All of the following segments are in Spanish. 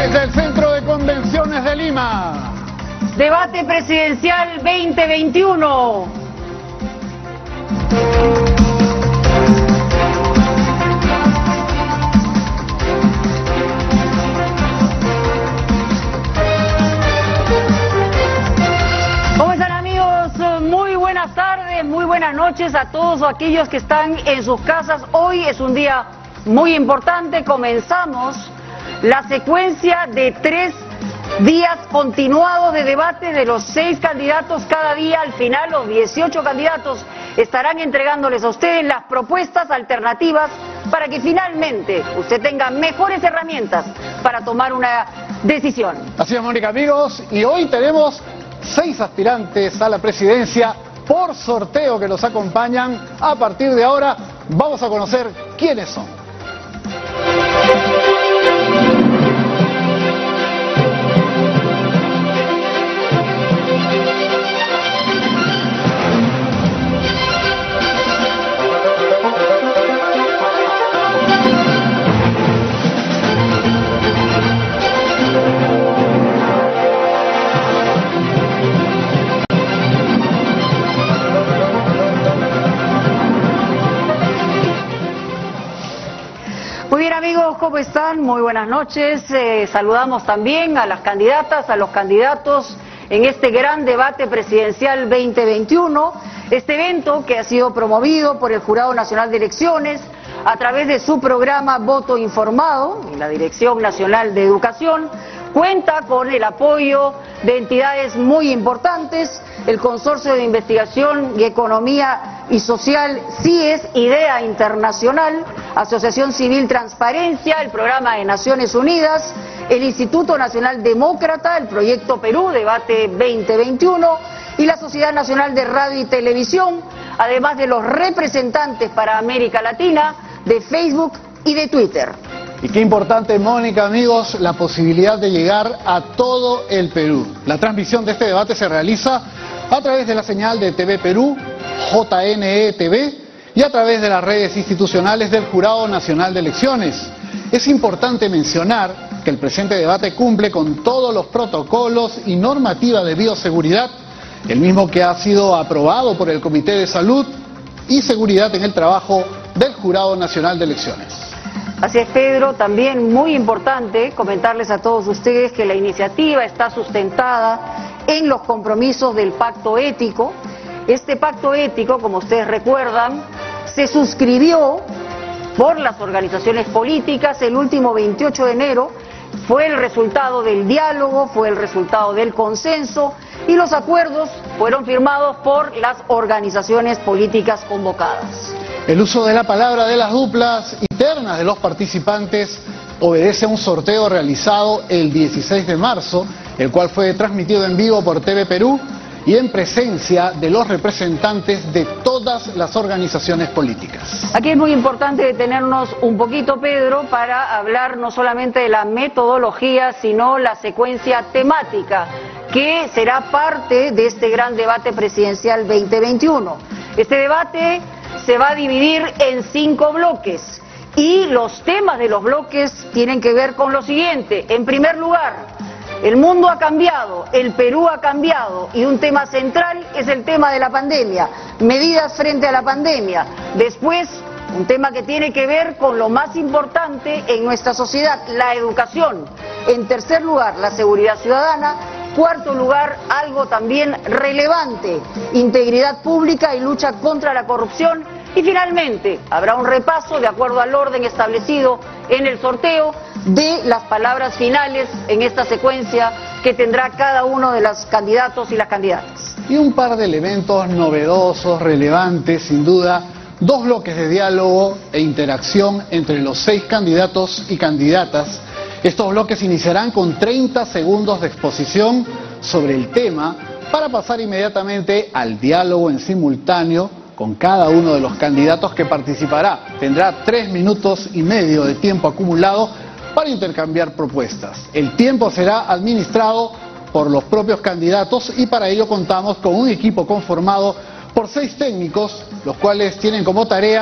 Desde el Centro de Convenciones de Lima. Debate Presidencial 2021. ¿Cómo están, amigos? Muy buenas tardes, muy buenas noches a todos aquellos que están en sus casas. Hoy es un día muy importante. Comenzamos la secuencia de 3 días continuados de debate de los 6 candidatos cada día. Al final, los 18 candidatos estarán entregándoles a ustedes las propuestas alternativas para que finalmente usted tenga mejores herramientas para tomar una decisión. Así es, Mónica, amigos, y hoy tenemos 6 aspirantes a la presidencia por sorteo que los acompañan. A partir de ahora vamos a conocer quiénes son. Muy bien, amigos, ¿cómo están? Muy buenas noches. Saludamos también a las candidatas, a los candidatos en este gran debate presidencial 2021. Este evento que ha sido promovido por el Jurado Nacional de Elecciones a través de su programa Voto Informado y la Dirección Nacional de Educación cuenta con el apoyo de entidades muy importantes: el Consorcio de Investigación y Economía y Social CIES, IDEA Internacional, Asociación Civil Transparencia, el Programa de Naciones Unidas, el Instituto Nacional Demócrata, el Proyecto Perú, Debate 2021, y la Sociedad Nacional de Radio y Televisión, además de los representantes para América Latina de Facebook y de Twitter. Y qué importante, Mónica, amigos, la posibilidad de llegar a todo el Perú. La transmisión de este debate se realiza a través de la señal de TV Perú, JNE TV, y a través de las redes institucionales del Jurado Nacional de Elecciones. Es importante mencionar que el presente debate cumple con todos los protocolos y normativa de bioseguridad, el mismo que ha sido aprobado por el Comité de Salud y Seguridad en el Trabajo del Jurado Nacional de Elecciones. Así es, Pedro. También muy importante comentarles a todos ustedes que la iniciativa está sustentada en los compromisos del Pacto Ético. Este Pacto Ético, como ustedes recuerdan, se suscribió por las organizaciones políticas el último 28 de enero. Fue el resultado del diálogo, fue el resultado del consenso, y los acuerdos fueron firmados por las organizaciones políticas convocadas. El uso de la palabra de las duplas y ternas de los participantes obedece a un sorteo realizado el 16 de marzo, el cual fue transmitido en vivo por TV Perú y en presencia de los representantes de todas las organizaciones políticas. Aquí es muy importante detenernos un poquito, Pedro, para hablar no solamente de la metodología, sino la secuencia temática, que será parte de este gran debate presidencial 2021. Este debate se va a dividir en 5 bloques, y los temas de los bloques tienen que ver con lo siguiente. En primer lugar, el mundo ha cambiado, el Perú ha cambiado, y un tema central es el tema de la pandemia, medidas frente a la pandemia. Después, un tema que tiene que ver con lo más importante en nuestra sociedad, la educación. En tercer lugar, la seguridad ciudadana. Cuarto lugar, algo también relevante: integridad pública y lucha contra la corrupción. Y finalmente, habrá un repaso, de acuerdo al orden establecido en el sorteo, de las palabras finales en esta secuencia que tendrá cada uno de los candidatos y las candidatas. Y un par de elementos novedosos, relevantes, sin duda: 2 bloques de diálogo e interacción entre los 6 candidatos y candidatas. Estos bloques iniciarán con 30 segundos de exposición sobre el tema para pasar inmediatamente al diálogo en simultáneo con cada uno de los candidatos que participará. Tendrá 3 minutos y medio de tiempo acumulado para intercambiar propuestas. El tiempo será administrado por los propios candidatos y para ello contamos con un equipo conformado por 6 técnicos, los cuales tienen como tarea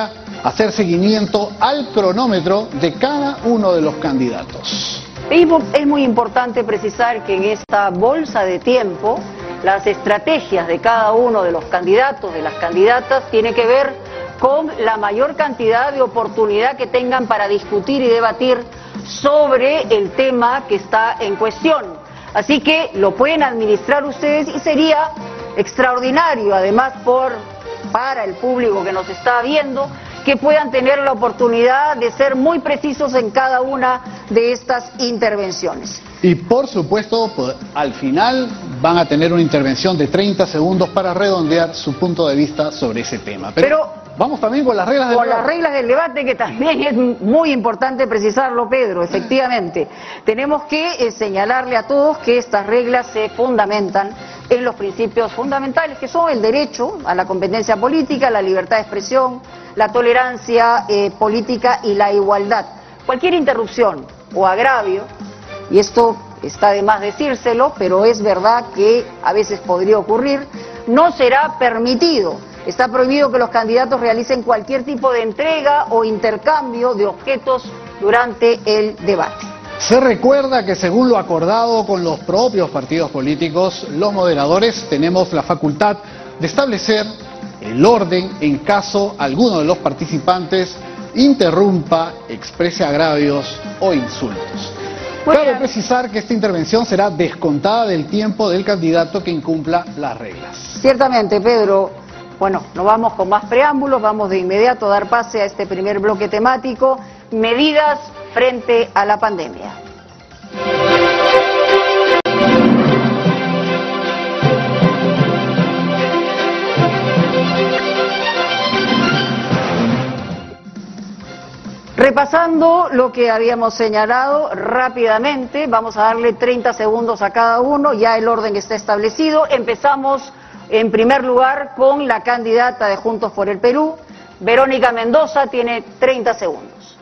hacer seguimiento al cronómetro de cada uno de los candidatos. Es muy importante precisar que en esta bolsa de tiempo, las estrategias de cada uno de los candidatos, de las candidatas, tiene que ver con la mayor cantidad de oportunidad que tengan para discutir y debatir sobre el tema que está en cuestión. Así que lo pueden administrar ustedes y sería extraordinario, además para el público que nos está viendo, que puedan tener la oportunidad de ser muy precisos en cada una de estas intervenciones. Y por supuesto, al final van a tener una intervención de 30 segundos para redondear su punto de vista sobre ese tema. Pero vamos también con las reglas del debate. Con las reglas del debate, que también es muy importante precisarlo, Pedro, efectivamente. Tenemos que señalarle a todos que estas reglas se fundamentan en los principios fundamentales, que son el derecho a la competencia política, la libertad de expresión, la tolerancia política y la igualdad. Cualquier interrupción o agravio, y esto está de más decírselo, pero es verdad que a veces podría ocurrir, no será permitido. Está prohibido que los candidatos realicen cualquier tipo de entrega o intercambio de objetos durante el debate. Se recuerda que según lo acordado con los propios partidos políticos, los moderadores tenemos la facultad de establecer el orden en caso alguno de los participantes interrumpa, exprese agravios o insultos. Cabe precisar que esta intervención será descontada del tiempo del candidato que incumpla las reglas. Ciertamente, Pedro. Bueno, no vamos con más preámbulos, vamos de inmediato a dar pase a este primer bloque temático, medidas frente a la pandemia. Repasando lo que habíamos señalado rápidamente, vamos a darle 30 segundos a cada uno, ya el orden está establecido. Empezamos en primer lugar con la candidata de Juntos por el Perú, Verónica Mendoza, tiene 30 segundos.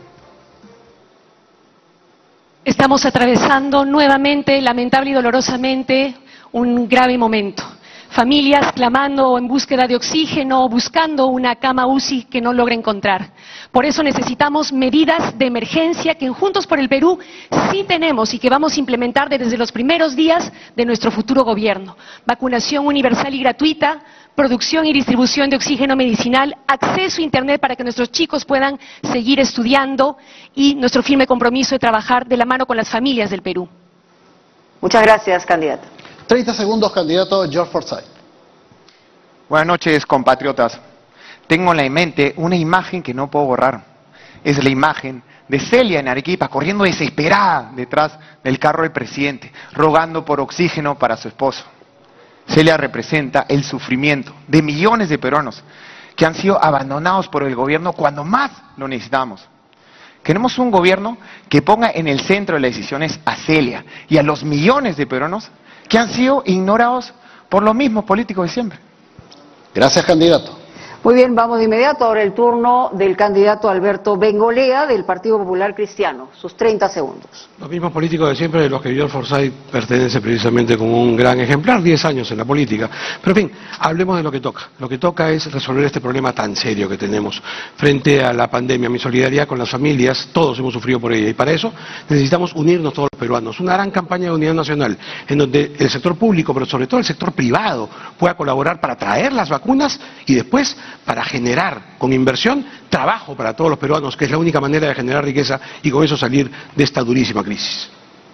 Estamos atravesando nuevamente, lamentable y dolorosamente, un grave momento. Familias clamando en búsqueda de oxígeno, buscando una cama UCI que no logra encontrar. Por eso necesitamos medidas de emergencia que en Juntos por el Perú sí tenemos y que vamos a implementar desde los primeros días de nuestro futuro gobierno. Vacunación universal y gratuita, producción y distribución de oxígeno medicinal, acceso a Internet para que nuestros chicos puedan seguir estudiando y nuestro firme compromiso de trabajar de la mano con las familias del Perú. Muchas gracias, candidata. 30 segundos, candidato George Forsyth. Buenas noches, compatriotas. Tengo en la mente una imagen que no puedo borrar. Es la imagen de Celia en Arequipa, corriendo desesperada detrás del carro del presidente, rogando por oxígeno para su esposo. Celia representa el sufrimiento de millones de peruanos que han sido abandonados por el gobierno cuando más lo necesitamos. Queremos un gobierno que ponga en el centro de las decisiones a Celia y a los millones de peruanos que han sido ignorados por los mismos políticos de siempre. Gracias, candidato. Muy bien, vamos de inmediato. Ahora el turno del candidato Alberto Bengolea, del Partido Popular Cristiano. Sus 30 segundos. Los mismos políticos de siempre, de los que George Forsyth pertenece precisamente como un gran ejemplar, 10 años en la política. Pero en fin, hablemos de lo que toca. Lo que toca es resolver este problema tan serio que tenemos frente a la pandemia. Mi solidaridad con las familias, todos hemos sufrido por ella. Y para eso necesitamos unirnos todos los peruanos. Una gran campaña de unidad nacional, en donde el sector público, pero sobre todo el sector privado, pueda colaborar para traer las vacunas y después para generar con inversión trabajo para todos los peruanos, que es la única manera de generar riqueza y con eso salir de esta durísima crisis.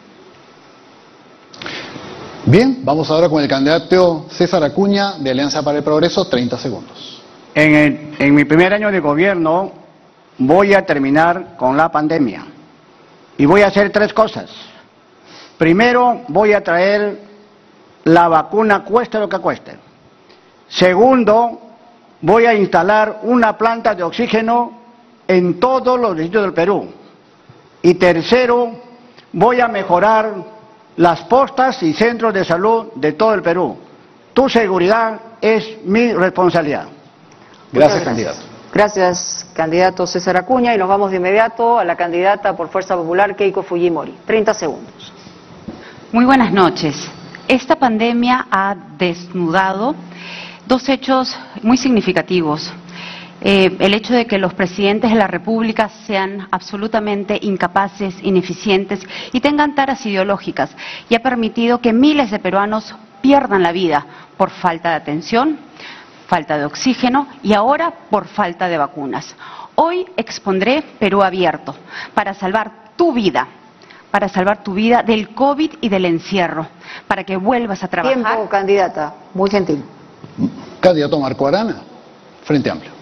Bien, vamos ahora con el candidato César Acuña de Alianza para el Progreso, 30 segundos. En mi primer año de gobierno voy a terminar con la pandemia y voy a hacer 3 cosas. Primero, voy a traer la vacuna cueste lo que cueste. Segundo, voy a instalar una planta de oxígeno en todos los distritos del Perú. Y tercero, voy a mejorar las postas y centros de salud de todo el Perú. Tu seguridad es mi responsabilidad. Gracias, candidato. Gracias, candidato César Acuña. Y nos vamos de inmediato a la candidata por Fuerza Popular, Keiko Fujimori. 30 segundos. Muy buenas noches. Esta pandemia ha desnudado 2 hechos muy significativos. el hecho de que los presidentes de la República sean absolutamente incapaces, ineficientes y tengan taras ideológicas, y ha permitido que miles de peruanos pierdan la vida por falta de atención, falta de oxígeno y ahora por falta de vacunas. Hoy expondré Perú Abierto para salvar tu vida del COVID y del encierro, para que vuelvas a trabajar. Tiempo, candidata. Muy gentil. Candidato Marco Arana, Frente Amplio.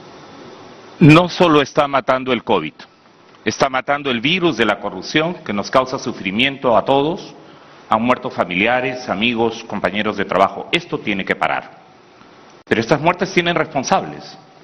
No solo está matando el COVID, está matando el virus de la corrupción que nos causa sufrimiento a todos. Han muerto familiares, amigos, compañeros de trabajo. Esto tiene que parar. Pero estas muertes tienen responsables.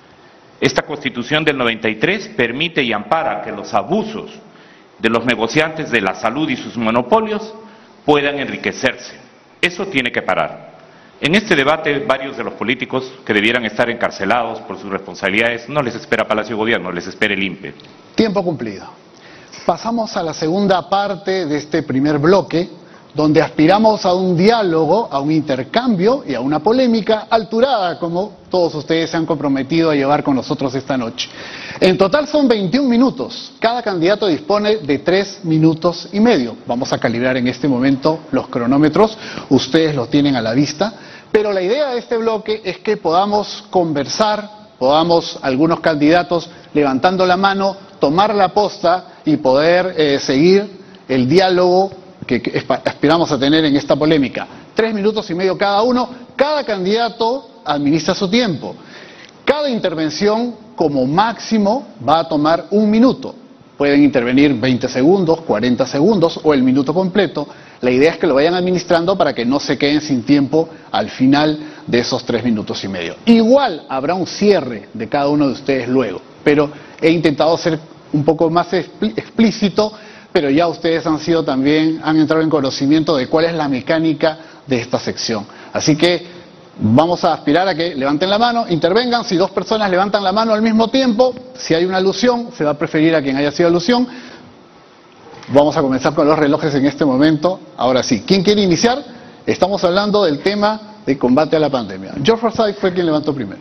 Esta Constitución del 93 permite y ampara que los abusos de los negociantes de la salud y sus monopolios puedan enriquecerse. Eso tiene que parar. En este debate, varios de los políticos que debieran estar encarcelados por sus responsabilidades no les espera Palacio de Gobierno, les espera el INPE. Tiempo cumplido. Pasamos a la segunda parte de este primer bloque, donde aspiramos a un diálogo, a un intercambio y a una polémica alturada, como todos ustedes se han comprometido a llevar con nosotros esta noche. En total son 21 minutos. Cada candidato dispone de 3 minutos y medio. Vamos a calibrar en este momento los cronómetros. Ustedes los tienen a la vista. Pero la idea de este bloque es que podamos conversar, podamos algunos candidatos levantando la mano, tomar la posta y poder seguir el diálogo que aspiramos a tener en esta polémica. 3 minutos y medio cada uno. Cada candidato administra su tiempo. Cada intervención como máximo va a tomar 1 minuto. Pueden intervenir 20 segundos, 40 segundos o el minuto completo. La idea es que lo vayan administrando para que no se queden sin tiempo al final de esos 3 minutos y medio. Igual habrá un cierre de cada uno de ustedes luego, pero he intentado ser un poco más explícito, pero ya ustedes han entrado en conocimiento de cuál es la mecánica de esta sección. Así que vamos a aspirar a que levanten la mano, intervengan. Si 2 personas levantan la mano al mismo tiempo, si hay una alusión, se va a preferir a quien haya sido alusión. Vamos a comenzar con los relojes en este momento. Ahora sí, ¿quién quiere iniciar? Estamos hablando del tema de combate a la pandemia. George Forsyth fue quien levantó primero.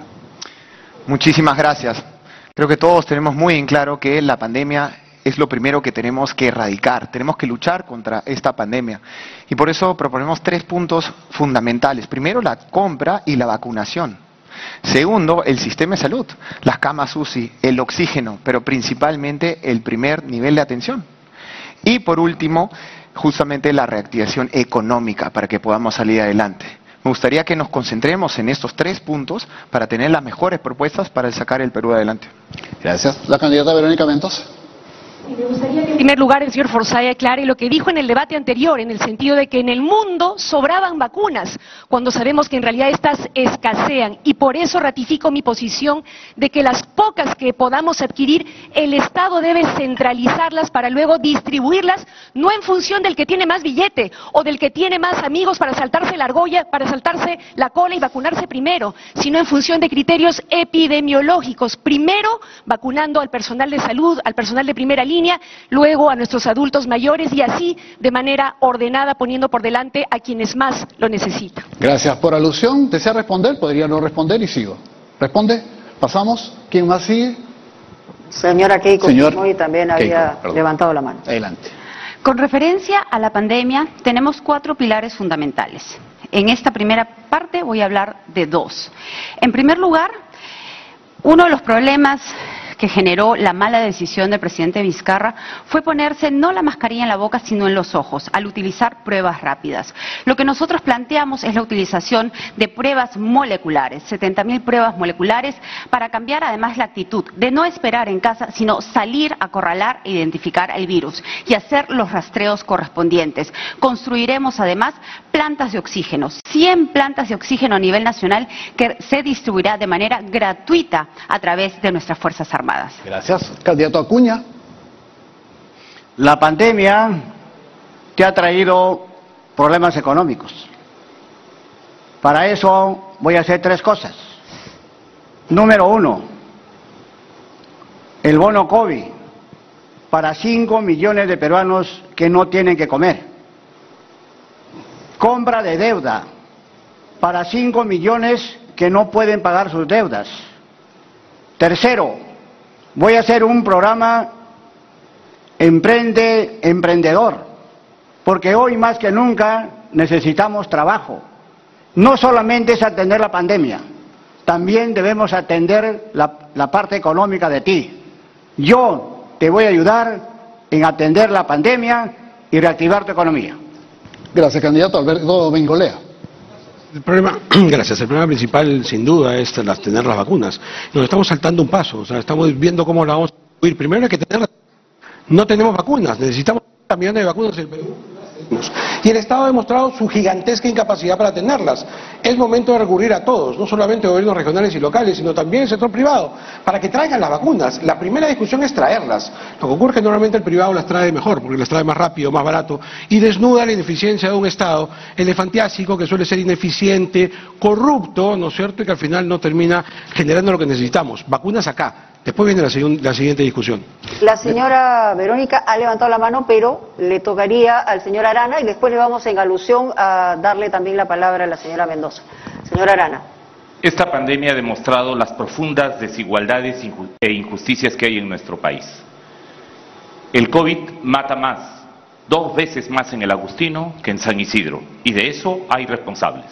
Muchísimas gracias. Creo que todos tenemos muy en claro que la pandemia es lo primero que tenemos que erradicar. Tenemos que luchar contra esta pandemia. Y por eso proponemos 3 puntos fundamentales. Primero, la compra y la vacunación. Segundo, el sistema de salud, las camas UCI, el oxígeno, pero principalmente el primer nivel de atención. Y por último, justamente la reactivación económica para que podamos salir adelante. Me gustaría que nos concentremos en estos 3 puntos para tener las mejores propuestas para sacar el Perú adelante. Gracias. La candidata Verónica Mendoza. Y me gustaría que en primer lugar el señor Forsyth aclare lo que dijo en el debate anterior, en el sentido de que en el mundo sobraban vacunas, cuando sabemos que en realidad estas escasean. Y por eso ratifico mi posición de que las pocas que podamos adquirir, el Estado debe centralizarlas para luego distribuirlas, no en función del que tiene más billete o del que tiene más amigos para saltarse la argolla, para saltarse la cola y vacunarse primero, sino en función de criterios epidemiológicos. Primero vacunando al personal de salud, al personal de primera línea, luego a nuestros adultos mayores y así de manera ordenada, poniendo por delante a quienes más lo necesitan. Gracias por alusión. ¿Desea responder? Podría no responder y sigo. ¿Responde? ¿Pasamos? ¿Quién más sigue? Señora Keiko Fujimori también había Keiko, levantado la mano. Adelante. Con referencia a la pandemia, tenemos 4 pilares fundamentales. En esta primera parte voy a hablar de 2. En primer lugar, uno de los problemas que generó la mala decisión del presidente Vizcarra fue ponerse no la mascarilla en la boca, sino en los ojos, al utilizar pruebas rápidas. Lo que nosotros planteamos es la utilización de pruebas moleculares, 70.000 pruebas moleculares, para cambiar además la actitud de no esperar en casa, sino salir a acorralar e identificar el virus y hacer los rastreos correspondientes. Construiremos además plantas de oxígeno, 100 plantas de oxígeno a nivel nacional que se distribuirá de manera gratuita a través de nuestras Fuerzas Armadas. Gracias. Candidato Acuña. La pandemia te ha traído problemas económicos. Para eso voy a hacer 3 cosas. Número 1, el bono COVID para 5 millones de peruanos que no tienen que comer. Compra de deuda para 5 millones que no pueden pagar sus deudas. Tercero, voy a hacer un programa emprendedor, porque hoy más que nunca necesitamos trabajo. No solamente es atender la pandemia, también debemos atender la parte económica de ti. Yo te voy a ayudar en atender la pandemia y reactivar tu economía. Gracias, candidato Alberto Bengolea. Gracias. El problema principal, sin duda, es tener las vacunas. Nos estamos saltando un paso, o sea, estamos viendo cómo la vamos a distribuir. Primero hay que tenerlas. No tenemos vacunas, necesitamos millones de vacunas en el Perú. Y el Estado ha demostrado su gigantesca incapacidad para tenerlas. Es momento de recurrir a todos, no solamente gobiernos regionales y locales, sino también el sector privado, para que traigan las vacunas. La primera discusión es traerlas. Lo que ocurre es que normalmente el privado las trae mejor, porque las trae más rápido, más barato, y desnuda la ineficiencia de un Estado elefantiásico que suele ser ineficiente, corrupto, ¿no es cierto?, y que al final no termina generando lo que necesitamos. Vacunas acá. Después viene la siguiente discusión. La señora Verónica ha levantado la mano, pero le tocaría al señor Arana y después le vamos en alusión a darle también la palabra a la señora Mendoza. Señora Arana. Esta pandemia ha demostrado las profundas desigualdades e injusticias que hay en nuestro país. El COVID mata más, 2 veces más en el Agustino que en San Isidro, y de eso hay responsables.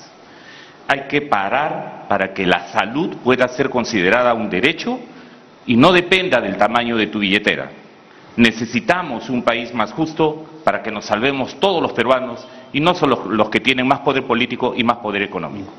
Hay que parar para que la salud pueda ser considerada un derecho y no dependa del tamaño de tu billetera. Necesitamos un país más justo para que nos salvemos todos los peruanos y no solo los que tienen más poder político y más poder económico.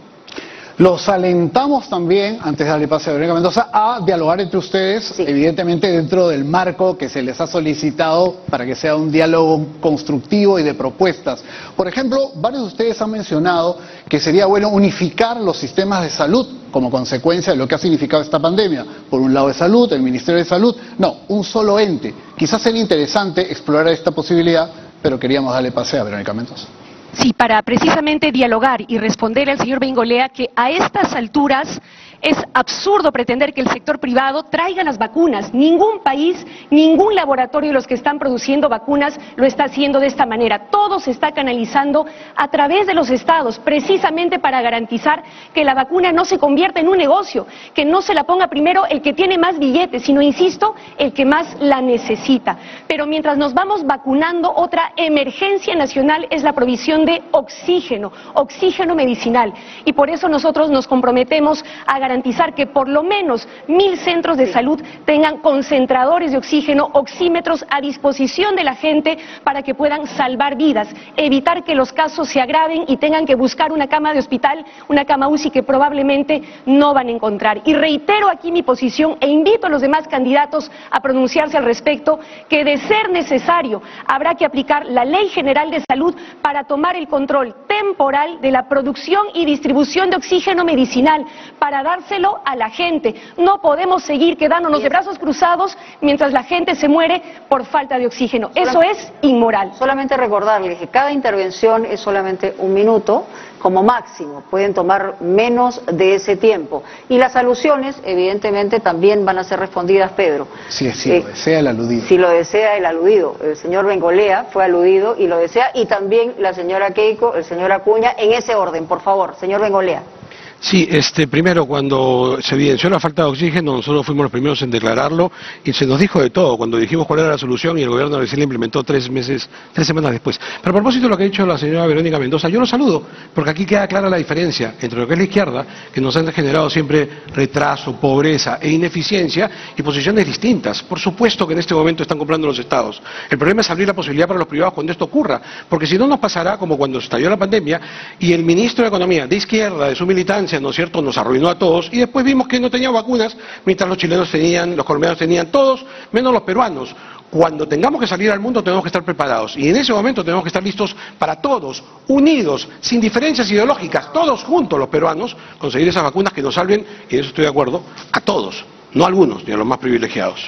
Los alentamos también, antes de darle pase a Verónica Mendoza, a dialogar entre ustedes, sí, evidentemente dentro del marco que se les ha solicitado para que sea un diálogo constructivo y de propuestas. Por ejemplo, varios de ustedes han mencionado que sería bueno unificar los sistemas de salud como consecuencia de lo que ha significado esta pandemia. Por un lado de salud, el Ministerio de Salud, no, un solo ente. Quizás sería interesante explorar esta posibilidad, pero queríamos darle pase a Verónica Mendoza. Sí, para precisamente dialogar y responder al señor Bengolea que a estas alturas es absurdo pretender que el sector privado traiga las vacunas. Ningún país, ningún laboratorio de los que están produciendo vacunas lo está haciendo de esta manera. Todo se está canalizando a través de los estados, precisamente para garantizar que la vacuna no se convierta en un negocio, que no se la ponga primero el que tiene más billetes, sino, insisto, el que más la necesita. Pero mientras nos vamos vacunando, otra emergencia nacional es la provisión de oxígeno medicinal. Y por eso nosotros nos comprometemos a garantizar que por lo menos 1000 centros de salud tengan concentradores de oxígeno, oxímetros a disposición de la gente para que puedan salvar vidas, evitar que los casos se agraven y tengan que buscar una cama de hospital, una cama UCI que probablemente no van a encontrar. Y reitero aquí mi posición e invito a los demás candidatos a pronunciarse al respecto, que de ser necesario habrá que aplicar la Ley General de Salud para tomar el control temporal de la producción y distribución de oxígeno medicinal, para dárselo a la gente. No podemos seguir quedándonos de brazos cruzados mientras la gente se muere por falta de oxígeno. Eso es inmoral. Solamente recordarles que cada intervención es solamente 1 minuto como máximo. Pueden tomar menos de ese tiempo. Y las alusiones, evidentemente, también van a ser respondidas, Pedro. Sí, lo desea el aludido. Si lo desea el aludido. El señor Bengolea fue aludido y lo desea. Y también la señora Keiko, el señor Acuña, en ese orden, por favor. Señor Bengolea. Sí, primero, cuando se evidenció la falta de oxígeno, nosotros fuimos los primeros en declararlo y se nos dijo de todo cuando dijimos cuál era la solución y el gobierno recién la implementó 3 semanas después. Pero a propósito de lo que ha dicho la señora Verónica Mendoza, yo lo saludo, porque aquí queda clara la diferencia entre lo que es la izquierda, que nos han generado siempre retraso, pobreza e ineficiencia, y posiciones distintas. Por supuesto que en este momento están comprando los estados. El problema es abrir la posibilidad para los privados cuando esto ocurra, porque si no nos pasará como cuando estalló la pandemia y el ministro de Economía de izquierda, de su militancia, ¿no es cierto?, nos arruinó a todos y después vimos que no tenía vacunas, mientras los chilenos tenían, los colombianos tenían, todos, menos los peruanos. Cuando tengamos que salir al mundo tenemos que estar preparados y en ese momento tenemos que estar listos para todos, unidos, sin diferencias ideológicas, todos juntos los peruanos, conseguir esas vacunas que nos salven, y en eso estoy de acuerdo, a todos, no a algunos, ni a los más privilegiados.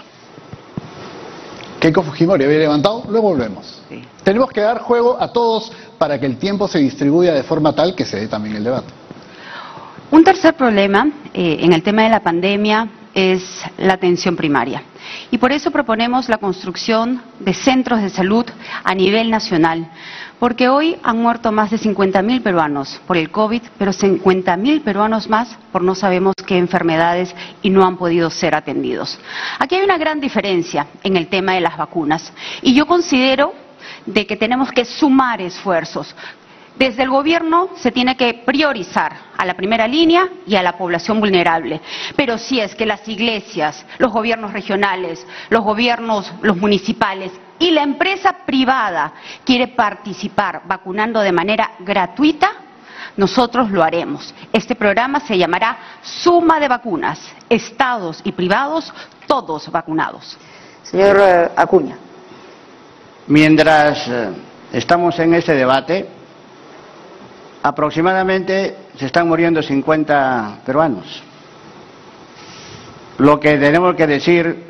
Keiko Fujimori había levantado, luego volvemos. Sí. Tenemos que dar juego a todos para que el tiempo se distribuya de forma tal que se dé también el debate. Un tercer problema en el tema de la pandemia es la atención primaria. Y por eso proponemos la construcción de centros de salud a nivel nacional. porque hoy han muerto más de 50.000 peruanos por el COVID, pero 50.000 peruanos más por no sabemos qué enfermedades y no han podido ser atendidos. Aquí hay una gran diferencia en el tema de las vacunas y yo considero de que tenemos que sumar esfuerzos. Desde el gobierno se tiene que priorizar a la primera línea y a la población vulnerable. Pero si es que las iglesias, los gobiernos regionales, los gobiernos, los municipales y la empresa privada quiere participar vacunando de manera gratuita, nosotros lo haremos. Este programa se llamará Suma de Vacunas, estados y privados, todos vacunados. Señor Acuña. Mientras estamos en este debate, aproximadamente se están muriendo 50 peruanos. Lo que tenemos que decir,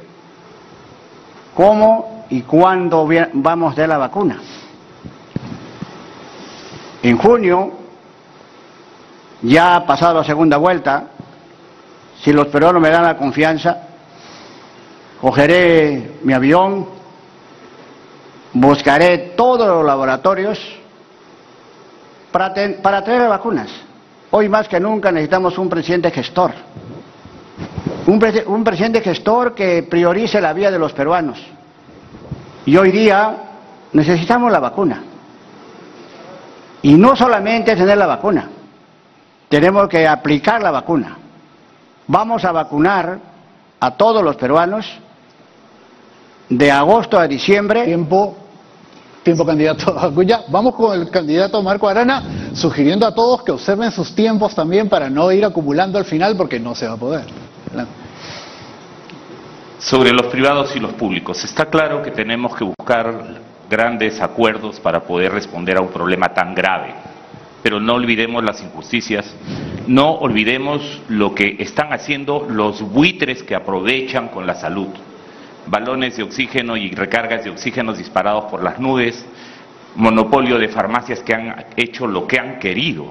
cómo y cuándo vamos de la vacuna. En junio, ya ha pasado la segunda vuelta, si los peruanos me dan la confianza, cogeré mi avión, buscaré todos los laboratorios para traer vacunas. Hoy más que nunca necesitamos un presidente gestor. Un presidente gestor que priorice la vida de los peruanos. Y hoy día necesitamos la vacuna. Y no solamente tener la vacuna, tenemos que aplicar la vacuna. Vamos a vacunar a todos los peruanos de agosto a diciembre. Tiempo, candidato Acuña. Vamos con el candidato Marco Arana, sugiriendo a todos que observen sus tiempos también para no ir acumulando al final, porque no se va a poder. Adelante. Sobre los privados y los públicos, está claro que tenemos que buscar grandes acuerdos para poder responder a un problema tan grave, pero no olvidemos las injusticias, no olvidemos lo que están haciendo los buitres que aprovechan con la salud. Balones de oxígeno y recargas de oxígeno disparados por las nubes, monopolio de farmacias que han hecho lo que han querido.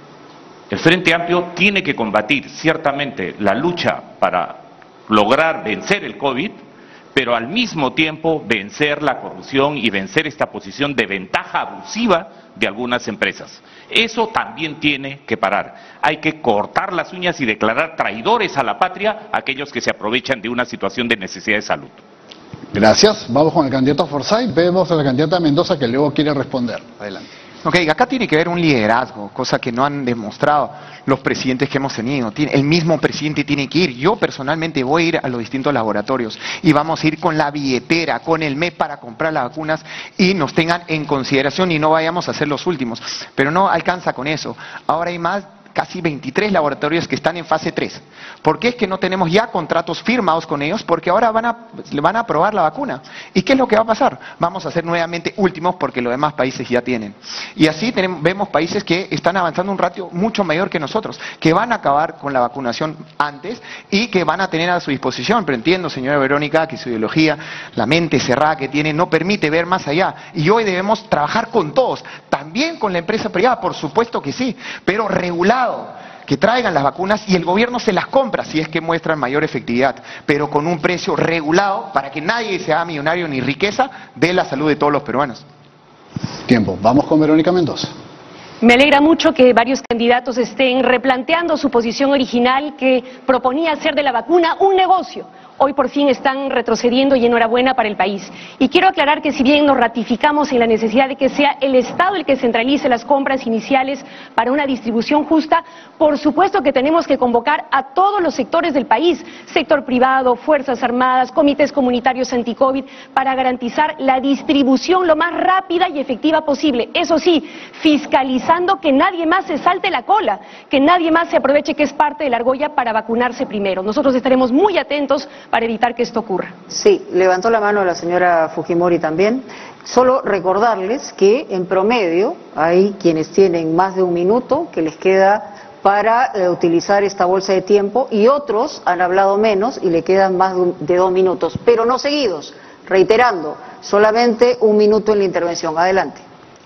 El Frente Amplio tiene que combatir ciertamente la lucha para lograr vencer el COVID, pero al mismo tiempo vencer la corrupción y vencer esta posición de ventaja abusiva de algunas empresas. Eso también tiene que parar. Hay que cortar las uñas y declarar traidores a la patria a aquellos que se aprovechan de una situación de necesidad de salud. Gracias. Vamos con el candidato Forsyth. Vemos a la candidata Mendoza que luego quiere responder. Adelante. Ok, acá tiene que haber un liderazgo, cosa que no han demostrado los presidentes que hemos tenido. El mismo presidente tiene que ir. Yo personalmente voy a ir a los distintos laboratorios y vamos a ir con la billetera, con el MEP para comprar las vacunas y nos tengan en consideración y no vayamos a ser los últimos. Pero no alcanza con eso. Ahora hay más, casi 23 laboratorios que están en fase 3. ¿Por qué es que no tenemos ya contratos firmados con ellos? Porque ahora le van a aprobar la vacuna. ¿Y qué es lo que va a pasar? Vamos a ser nuevamente últimos porque los demás países ya tienen. Y así vemos países que están avanzando un ratio mucho mayor que nosotros, que van a acabar con la vacunación antes y que van a tener a su disposición. Pero entiendo, señora Verónica, que su ideología, la mente cerrada que tiene, no permite ver más allá. Y hoy debemos trabajar con todos, también con la empresa privada, por supuesto que sí, pero regular, que traigan las vacunas y el gobierno se las compra si es que muestran mayor efectividad, pero con un precio regulado para que nadie se haga millonario ni riqueza de la salud de todos los peruanos. Tiempo. Vamos con Verónica Mendoza. Me alegra mucho que varios candidatos estén replanteando su posición original que proponía hacer de la vacuna un negocio. Hoy por fin están retrocediendo y enhorabuena para el país. Y quiero aclarar que si bien nos ratificamos en la necesidad de que sea el Estado el que centralice las compras iniciales para una distribución justa, por supuesto que tenemos que convocar a todos los sectores del país, sector privado, Fuerzas Armadas, comités comunitarios anti-COVID, para garantizar la distribución lo más rápida y efectiva posible. Eso sí, fiscalizando que nadie más se salte la cola, que nadie más se aproveche que es parte de la argolla para vacunarse primero. Nosotros estaremos muy atentos para evitar que esto ocurra. Sí, levantó la mano la señora Fujimori también. Solo recordarles que en promedio hay quienes tienen más de un minuto que les queda para utilizar esta bolsa de tiempo y otros han hablado menos y le quedan más de 2 minutos, pero no seguidos, reiterando, solamente 1 minuto en la intervención. Adelante.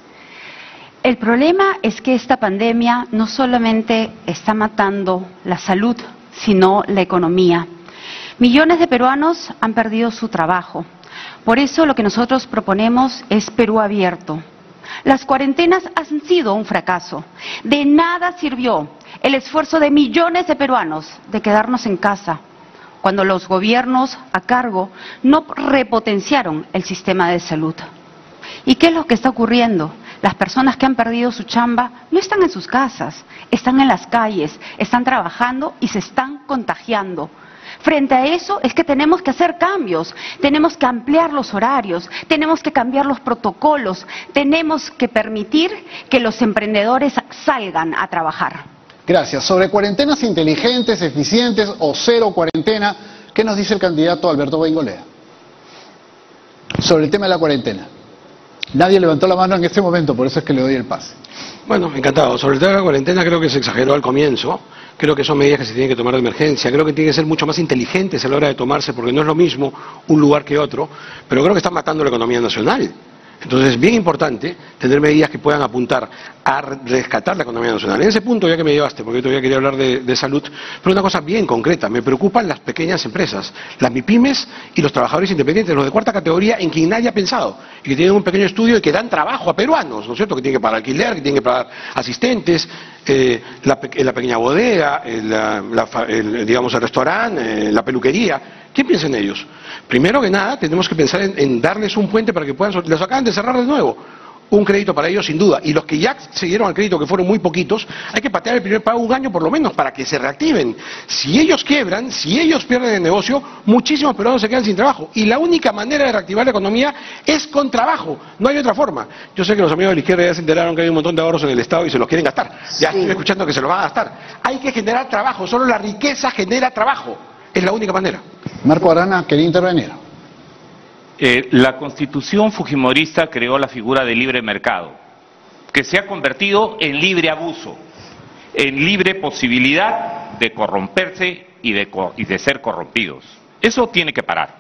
El problema es que esta pandemia no solamente está matando la salud, sino la economía. Millones de peruanos han perdido su trabajo. Por eso lo que nosotros proponemos es Perú abierto. Las cuarentenas han sido un fracaso. De nada sirvió el esfuerzo de millones de peruanos de quedarnos en casa, cuando los gobiernos a cargo no repotenciaron el sistema de salud. ¿Y qué es lo que está ocurriendo? Las personas que han perdido su chamba no están en sus casas, están en las calles, están trabajando y se están contagiando. Frente a eso es que tenemos que hacer cambios, tenemos que ampliar los horarios, tenemos que cambiar los protocolos, tenemos que permitir que los emprendedores salgan a trabajar. Gracias. Sobre cuarentenas inteligentes, eficientes o cero cuarentena, ¿qué nos dice el candidato Alberto Beingolea? Sobre el tema de la cuarentena. Nadie levantó la mano en este momento, por eso es que le doy el pase. Bueno, encantado. Sobre el tema de la cuarentena creo que se exageró al comienzo. Creo que son medidas que se tienen que tomar de emergencia. Creo que tienen que ser mucho más inteligentes a la hora de tomarse, porque no es lo mismo un lugar que otro. Pero creo que están matando la economía nacional. Entonces es bien importante tener medidas que puedan apuntar a rescatar la economía nacional. En ese punto, ya que me llevaste, porque yo todavía quería hablar de salud, pero una cosa bien concreta, me preocupan las pequeñas empresas, las MIPYMES y los trabajadores independientes, los de cuarta categoría, en quien nadie ha pensado, y que tienen un pequeño estudio y que dan trabajo a peruanos, ¿no es cierto?, que tienen que pagar alquiler, que tienen que pagar asistentes, la pequeña bodega, digamos el restaurante, la peluquería. ¿Quién piensa en ellos? Primero que nada, tenemos que pensar en darles un puente para que puedan... Los acaban de cerrar de nuevo. Un crédito para ellos sin duda. Y los que ya se dieron al crédito, que fueron muy poquitos, hay que patear el primer pago un año por lo menos para que se reactiven. Si ellos quiebran, si ellos pierden el negocio, muchísimos peruanos se quedan sin trabajo. Y la única manera de reactivar la economía es con trabajo. No hay otra forma. Yo sé que los amigos de la izquierda ya se enteraron que hay un montón de ahorros en el Estado y se los quieren gastar. Ya estoy escuchando que se los van a gastar. Hay que generar trabajo. Solo la riqueza genera trabajo. Es la única manera. Marco Arana quería intervenir. La Constitución fujimorista creó la figura de libre mercado, que se ha convertido en libre abuso, en libre posibilidad de corromperse y de ser corrompidos. Eso tiene que parar.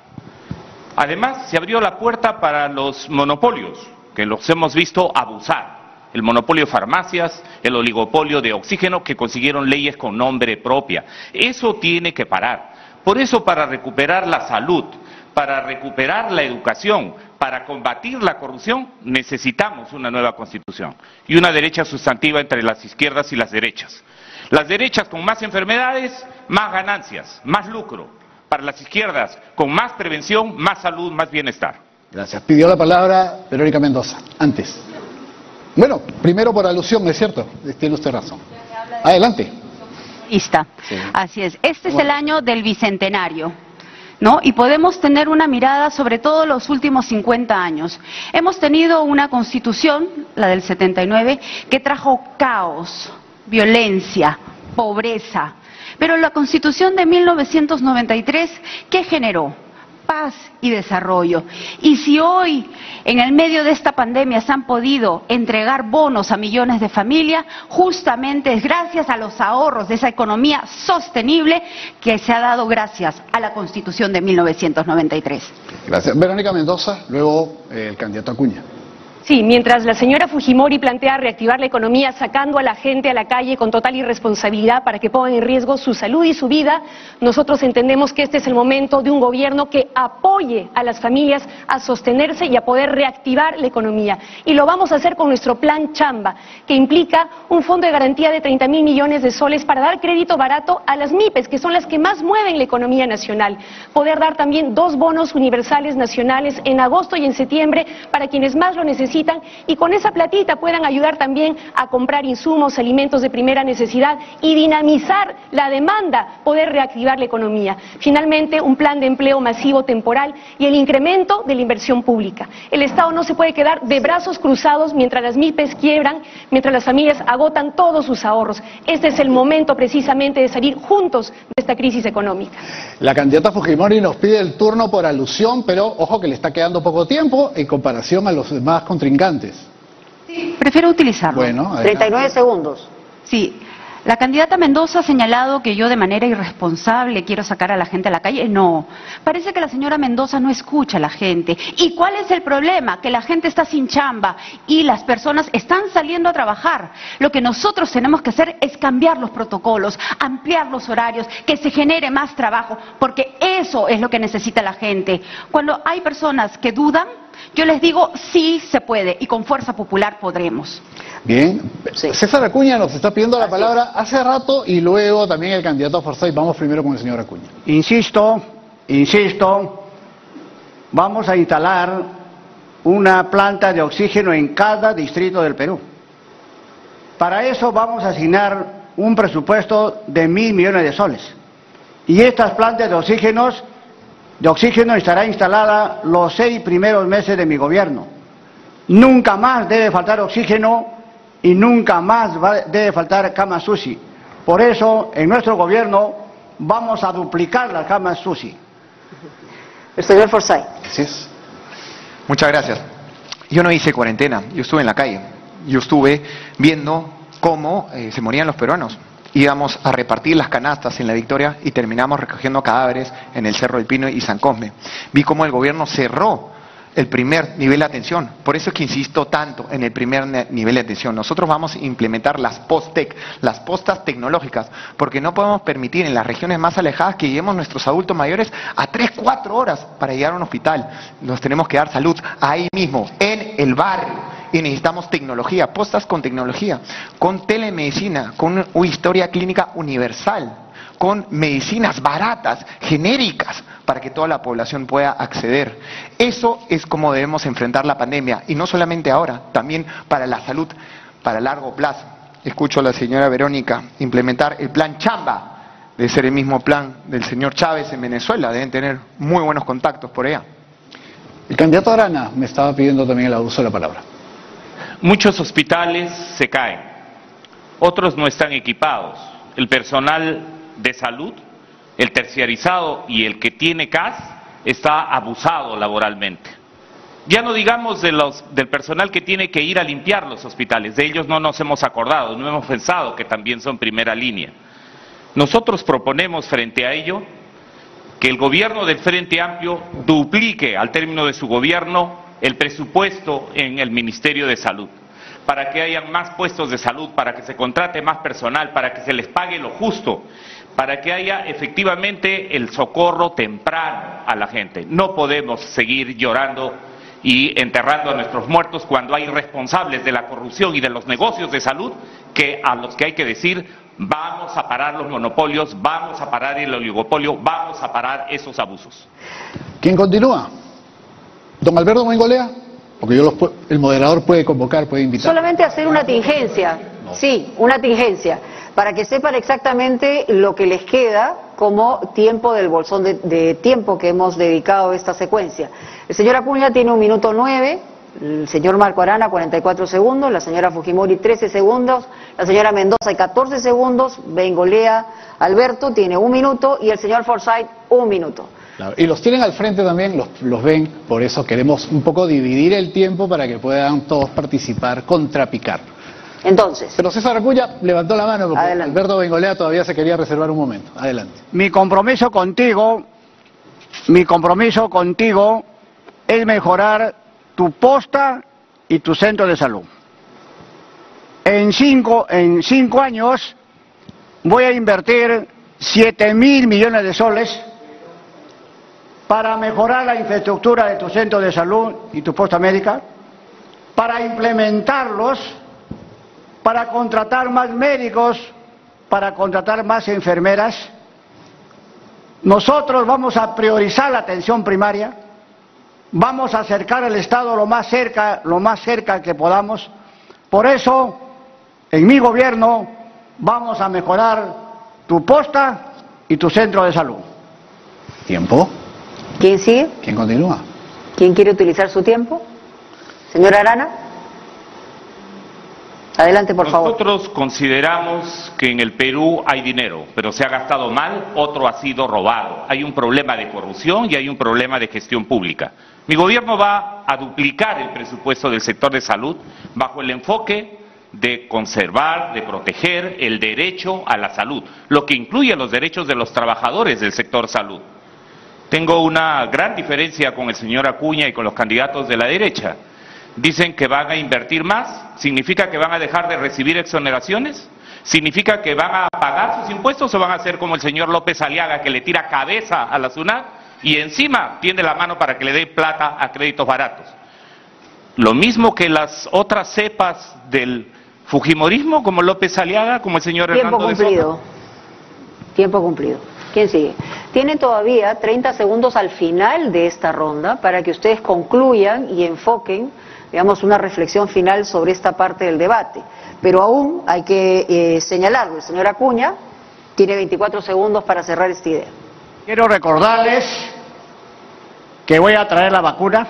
Además, se abrió la puerta para los monopolios, que los hemos visto abusar. El monopolio de farmacias, el oligopolio de oxígeno, que consiguieron leyes con nombre propia. Eso tiene que parar. Por eso, para recuperar la salud, para recuperar la educación, para combatir la corrupción, necesitamos una nueva Constitución y una derecha sustantiva entre las izquierdas y las derechas. Las derechas con más enfermedades, más ganancias, más lucro. Para las izquierdas, con más prevención, más salud, más bienestar. Gracias. Pidió la palabra Verónica Mendoza. Antes. Bueno, primero por alusión, es cierto. Tiene usted razón. Adelante. Lista. Sí. Así es. Este es el año del bicentenario, ¿no? Y podemos tener una mirada sobre todo los últimos 50 años. Hemos tenido una constitución, la del 79, que trajo caos, violencia, pobreza. Pero la constitución de 1993, ¿qué generó? Paz y desarrollo. Y si hoy, en el medio de esta pandemia, se han podido entregar bonos a millones de familias, justamente es gracias a los ahorros de esa economía sostenible que se ha dado gracias a la Constitución de 1993. Gracias. Verónica Mendoza, luego el candidato Acuña. Sí, mientras la señora Fujimori plantea reactivar la economía sacando a la gente a la calle con total irresponsabilidad para que pongan en riesgo su salud y su vida, nosotros entendemos que este es el momento de un gobierno que apoye a las familias a sostenerse y a poder reactivar la economía. Y lo vamos a hacer con nuestro plan Chamba, que implica un fondo de garantía de 30.000 millones de soles para dar crédito barato a las MIPES, que son las que más mueven la economía nacional. Poder dar también 2 bonos universales nacionales en agosto y en septiembre para quienes más lo necesitan, y con esa platita puedan ayudar también a comprar insumos, alimentos de primera necesidad y dinamizar la demanda, poder reactivar la economía. Finalmente, un plan de empleo masivo temporal y el incremento de la inversión pública. El Estado no se puede quedar de brazos cruzados mientras las MIPES quiebran, mientras las familias agotan todos sus ahorros. Este es el momento precisamente de salir juntos de esta crisis económica. La candidata Fujimori nos pide el turno por alusión, pero ojo que le está quedando poco tiempo en comparación a los demás contrincantes. Sí, prefiero utilizarlo. Bueno, 39 segundos. Sí. La candidata Mendoza ha señalado que yo de manera irresponsable quiero sacar a la gente a la calle. No, parece que la señora Mendoza no escucha a la gente. ¿Y cuál es el problema? Que la gente está sin chamba y las personas están saliendo a trabajar. Lo que nosotros tenemos que hacer es cambiar los protocolos, ampliar los horarios, que se genere más trabajo, porque eso es lo que necesita la gente. Cuando hay personas que dudan, Yo les digo, sí se puede y con fuerza popular podremos. Bien, Sí. César Acuña nos está pidiendo la palabra hace rato y luego también el candidato Forsyth. Vamos primero con el señor Acuña. Insisto, vamos a instalar una planta de oxígeno en cada distrito del Perú. Para eso vamos a asignar un presupuesto de 1.000 millones de soles. Y estas plantas de oxígeno estará instalada los 6 primeros meses de mi gobierno. Nunca más debe faltar oxígeno y nunca más debe faltar camas UCI. Por eso, en nuestro gobierno vamos a duplicar las camas UCI. El señor Forsyth. Así es. Muchas gracias. Yo no hice cuarentena, yo estuve en la calle. Yo estuve viendo cómo se morían los peruanos. Íbamos a repartir las canastas en La Victoria y terminamos recogiendo cadáveres en el Cerro del Pino y San Cosme. Vi cómo el gobierno cerró el primer nivel de atención. Por eso es que insisto tanto en el primer nivel de atención. Nosotros vamos a implementar las post-tech, las postas tecnológicas, porque no podemos permitir en las regiones más alejadas que lleguemos nuestros adultos mayores a 3-4 horas para llegar a un hospital. Nos tenemos que dar salud ahí mismo, en el barrio. Y necesitamos tecnología, postas con tecnología, con telemedicina, con una historia clínica universal, con medicinas baratas, genéricas, para que toda la población pueda acceder. Eso es como debemos enfrentar la pandemia, y no solamente ahora, también para la salud, para largo plazo. Escucho a la señora Verónica implementar el plan Chamba, debe ser el mismo plan del señor Chávez en Venezuela, deben tener muy buenos contactos por allá. El candidato Arana me estaba pidiendo también el uso de la palabra. Muchos hospitales se caen, otros no están equipados. El personal de salud, el terciarizado y el que tiene CAS está abusado laboralmente. Ya no digamos del personal que tiene que ir a limpiar los hospitales, de ellos no nos hemos acordado, no hemos pensado que también son primera línea. Nosotros proponemos frente a ello que el gobierno del Frente Amplio duplique al término de su gobierno el presupuesto en el Ministerio de Salud, para que haya más puestos de salud, para que se contrate más personal, para que se les pague lo justo, para que haya efectivamente el socorro temprano a la gente. No podemos seguir llorando y enterrando a nuestros muertos cuando hay responsables de la corrupción y de los negocios de salud a los que hay que decir: vamos a parar los monopolios, vamos a parar el oligopolio, vamos a parar esos abusos. ¿Quién continúa? Don Alberto Bengolea, porque el moderador puede convocar, puede invitar. Solamente hacer una tingencia, sí, una tingencia, para que sepan exactamente lo que les queda como tiempo del bolsón de tiempo que hemos dedicado a esta secuencia. El señor Acuña tiene 1 minuto 9, el señor Marco Arana 44 segundos, la señora Fujimori 13 segundos, la señora Mendoza 14 segundos, Bengolea Alberto tiene 1 minuto y el señor Forsyth 1 minuto. Claro, y los tienen al frente también, los ven, por eso queremos un poco dividir el tiempo para que puedan todos participar, contrapicar. Entonces, Pero César Acuña levantó la mano porque adelante. Alberto Bengolea todavía se quería reservar un momento. Adelante. Mi compromiso contigo es mejorar tu posta y tu centro de salud. En cinco años voy a invertir 7.000 millones de soles para mejorar la infraestructura de tu centro de salud y tu posta médica, para implementarlos, para contratar más médicos, para contratar más enfermeras. Nosotros vamos a priorizar la atención primaria, vamos a acercar al Estado lo más cerca que podamos. Por eso, en mi gobierno, vamos a mejorar tu posta y tu centro de salud. ¿Tiempo? ¿Quién sigue? ¿Quién continúa? ¿Quién quiere utilizar su tiempo? Señora Arana. Adelante, por favor. Nosotros consideramos que en el Perú hay dinero, pero se ha gastado mal, otro ha sido robado. Hay un problema de corrupción y hay un problema de gestión pública. Mi gobierno va a duplicar el presupuesto del sector de salud bajo el enfoque de conservar, de proteger el derecho a la salud, lo que incluye los derechos de los trabajadores del sector salud. Tengo una gran diferencia con el señor Acuña y con los candidatos de la derecha. Dicen que van a invertir más, ¿significa que van a dejar de recibir exoneraciones? ¿Significa que van a pagar sus impuestos o van a ser como el señor López Aliaga, que le tira cabeza a la SUNAT y encima tiende la mano para que le dé plata a créditos baratos? lo mismo que las otras cepas del fujimorismo, como López Aliaga, como el señor Hernando de Soto. Tiempo cumplido. ¿Quién sigue? Tienen todavía 30 segundos al final de esta ronda para que ustedes concluyan y enfoquen, digamos, una reflexión final sobre esta parte del debate. Pero aún hay que señalarlo. El señor Acuña tiene 24 segundos para cerrar esta idea. Quiero recordarles que voy a traer la vacuna.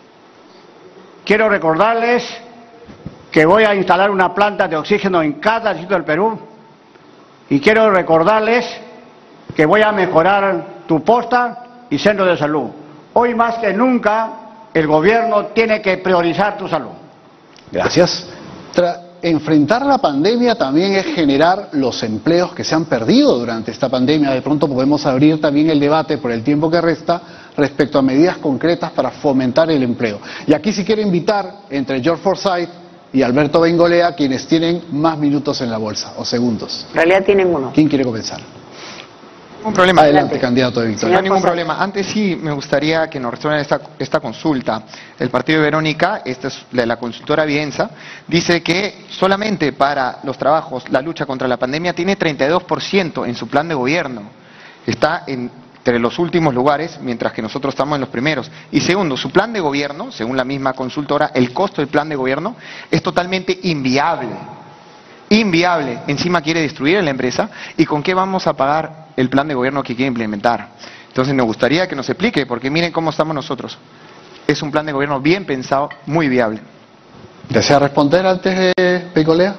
Quiero recordarles que voy a instalar una planta de oxígeno en cada sitio del Perú. Y quiero recordarles que voy a mejorar tu posta y centro de salud. Hoy más que nunca el gobierno tiene que priorizar tu salud. Gracias. Enfrentar la pandemia también es generar los empleos que se han perdido durante esta pandemia. De pronto podemos abrir también el debate por el tiempo que resta respecto a medidas concretas para fomentar el empleo. Y aquí sí quiero invitar entre George Forsyth y Alberto Bengolea, quienes tienen más minutos en la bolsa, o segundos. En realidad tienen uno. ¿Quién quiere comenzar? Un problema. Adelante, candidato de Victoria. No hay ningún problema. Antes sí me gustaría que nos resuelvan esta consulta. El partido de Verónica, esta es de la consultora Vienza, dice que solamente para los trabajos, la lucha contra la pandemia tiene 32% en su plan de gobierno. Está entre los últimos lugares, mientras que nosotros estamos en los primeros. Y segundo, su plan de gobierno, según la misma consultora, el costo del plan de gobierno es totalmente inviable. Inviable. Encima quiere destruir a la empresa. ¿Y con qué vamos a pagar el plan de gobierno que quiere implementar? Entonces me gustaría que nos explique, porque miren cómo estamos nosotros. Es un plan de gobierno bien pensado, muy viable. ¿Desea responder antes de Bengolea?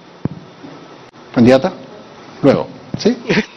¿Candidata? Luego. ¿Sí?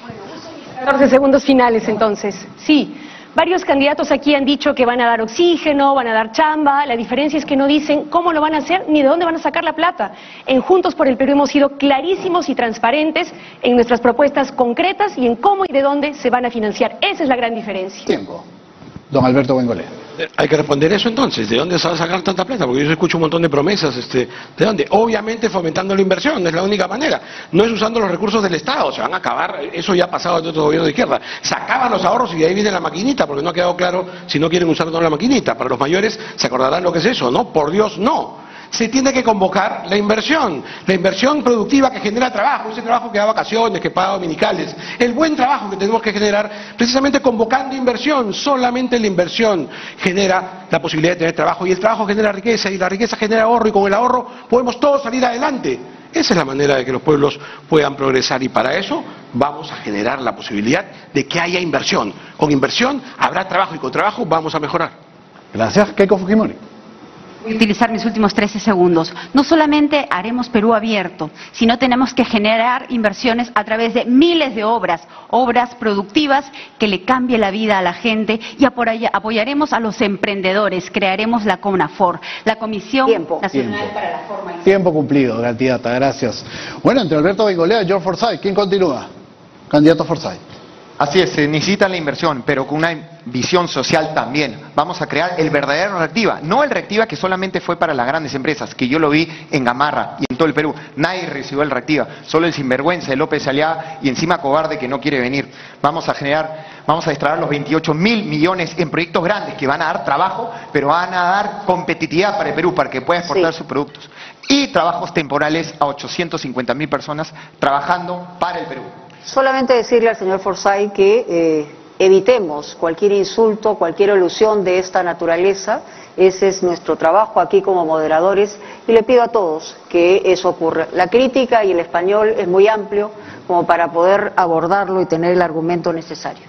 14 segundos finales, entonces. Sí, varios candidatos aquí han dicho que van a dar oxígeno, van a dar chamba. La diferencia es que no dicen cómo lo van a hacer ni de dónde van a sacar la plata. En Juntos por el Perú hemos sido clarísimos y transparentes en nuestras propuestas concretas y en cómo y de dónde se van a financiar. Esa es la gran diferencia. Tiempo. Don Alberto Bengolea. Hay que responder eso entonces, ¿de dónde se va a sacar tanta plata? Porque yo escucho un montón de promesas, ¿de dónde? Obviamente fomentando la inversión, es la única manera. No es usando los recursos del Estado, se van a acabar, eso ya ha pasado en otros gobiernos de izquierda. Se acaban los ahorros y de ahí viene la maquinita, porque no ha quedado claro si no quieren usar o no la maquinita. Para los mayores se acordarán lo que es eso, ¿no? Por Dios, no. Se tiene que convocar la inversión productiva que genera trabajo, ese trabajo que da vacaciones, que paga dominicales, el buen trabajo que tenemos que generar precisamente convocando inversión. Solamente la inversión genera la posibilidad de tener trabajo y el trabajo genera riqueza y la riqueza genera ahorro y con el ahorro podemos todos salir adelante. Esa es la manera de que los pueblos puedan progresar y para eso vamos a generar la posibilidad de que haya inversión. Con inversión habrá trabajo y con trabajo vamos a mejorar. Gracias. Keiko Fujimori. Voy a utilizar mis últimos 13 segundos. No solamente haremos Perú abierto, sino tenemos que generar inversiones a través de miles de obras productivas que le cambie la vida a la gente y apoyaremos a los emprendedores. Crearemos la CONAFOR, la Comisión Nacional para la Formalización. Tiempo cumplido, candidata, gracias. Bueno, entre Alberto Bengolea y George Forsyth, ¿quién continúa? Candidato Forsyth. Así es, se necesita la inversión, pero con una visión social también. Vamos a crear el verdadero Reactiva, no el Reactiva que solamente fue para las grandes empresas, que yo lo vi en Gamarra y en todo el Perú. Nadie recibió el Reactiva, solo el sinvergüenza de López Aliaga y encima cobarde que no quiere venir. Vamos a extraer los 28.000 millones en proyectos grandes que van a dar trabajo, pero van a dar competitividad para el Perú, para que pueda exportar sus productos. Y trabajos temporales a 850.000 personas trabajando para el Perú. Solamente decirle al señor Forsyth que evitemos cualquier insulto, cualquier alusión de esta naturaleza. Ese es nuestro trabajo aquí como moderadores y le pido a todos que eso ocurra. La crítica y el español es muy amplio como para poder abordarlo y tener el argumento necesario.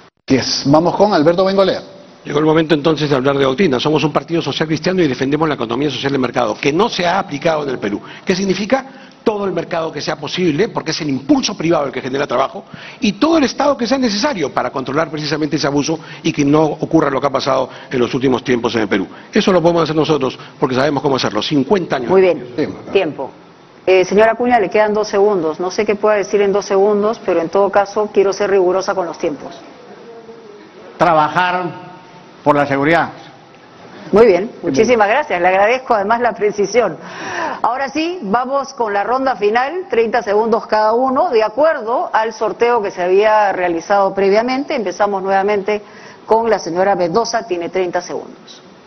Vamos con Alberto Bengolea. Llegó el momento entonces de hablar de doctrina. Somos un partido social cristiano y defendemos la economía social de mercado, que no se ha aplicado en el Perú. ¿Qué significa? Todo el mercado que sea posible, porque es el impulso privado el que genera trabajo, y todo el Estado que sea necesario para controlar precisamente ese abuso y que no ocurra lo que ha pasado en los últimos tiempos en el Perú. Eso lo podemos hacer nosotros porque sabemos cómo hacerlo. 50 años. Muy bien. Tiempo. Señora Acuña, le quedan 2 segundos. No sé qué pueda decir en 2 segundos, pero en todo caso quiero ser rigurosa con los tiempos. Trabajar por la seguridad. Muy bien, muchísimas gracias, le agradezco además la precisión. Ahora sí, vamos con la ronda final, 30 segundos cada uno, de acuerdo al sorteo que se había realizado previamente. Empezamos nuevamente con la señora Mendoza, tiene 30 segundos.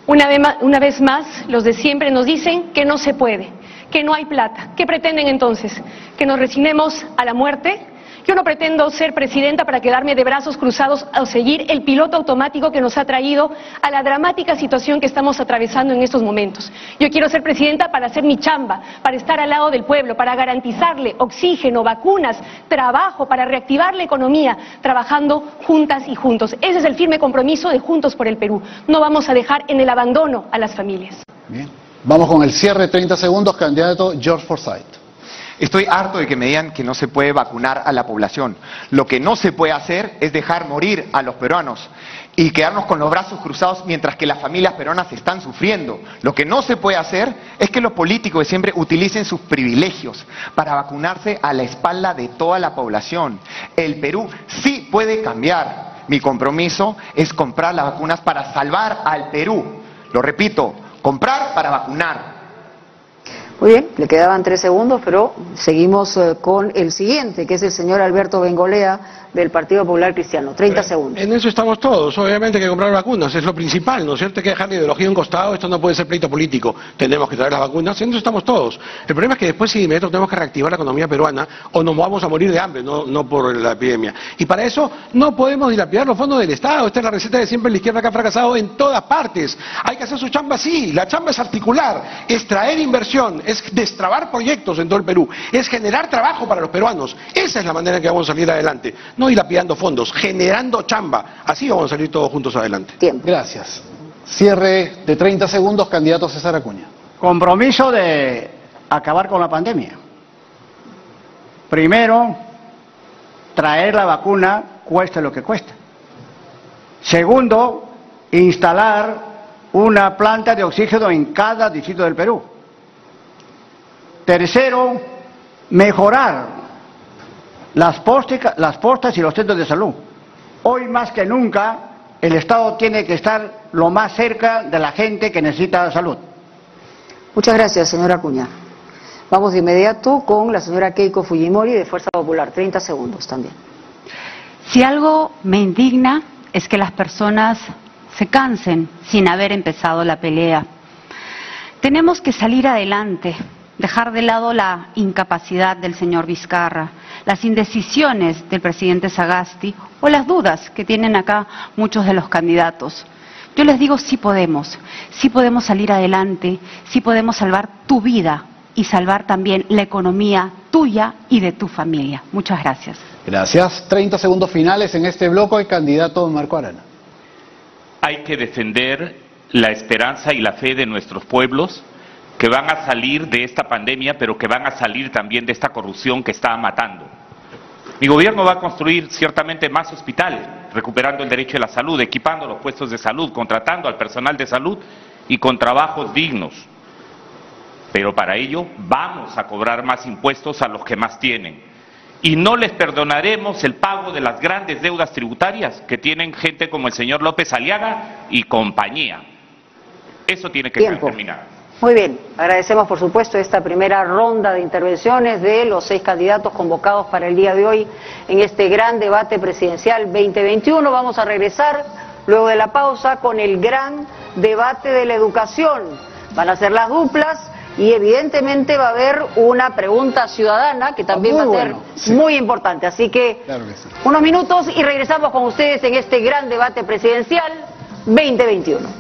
Una vez más, los de siempre nos dicen que no se puede, que no hay plata. ¿Qué pretenden entonces? ¿Que nos resignemos a la muerte? Yo no pretendo ser presidenta para quedarme de brazos cruzados o seguir el piloto automático que nos ha traído a la dramática situación que estamos atravesando en estos momentos. Yo quiero ser presidenta para hacer mi chamba, para estar al lado del pueblo, para garantizarle oxígeno, vacunas, trabajo, para reactivar la economía, trabajando juntas y juntos. Ese es el firme compromiso de Juntos por el Perú. No vamos a dejar en el abandono a las familias. Bien. Vamos con el cierre, 30 segundos, candidato George Forsyth. Estoy harto de que me digan que no se puede vacunar a la población. Lo que no se puede hacer es dejar morir a los peruanos y quedarnos con los brazos cruzados mientras que las familias peruanas están sufriendo. Lo que no se puede hacer es que los políticos de siempre utilicen sus privilegios para vacunarse a la espalda de toda la población. El Perú sí puede cambiar. Mi compromiso es comprar las vacunas para salvar al Perú. Lo repito, comprar para vacunar. Muy bien, le quedaban 3 segundos, pero seguimos con el siguiente, que es el señor Alberto Bengolea, del Partido Popular Cristiano. 30 segundos. En eso estamos todos. Obviamente hay que comprar vacunas, es lo principal, ¿no es cierto? Hay que dejar la ideología a un costado, esto no puede ser pleito político. Tenemos que traer las vacunas, en eso estamos todos. El problema es que después de inmediato tenemos que reactivar la economía peruana o nos vamos a morir de hambre, no por la epidemia. Y para eso no podemos dilapidar los fondos del Estado. Esta es la receta de siempre la izquierda que ha fracasado en todas partes. Hay que hacer su chamba así. La chamba es articular, es traer inversión, es destrabar proyectos en todo el Perú, es generar trabajo para los peruanos. Esa es la manera en que vamos a salir adelante. No dilapidando fondos, generando chamba. Así vamos a salir todos juntos adelante. Tiempo. Gracias. Cierre de 30 segundos, candidato César Acuña. Compromiso de acabar con la pandemia. Primero, traer la vacuna, cueste lo que cueste. Segundo, instalar una planta de oxígeno en cada distrito del Perú. Tercero, mejorar las postas y los centros de salud. Hoy más que nunca, el Estado tiene que estar lo más cerca de la gente que necesita salud. Muchas gracias, señora Acuña. Vamos de inmediato con la señora Keiko Fujimori, de Fuerza Popular. 30 segundos también. Si algo me indigna es que las personas se cansen sin haber empezado la pelea. Tenemos que salir adelante, dejar de lado la incapacidad del señor Vizcarra, las indecisiones del presidente Sagasti o las dudas que tienen acá muchos de los candidatos. Yo les digo, sí podemos salir adelante, sí podemos salvar tu vida y salvar también la economía tuya y de tu familia. Muchas gracias. Gracias. 30 segundos finales en este bloque, el candidato Marco Arana. Hay que defender la esperanza y la fe de nuestros pueblos, que van a salir de esta pandemia, pero que van a salir también de esta corrupción que está matando. Mi gobierno va a construir ciertamente más hospitales, recuperando el derecho a la salud, equipando los puestos de salud, contratando al personal de salud y con trabajos dignos. Pero para ello vamos a cobrar más impuestos a los que más tienen. Y no les perdonaremos el pago de las grandes deudas tributarias que tienen gente como el señor López Aliaga y compañía. Eso tiene que terminar. Muy bien, agradecemos por supuesto esta primera ronda de intervenciones de los 6 candidatos convocados para el día de hoy en este gran debate presidencial 2021. Vamos a regresar luego de la pausa con el gran debate de la educación. Van a ser las duplas y evidentemente va a haber una pregunta ciudadana que también va a ser muy importante. Así que, unos minutos y regresamos con ustedes en este gran debate presidencial 2021.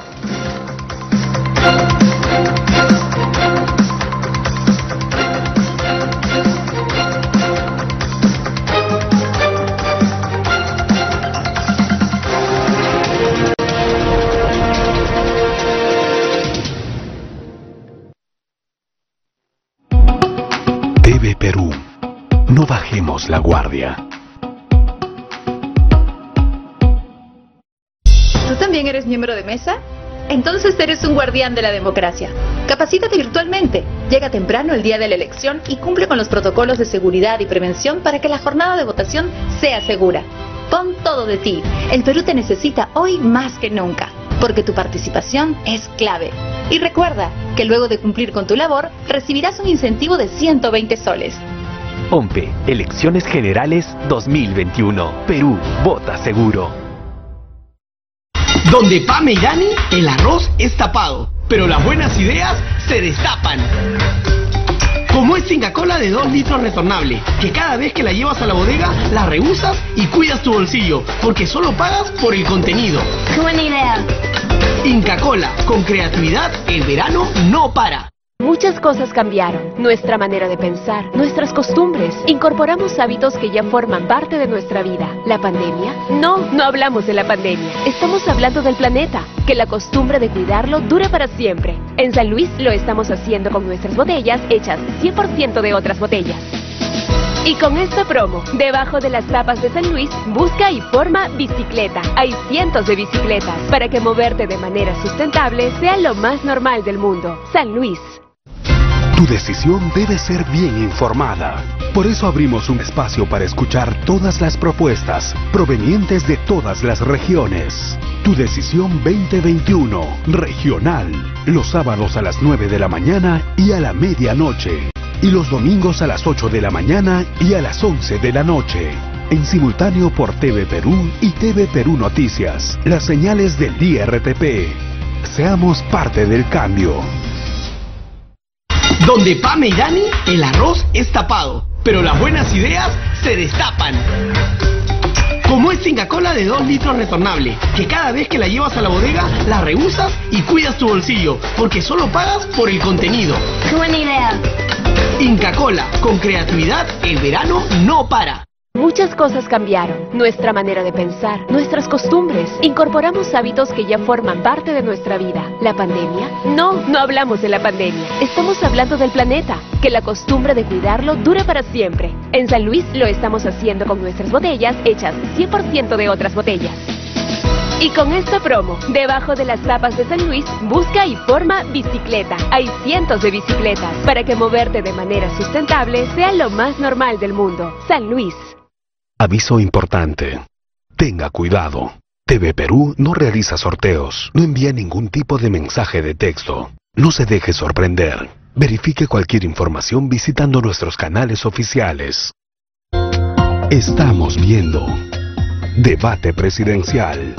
TV Perú, no bajemos la guardia. ¿Tú también eres miembro de mesa? Entonces eres un guardián de la democracia. Capacítate virtualmente, llega temprano el día de la elección y cumple con los protocolos de seguridad y prevención para que la jornada de votación sea segura. Pon todo de ti. El Perú te necesita hoy más que nunca, porque tu participación es clave. Y recuerda que luego de cumplir con tu labor, recibirás un incentivo de 120 soles. OMPE, Elecciones Generales 2021. Perú, vota seguro. Donde Pame y Dani el arroz es tapado, pero las buenas ideas se destapan. Como es Inca Kola de 2 litros retornable, que cada vez que la llevas a la bodega, la reusas y cuidas tu bolsillo, porque solo pagas por el contenido. ¡Qué buena idea! Inca Kola, con creatividad, el verano no para. Muchas cosas cambiaron. Nuestra manera de pensar, nuestras costumbres. Incorporamos hábitos que ya forman parte de nuestra vida. ¿La pandemia? No hablamos de la pandemia. Estamos hablando del planeta. Que la costumbre de cuidarlo dure para siempre. En San Luis lo estamos haciendo con nuestras botellas hechas 100% de otras botellas. Y con esta promo, debajo de las tapas de San Luis, busca y forma bicicleta. Hay cientos de bicicletas para que moverte de manera sustentable sea lo más normal del mundo. San Luis. Tu decisión debe ser bien informada. Por eso abrimos un espacio para escuchar todas las propuestas provenientes de todas las regiones. Tu decisión 2021, regional. Los sábados a las 9 de la mañana y a la medianoche. Y los domingos a las 8 de la mañana y a las 11 de la noche. En simultáneo por TV Perú y TV Perú Noticias. Las señales del IRTP. Seamos parte del cambio. Donde Pame y Dani, el arroz es tapado, pero las buenas ideas se destapan. Como es Inca Kola de 2 litros retornable, que cada vez que la llevas a la bodega, la reusas y cuidas tu bolsillo, porque solo pagas por el contenido. ¡Qué buena idea! Inca Kola, con creatividad, el verano no para. Muchas cosas cambiaron. Nuestra manera de pensar, nuestras costumbres. Incorporamos hábitos que ya forman parte de nuestra vida. ¿La pandemia? No hablamos de la pandemia. Estamos hablando del planeta. Que la costumbre de cuidarlo dure para siempre. En San Luis lo estamos haciendo con nuestras botellas hechas 100% de otras botellas. Y con esta promo, debajo de las tapas de San Luis, busca y forma bicicleta. Hay cientos de bicicletas para que moverte de manera sustentable sea lo más normal del mundo. San Luis. Aviso importante. Tenga cuidado. TV Perú no realiza sorteos, no envía ningún tipo de mensaje de texto. No se deje sorprender. Verifique cualquier información visitando nuestros canales oficiales. Estamos viendo Debate Presidencial.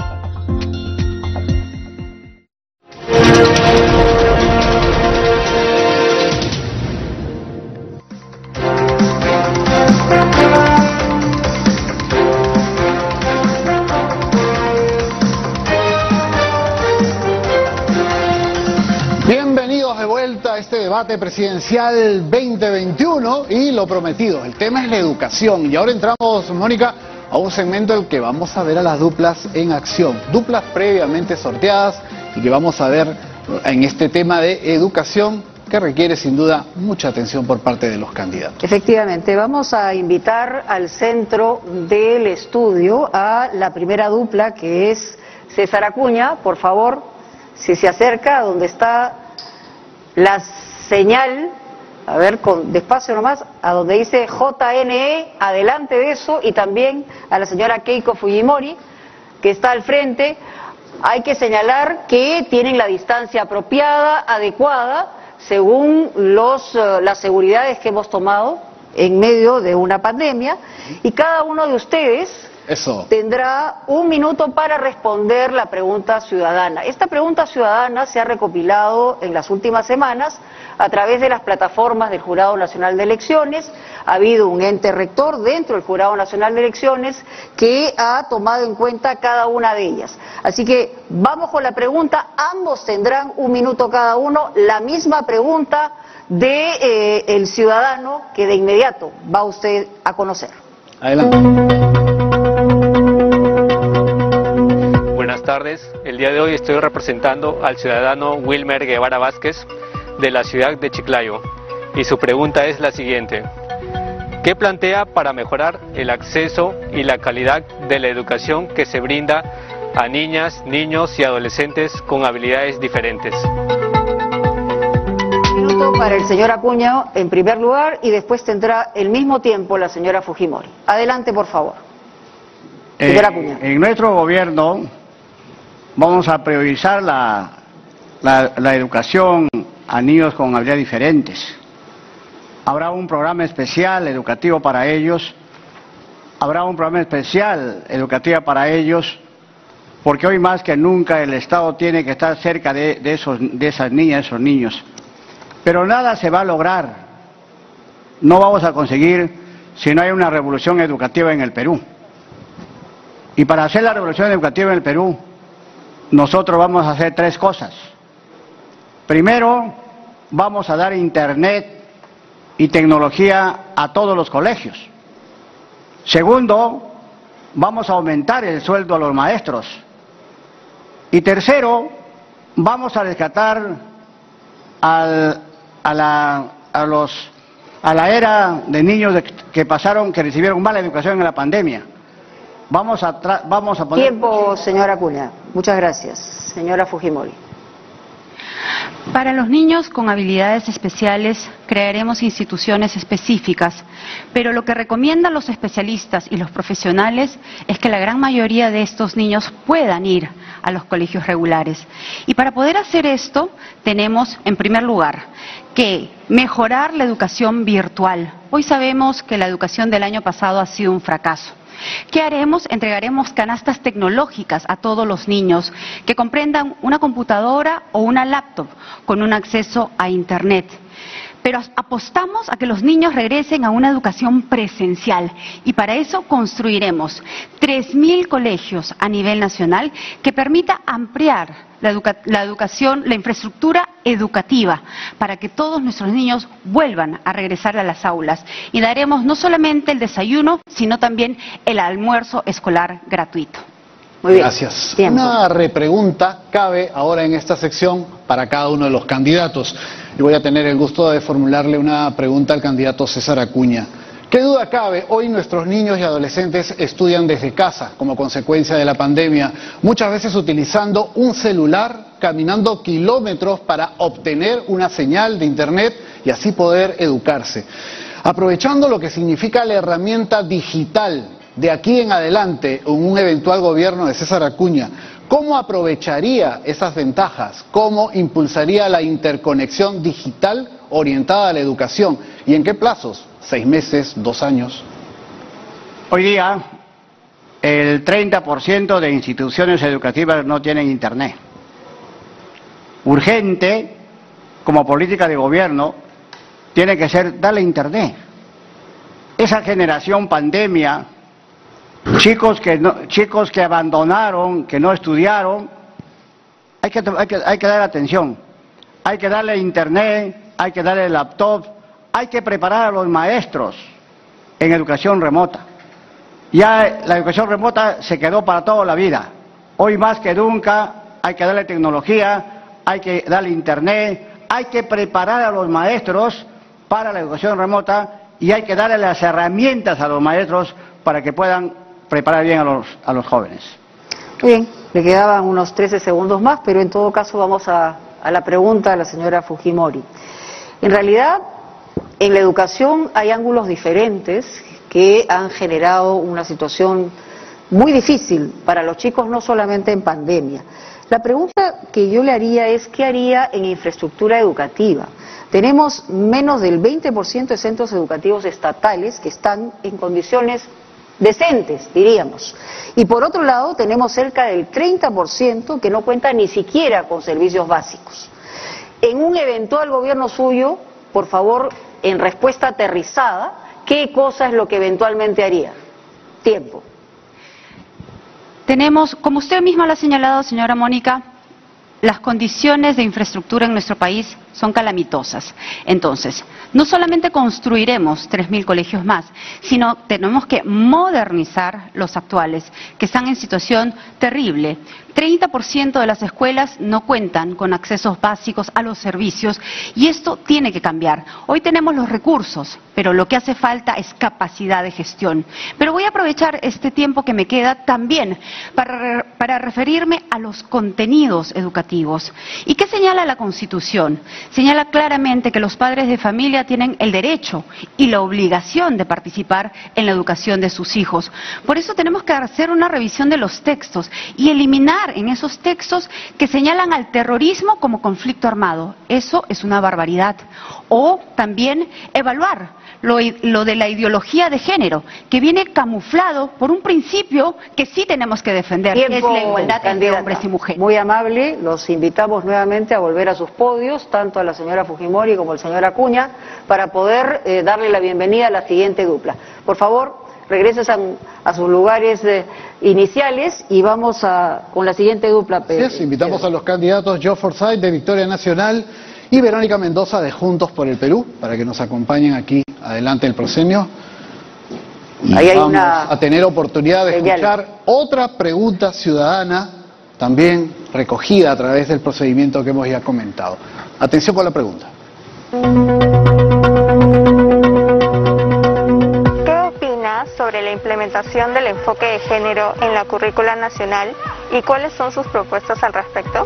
Bienvenidos de vuelta a este debate presidencial 2021 y lo prometido, el tema es la educación. Y ahora entramos, Mónica, a un segmento en el que vamos a ver a las duplas en acción, duplas previamente sorteadas y que vamos a ver en este tema de educación que requiere sin duda mucha atención por parte de los candidatos. Efectivamente, vamos a invitar al centro del estudio a la primera dupla, que es César Acuña. Por favor, si se acerca a donde está la señal, a ver, despacio nomás, a donde dice JNE, adelante de eso, y también a la señora Keiko Fujimori, que está al frente. Hay que señalar que tienen la distancia apropiada, adecuada, según las seguridades que hemos tomado en medio de una pandemia, y cada uno de ustedes tendrá 1 minuto para responder la pregunta ciudadana. Esta pregunta ciudadana se ha recopilado en las últimas semanas a través de las plataformas del Jurado Nacional de Elecciones. Ha habido un ente rector dentro del Jurado Nacional de Elecciones que ha tomado en cuenta cada una de ellas. Así que vamos con la pregunta, ambos tendrán 1 minuto cada uno, la misma pregunta de el ciudadano que de inmediato va usted a conocer. Adelante. Buenas tardes, el día de hoy estoy representando al ciudadano Wilmer Guevara Vázquez de la ciudad de Chiclayo y su pregunta es la siguiente: ¿qué plantea para mejorar el acceso y la calidad de la educación que se brinda a niñas, niños y adolescentes con habilidades diferentes? 1 minuto para el señor Acuña en primer lugar y después tendrá el mismo tiempo la señora Fujimori. Adelante, por favor. Señor Acuña. En nuestro gobierno vamos a priorizar la educación a niños con habilidades diferentes. Habrá un programa especial educativo para ellos, habrá un programa especial educativo para ellos porque hoy más que nunca el Estado tiene que estar cerca de esas niñas, esos niños. Pero nada se va a lograr, no vamos a conseguir si no hay una revolución educativa en el Perú. Y para hacer la revolución educativa en el Perú, nosotros vamos a hacer tres cosas. Primero, vamos a dar internet y tecnología a todos los colegios. Segundo, vamos a aumentar el sueldo a los maestros. Y tercero, vamos a rescatar a la era de niños que recibieron mala educación en la pandemia. Vamos a poner... Tiempo, señora Acuña. Muchas gracias. Señora Fujimori. Para los niños con habilidades especiales crearemos instituciones específicas, pero lo que recomiendan los especialistas y los profesionales es que la gran mayoría de estos niños puedan ir a los colegios regulares. Y para poder hacer esto tenemos, en primer lugar, que mejorar la educación virtual. Hoy sabemos que la educación del año pasado ha sido un fracaso. ¿Qué haremos? Entregaremos canastas tecnológicas a todos los niños que comprendan una computadora o una laptop con un acceso a Internet. Pero apostamos a que los niños regresen a una educación presencial y para eso construiremos 3.000 colegios a nivel nacional que permita ampliar la educación, la infraestructura educativa para que todos nuestros niños vuelvan a regresar a las aulas y daremos no solamente el desayuno sino también el almuerzo escolar gratuito. Muy bien. Gracias. Tiempo. Una repregunta cabe ahora en esta sección para cada uno de los candidatos. Y voy a tener el gusto de formularle una pregunta al candidato César Acuña. ¿Qué duda cabe? Hoy nuestros niños y adolescentes estudian desde casa como consecuencia de la pandemia, muchas veces utilizando un celular, caminando kilómetros para obtener una señal de internet y así poder educarse. Aprovechando lo que significa la herramienta digital de aquí en adelante en un eventual gobierno de César Acuña, ¿cómo aprovecharía esas ventajas? ¿Cómo impulsaría la interconexión digital orientada a la educación? ¿Y en qué plazos? ¿6 meses? ¿2 años? Hoy día, el 30% de instituciones educativas no tienen internet. Urgente, como política de gobierno, tiene que ser darle internet. Esa generación pandemia, chicos que abandonaron, que no estudiaron, hay que dar atención. Hay que darle internet, hay que darle laptop, hay que preparar a los maestros en educación remota. Ya la educación remota se quedó para toda la vida. Hoy más que nunca hay que darle tecnología, hay que darle internet, hay que preparar a los maestros para la educación remota y hay que darle las herramientas a los maestros para que puedan preparar bien a los jóvenes. Bien, le quedaban unos 13 segundos más, pero en todo caso vamos a la pregunta de la señora Fujimori. En realidad, en la educación hay ángulos diferentes que han generado una situación muy difícil para los chicos, no solamente en pandemia. La pregunta que yo le haría es, ¿qué haría en infraestructura educativa? Tenemos menos del 20% de centros educativos estatales que están en condiciones decentes, diríamos. Y por otro lado, tenemos cerca del 30% que no cuenta ni siquiera con servicios básicos. En un eventual gobierno suyo, por favor, en respuesta aterrizada, ¿qué cosa es lo que eventualmente haría? Tiempo. Tenemos, como usted misma lo ha señalado, señora Mónica, las condiciones de infraestructura en nuestro país son calamitosas. Entonces, no solamente construiremos 3.000 colegios más, sino tenemos que modernizar los actuales, que están en situación terrible. 30% de las escuelas no cuentan con accesos básicos a los servicios y esto tiene que cambiar. Hoy tenemos los recursos, pero lo que hace falta es capacidad de gestión. Pero voy a aprovechar este tiempo que me queda también para referirme a los contenidos educativos. ¿Y qué señala la Constitución? señala claramente que los padres de familia tienen el derecho y la obligación de participar en la educación de sus hijos. Por eso tenemos que hacer una revisión de los textos y eliminar en esos textos que señalan al terrorismo como conflicto armado. Eso es una barbaridad. O también evaluar lo de la ideología de género, que viene camuflado por un principio que sí tenemos que defender, que es la igualdad entre hombres y mujeres. Muy amable, los invitamos nuevamente a volver a sus podios, tanto a la señora Fujimori como al señor Acuña, para poder darle la bienvenida a la siguiente dupla. Por favor, regresen a sus lugares iniciales y vamos con la siguiente dupla. Sí, invitamos a los candidatos Joe Forsyth de Victoria Nacional y Verónica Mendoza de Juntos por el Perú, para que nos acompañen aquí adelante el proscenio. Y ahí hay vamos a tener oportunidad de escuchar otra pregunta ciudadana, también recogida a través del procedimiento que hemos ya comentado. Atención con la pregunta. ¿Qué opinas sobre la implementación del enfoque de género en la currícula nacional y cuáles son sus propuestas al respecto?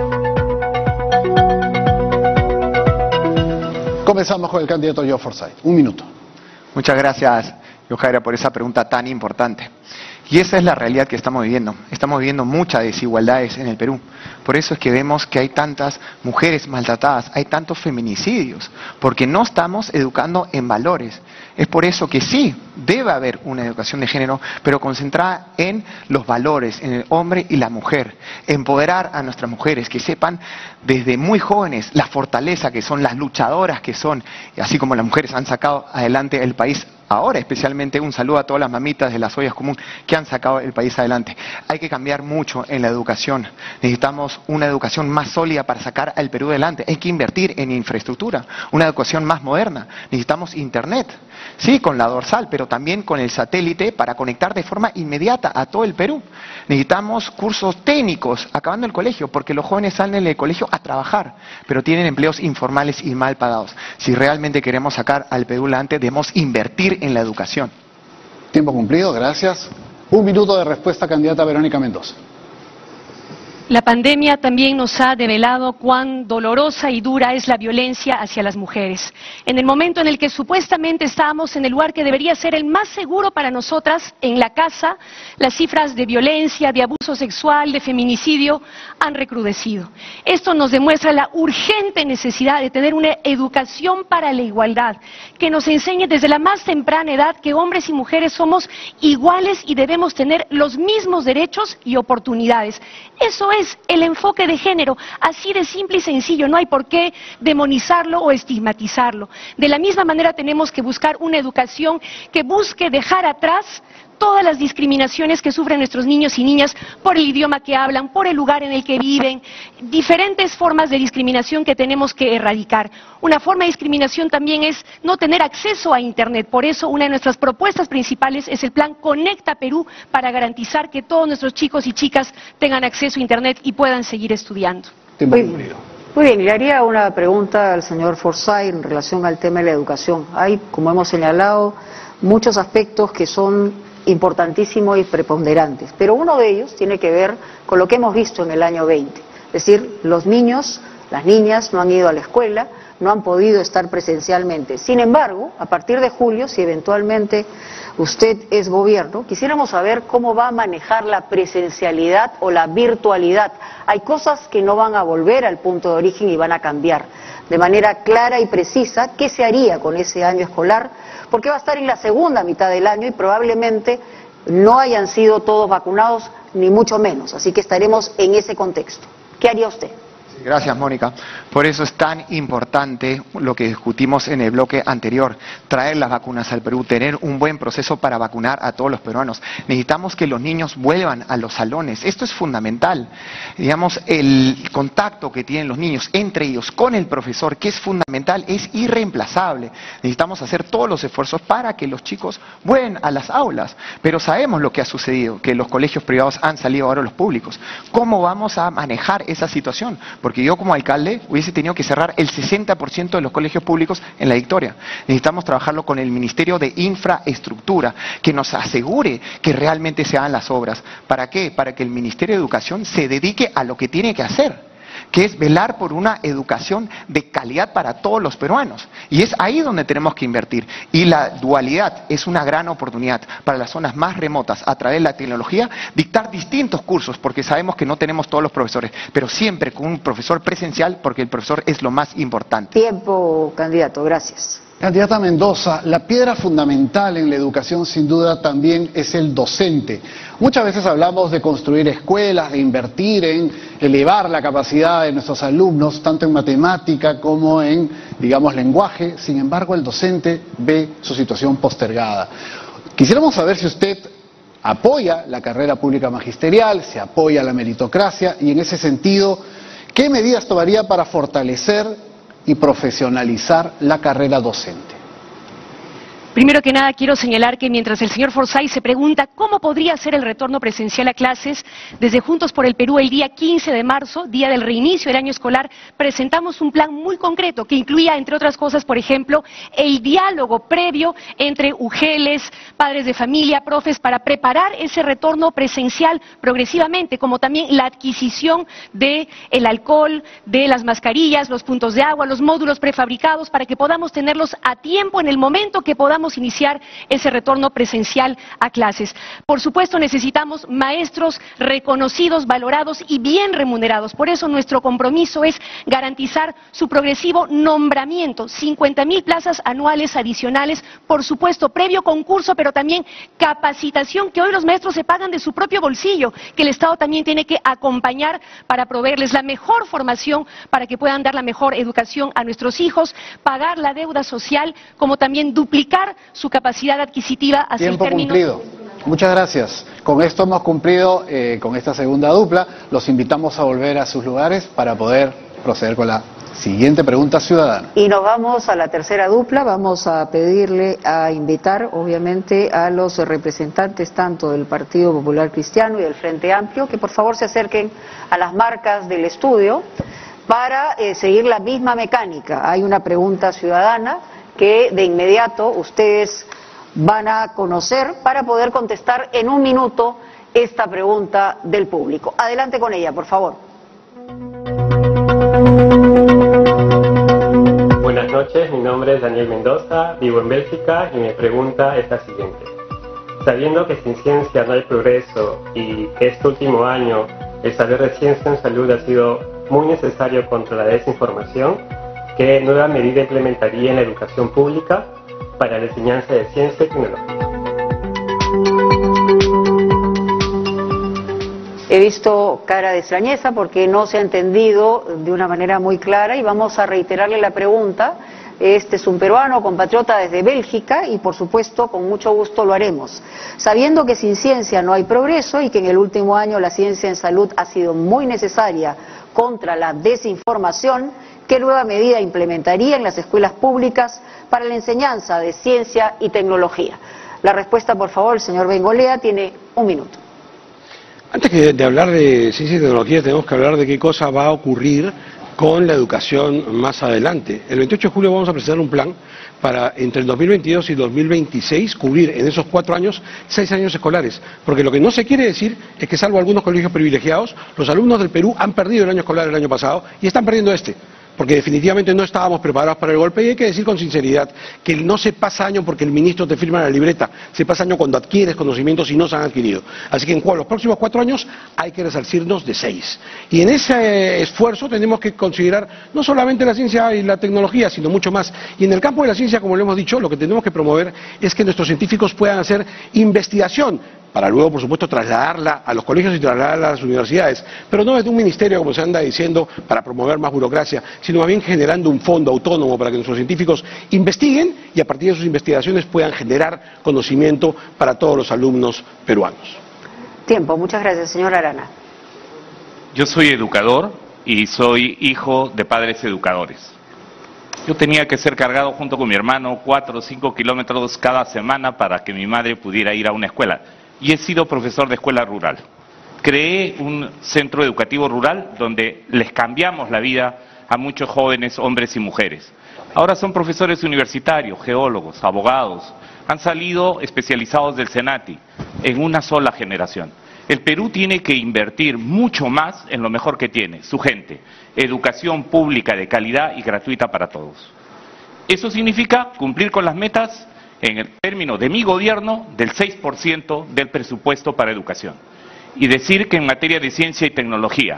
Comenzamos con el candidato Joe Forsyth. Un minuto. Muchas gracias, Yojaira, por esa pregunta tan importante. Y esa es la realidad que estamos viviendo. Estamos viviendo muchas desigualdades en el Perú. Por eso es que vemos que hay tantas mujeres maltratadas, hay tantos feminicidios, porque no estamos educando en valores. Es por eso que sí, debe haber una educación de género, pero concentrada en los valores, en el hombre y la mujer. Empoderar a nuestras mujeres, que sepan desde muy jóvenes la fortaleza que son, las luchadoras que son, así como las mujeres han sacado adelante el país. Ahora, especialmente, un saludo a todas las mamitas de las ollas comunes que han sacado el país adelante. Hay que cambiar mucho en la educación. Necesitamos una educación más sólida para sacar al Perú adelante. Hay que invertir en infraestructura, una educación más moderna. Necesitamos internet, sí, con la dorsal, pero también con el satélite para conectar de forma inmediata a todo el Perú. Necesitamos cursos técnicos acabando el colegio, porque los jóvenes salen del colegio a trabajar, pero tienen empleos informales y mal pagados. Si realmente queremos sacar al Perú adelante, debemos invertir en la educación. Tiempo cumplido, gracias. Un minuto de respuesta, candidata Verónica Mendoza. La pandemia también nos ha develado cuán dolorosa y dura es la violencia hacia las mujeres. En el momento en el que supuestamente estábamos en el lugar que debería ser el más seguro para nosotras, en la casa, las cifras de violencia, de abuso sexual, de feminicidio han recrudecido. Esto nos demuestra la urgente necesidad de tener una educación para la igualdad, que nos enseñe desde la más temprana edad que hombres y mujeres somos iguales y debemos tener los mismos derechos y oportunidades. Eso es el enfoque de género, así de simple y sencillo, no hay por qué demonizarlo o estigmatizarlo. De la misma manera tenemos que buscar una educación que busque dejar atrás todas las discriminaciones que sufren nuestros niños y niñas por el idioma que hablan, por el lugar en el que viven, diferentes formas de discriminación que tenemos que erradicar. Una forma de discriminación también es no tener acceso a Internet. Por eso una de nuestras propuestas principales es el plan Conecta Perú, para garantizar que todos nuestros chicos y chicas tengan acceso a Internet y puedan seguir estudiando. Muy bien, le haría una pregunta al señor Forsyth en relación al tema de la educación. Hay, como hemos señalado, muchos aspectos que son importantísimos y preponderantes, pero uno de ellos tiene que ver con lo que hemos visto en el año 20, es decir, los niños, las niñas no han ido a la escuela, no han podido estar presencialmente. Sin embargo, a partir de julio, si eventualmente usted es gobierno, quisiéramos saber cómo va a manejar la presencialidad o la virtualidad. Hay cosas que no van a volver al punto de origen y van a cambiar. De manera clara y precisa, ¿qué se haría con ese año escolar? Porque va a estar en la segunda mitad del año y probablemente no hayan sido todos vacunados, ni mucho menos. Así que estaremos en ese contexto. ¿Qué haría usted? Gracias, Mónica. Por eso es tan importante lo que discutimos en el bloque anterior, traer las vacunas al Perú, tener un buen proceso para vacunar a todos los peruanos. Necesitamos que los niños vuelvan a los salones. Esto es fundamental. Digamos, el contacto que tienen los niños entre ellos con el profesor, que es fundamental, es irreemplazable. Necesitamos hacer todos los esfuerzos para que los chicos vuelvan a las aulas. Pero sabemos lo que ha sucedido, que los colegios privados han salido ahora los públicos. ¿Cómo vamos a manejar esa situación? Porque yo como alcalde hubiese tenido que cerrar el 60% de los colegios públicos en La Victoria. Necesitamos trabajarlo con el Ministerio de Infraestructura, que nos asegure que realmente se hagan las obras. ¿Para qué? Para que el Ministerio de Educación se dedique a lo que tiene que hacer. que es velar por una educación de calidad para todos los peruanos. Y es ahí donde tenemos que invertir. Y la dualidad es una gran oportunidad para las zonas más remotas, a través de la tecnología, dictar distintos cursos, porque sabemos que no tenemos todos los profesores, pero siempre con un profesor presencial, porque el profesor es lo más importante. Tiempo, candidato, gracias. Candidata Mendoza, la piedra fundamental en la educación sin duda también es el docente. Muchas veces hablamos de construir escuelas, de invertir en elevar la capacidad de nuestros alumnos, tanto en matemática como en, digamos, lenguaje. Sin embargo, el docente ve su situación postergada. Quisiéramos saber si usted apoya la carrera pública magisterial, se apoya la meritocracia y en ese sentido, ¿qué medidas tomaría para fortalecer y profesionalizar la carrera docente? Primero que nada quiero señalar que mientras el señor Forsyth se pregunta cómo podría ser el retorno presencial a clases, desde Juntos por el Perú el día 15 de marzo, día del reinicio del año escolar, presentamos un plan muy concreto que incluía, entre otras cosas, por ejemplo, el diálogo previo entre UGELes, padres de familia, profes, para preparar ese retorno presencial progresivamente, como también la adquisición del alcohol, de las mascarillas, los puntos de agua, los módulos prefabricados, para que podamos tenerlos a tiempo en el momento que podamos iniciar ese retorno presencial a clases. Por supuesto, necesitamos maestros reconocidos, valorados y bien remunerados. Por eso nuestro compromiso es garantizar su progresivo nombramiento, 50.000 plazas anuales adicionales, por supuesto, previo concurso, pero también capacitación que hoy los maestros se pagan de su propio bolsillo, que el Estado también tiene que acompañar para proveerles la mejor formación, para que puedan dar la mejor educación a nuestros hijos, pagar la deuda social, como también duplicar su capacidad adquisitiva hacia el término. Tiempo cumplido. Muchas gracias. Con esto hemos cumplido con esta segunda dupla. Los invitamos a volver a sus lugares para poder proceder con la siguiente pregunta ciudadana. Y nos vamos a la tercera dupla. Vamos a pedirle a invitar, obviamente, a los representantes tanto del Partido Popular Cristiano y del Frente Amplio, que por favor se acerquen a las marcas del estudio para seguir la misma mecánica. Hay una pregunta ciudadana que de inmediato ustedes van a conocer para poder contestar en un minuto esta pregunta del público. Adelante con ella, por favor. Buenas noches, mi nombre es Daniel Mendoza, vivo en Bélgica y mi pregunta es la siguiente. Sabiendo que sin ciencia no hay progreso y que este último año el saber de ciencia en salud ha sido muy necesario contra la desinformación, ¿qué nueva medida implementaría en la educación pública para la enseñanza de ciencia y tecnología? He visto cara de extrañeza porque no se ha entendido de una manera muy clara y vamos a reiterarle la pregunta. Este es un peruano, compatriota desde Bélgica y por supuesto con mucho gusto lo haremos. Sabiendo que sin ciencia no hay progreso y que en el último año la ciencia en salud ha sido muy necesaria contra la desinformación, ¿qué nueva medida implementaría en las escuelas públicas para la enseñanza de ciencia y tecnología? La respuesta, por favor, el señor Bengolea tiene un minuto. Antes de hablar de ciencia y tecnología, tenemos que hablar de qué cosa va a ocurrir con la educación más adelante. El 28 de julio vamos a presentar un plan para entre el 2022 y 2026 cubrir en esos 4 años 6 años escolares, porque lo que no se quiere decir es que salvo algunos colegios privilegiados, los alumnos del Perú han perdido el año escolar el año pasado y están perdiendo este. Porque definitivamente no estábamos preparados para el golpe y hay que decir con sinceridad que no se pasa año porque el ministro te firma la libreta, se pasa año cuando adquieres conocimientos y no se han adquirido. Así que en los próximos 4 años hay que resarcirnos de 6. Y en ese esfuerzo tenemos que considerar no solamente la ciencia y la tecnología, sino mucho más. Y en el campo de la ciencia, como lo hemos dicho, lo que tenemos que promover es que nuestros científicos puedan hacer investigación, para luego, por supuesto, trasladarla a los colegios y trasladarla a las universidades, pero no desde un ministerio, como se anda diciendo, para promover más burocracia, sino más bien generando un fondo autónomo para que nuestros científicos investiguen y a partir de sus investigaciones puedan generar conocimiento para todos los alumnos peruanos. Tiempo, muchas gracias, señor Arana. Yo soy educador y soy hijo de padres educadores. Yo tenía que ser cargado junto con mi hermano 4 o 5 kilómetros cada semana para que mi madre pudiera ir a una escuela. Y he sido profesor de escuela rural. Creé un centro educativo rural donde les cambiamos la vida a muchos jóvenes, hombres y mujeres. Ahora son profesores universitarios, geólogos, abogados. Han salido especializados del Senati en una sola generación. El Perú tiene que invertir mucho más en lo mejor que tiene, su gente. Educación pública de calidad y gratuita para todos. Eso significa cumplir con las metas, en el término de mi gobierno, del 6% del presupuesto para educación. Y decir que en materia de ciencia y tecnología,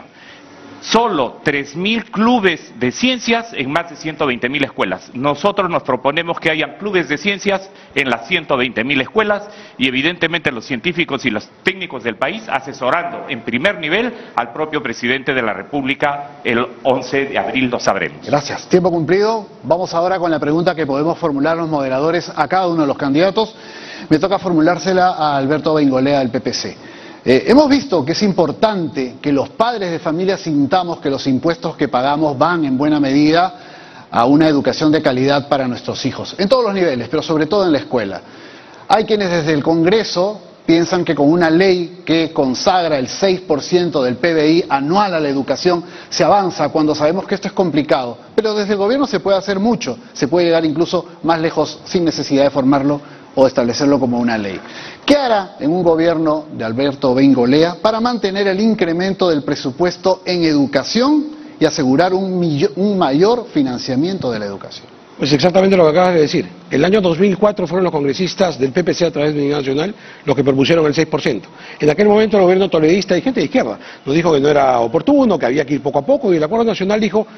solo 3.000 clubes de ciencias en más de 120.000 escuelas. Nosotros nos proponemos que hayan clubes de ciencias en las 120.000 escuelas y evidentemente los científicos y los técnicos del país asesorando en primer nivel al propio presidente de la República. El 11 de abril lo sabremos. Gracias. Tiempo cumplido. Vamos ahora con la pregunta que podemos formular los moderadores a cada uno de los candidatos. Me toca formulársela a Alberto Bengolea del PPC. Hemos visto que es importante que los padres de familia sintamos que los impuestos que pagamos van en buena medida a una educación de calidad para nuestros hijos, en todos los niveles, pero sobre todo en la escuela. Hay quienes desde el Congreso piensan que con una ley que consagra el 6% del PBI anual a la educación se avanza, cuando sabemos que esto es complicado. Pero desde el gobierno se puede hacer mucho, se puede llegar incluso más lejos sin necesidad de formarlo o establecerlo como una ley. ¿Qué hará en un gobierno de Alberto Bengolea para mantener el incremento del presupuesto en educación y asegurar un mayor financiamiento de la educación? Pues exactamente lo que acabas de decir. El año 2004 fueron los congresistas del PPC a través de Unidad Nacional los que propusieron el 6%. En aquel momento el gobierno toledista y gente de izquierda nos dijo que no era oportuno, que había que ir poco a poco, y el Acuerdo Nacional dijo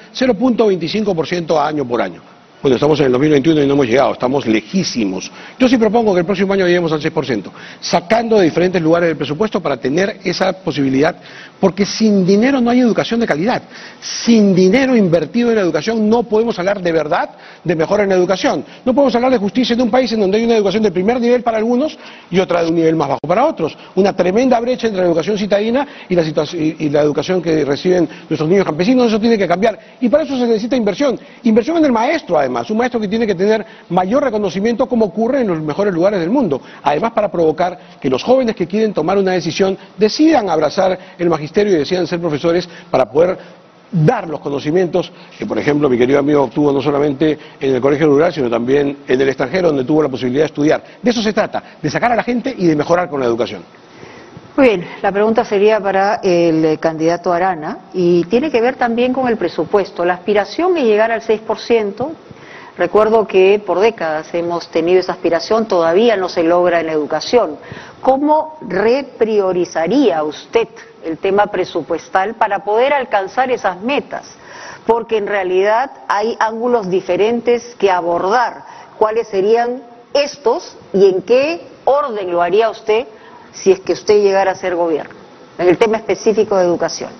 0.25% año por año. Bueno, estamos en el 2021 y no hemos llegado, estamos lejísimos. Yo sí propongo que el próximo año lleguemos al 6%, sacando de diferentes lugares del presupuesto para tener esa posibilidad, porque sin dinero no hay educación de calidad. Sin dinero invertido en la educación no podemos hablar de verdad de mejora en la educación. No podemos hablar de justicia en un país en donde hay una educación de primer nivel para algunos y otra de un nivel más bajo para otros. Una tremenda brecha entre la educación citadina y la educación que reciben nuestros niños campesinos. Eso tiene que cambiar. Y para eso se necesita inversión. Inversión en el maestro, además. Un maestro que tiene que tener mayor reconocimiento, como ocurre en los mejores lugares del mundo. Además, para provocar que los jóvenes que quieren tomar una decisión decidan abrazar el magisterio y decidan ser profesores para poder dar los conocimientos que, por ejemplo, mi querido amigo obtuvo no solamente en el colegio rural, sino también en el extranjero, donde tuvo la posibilidad de estudiar. De eso se trata, de sacar a la gente y de mejorar con la educación. Muy bien, la pregunta sería para el candidato Arana y tiene que ver también con el presupuesto. La aspiración es llegar al 6%. Recuerdo que por décadas hemos tenido esa aspiración, todavía no se logra en la educación. ¿Cómo repriorizaría usted el tema presupuestal para poder alcanzar esas metas? Porque en realidad hay ángulos diferentes que abordar. ¿Cuáles serían estos y en qué orden lo haría usted si es que usted llegara a ser gobierno, en el tema específico de educación?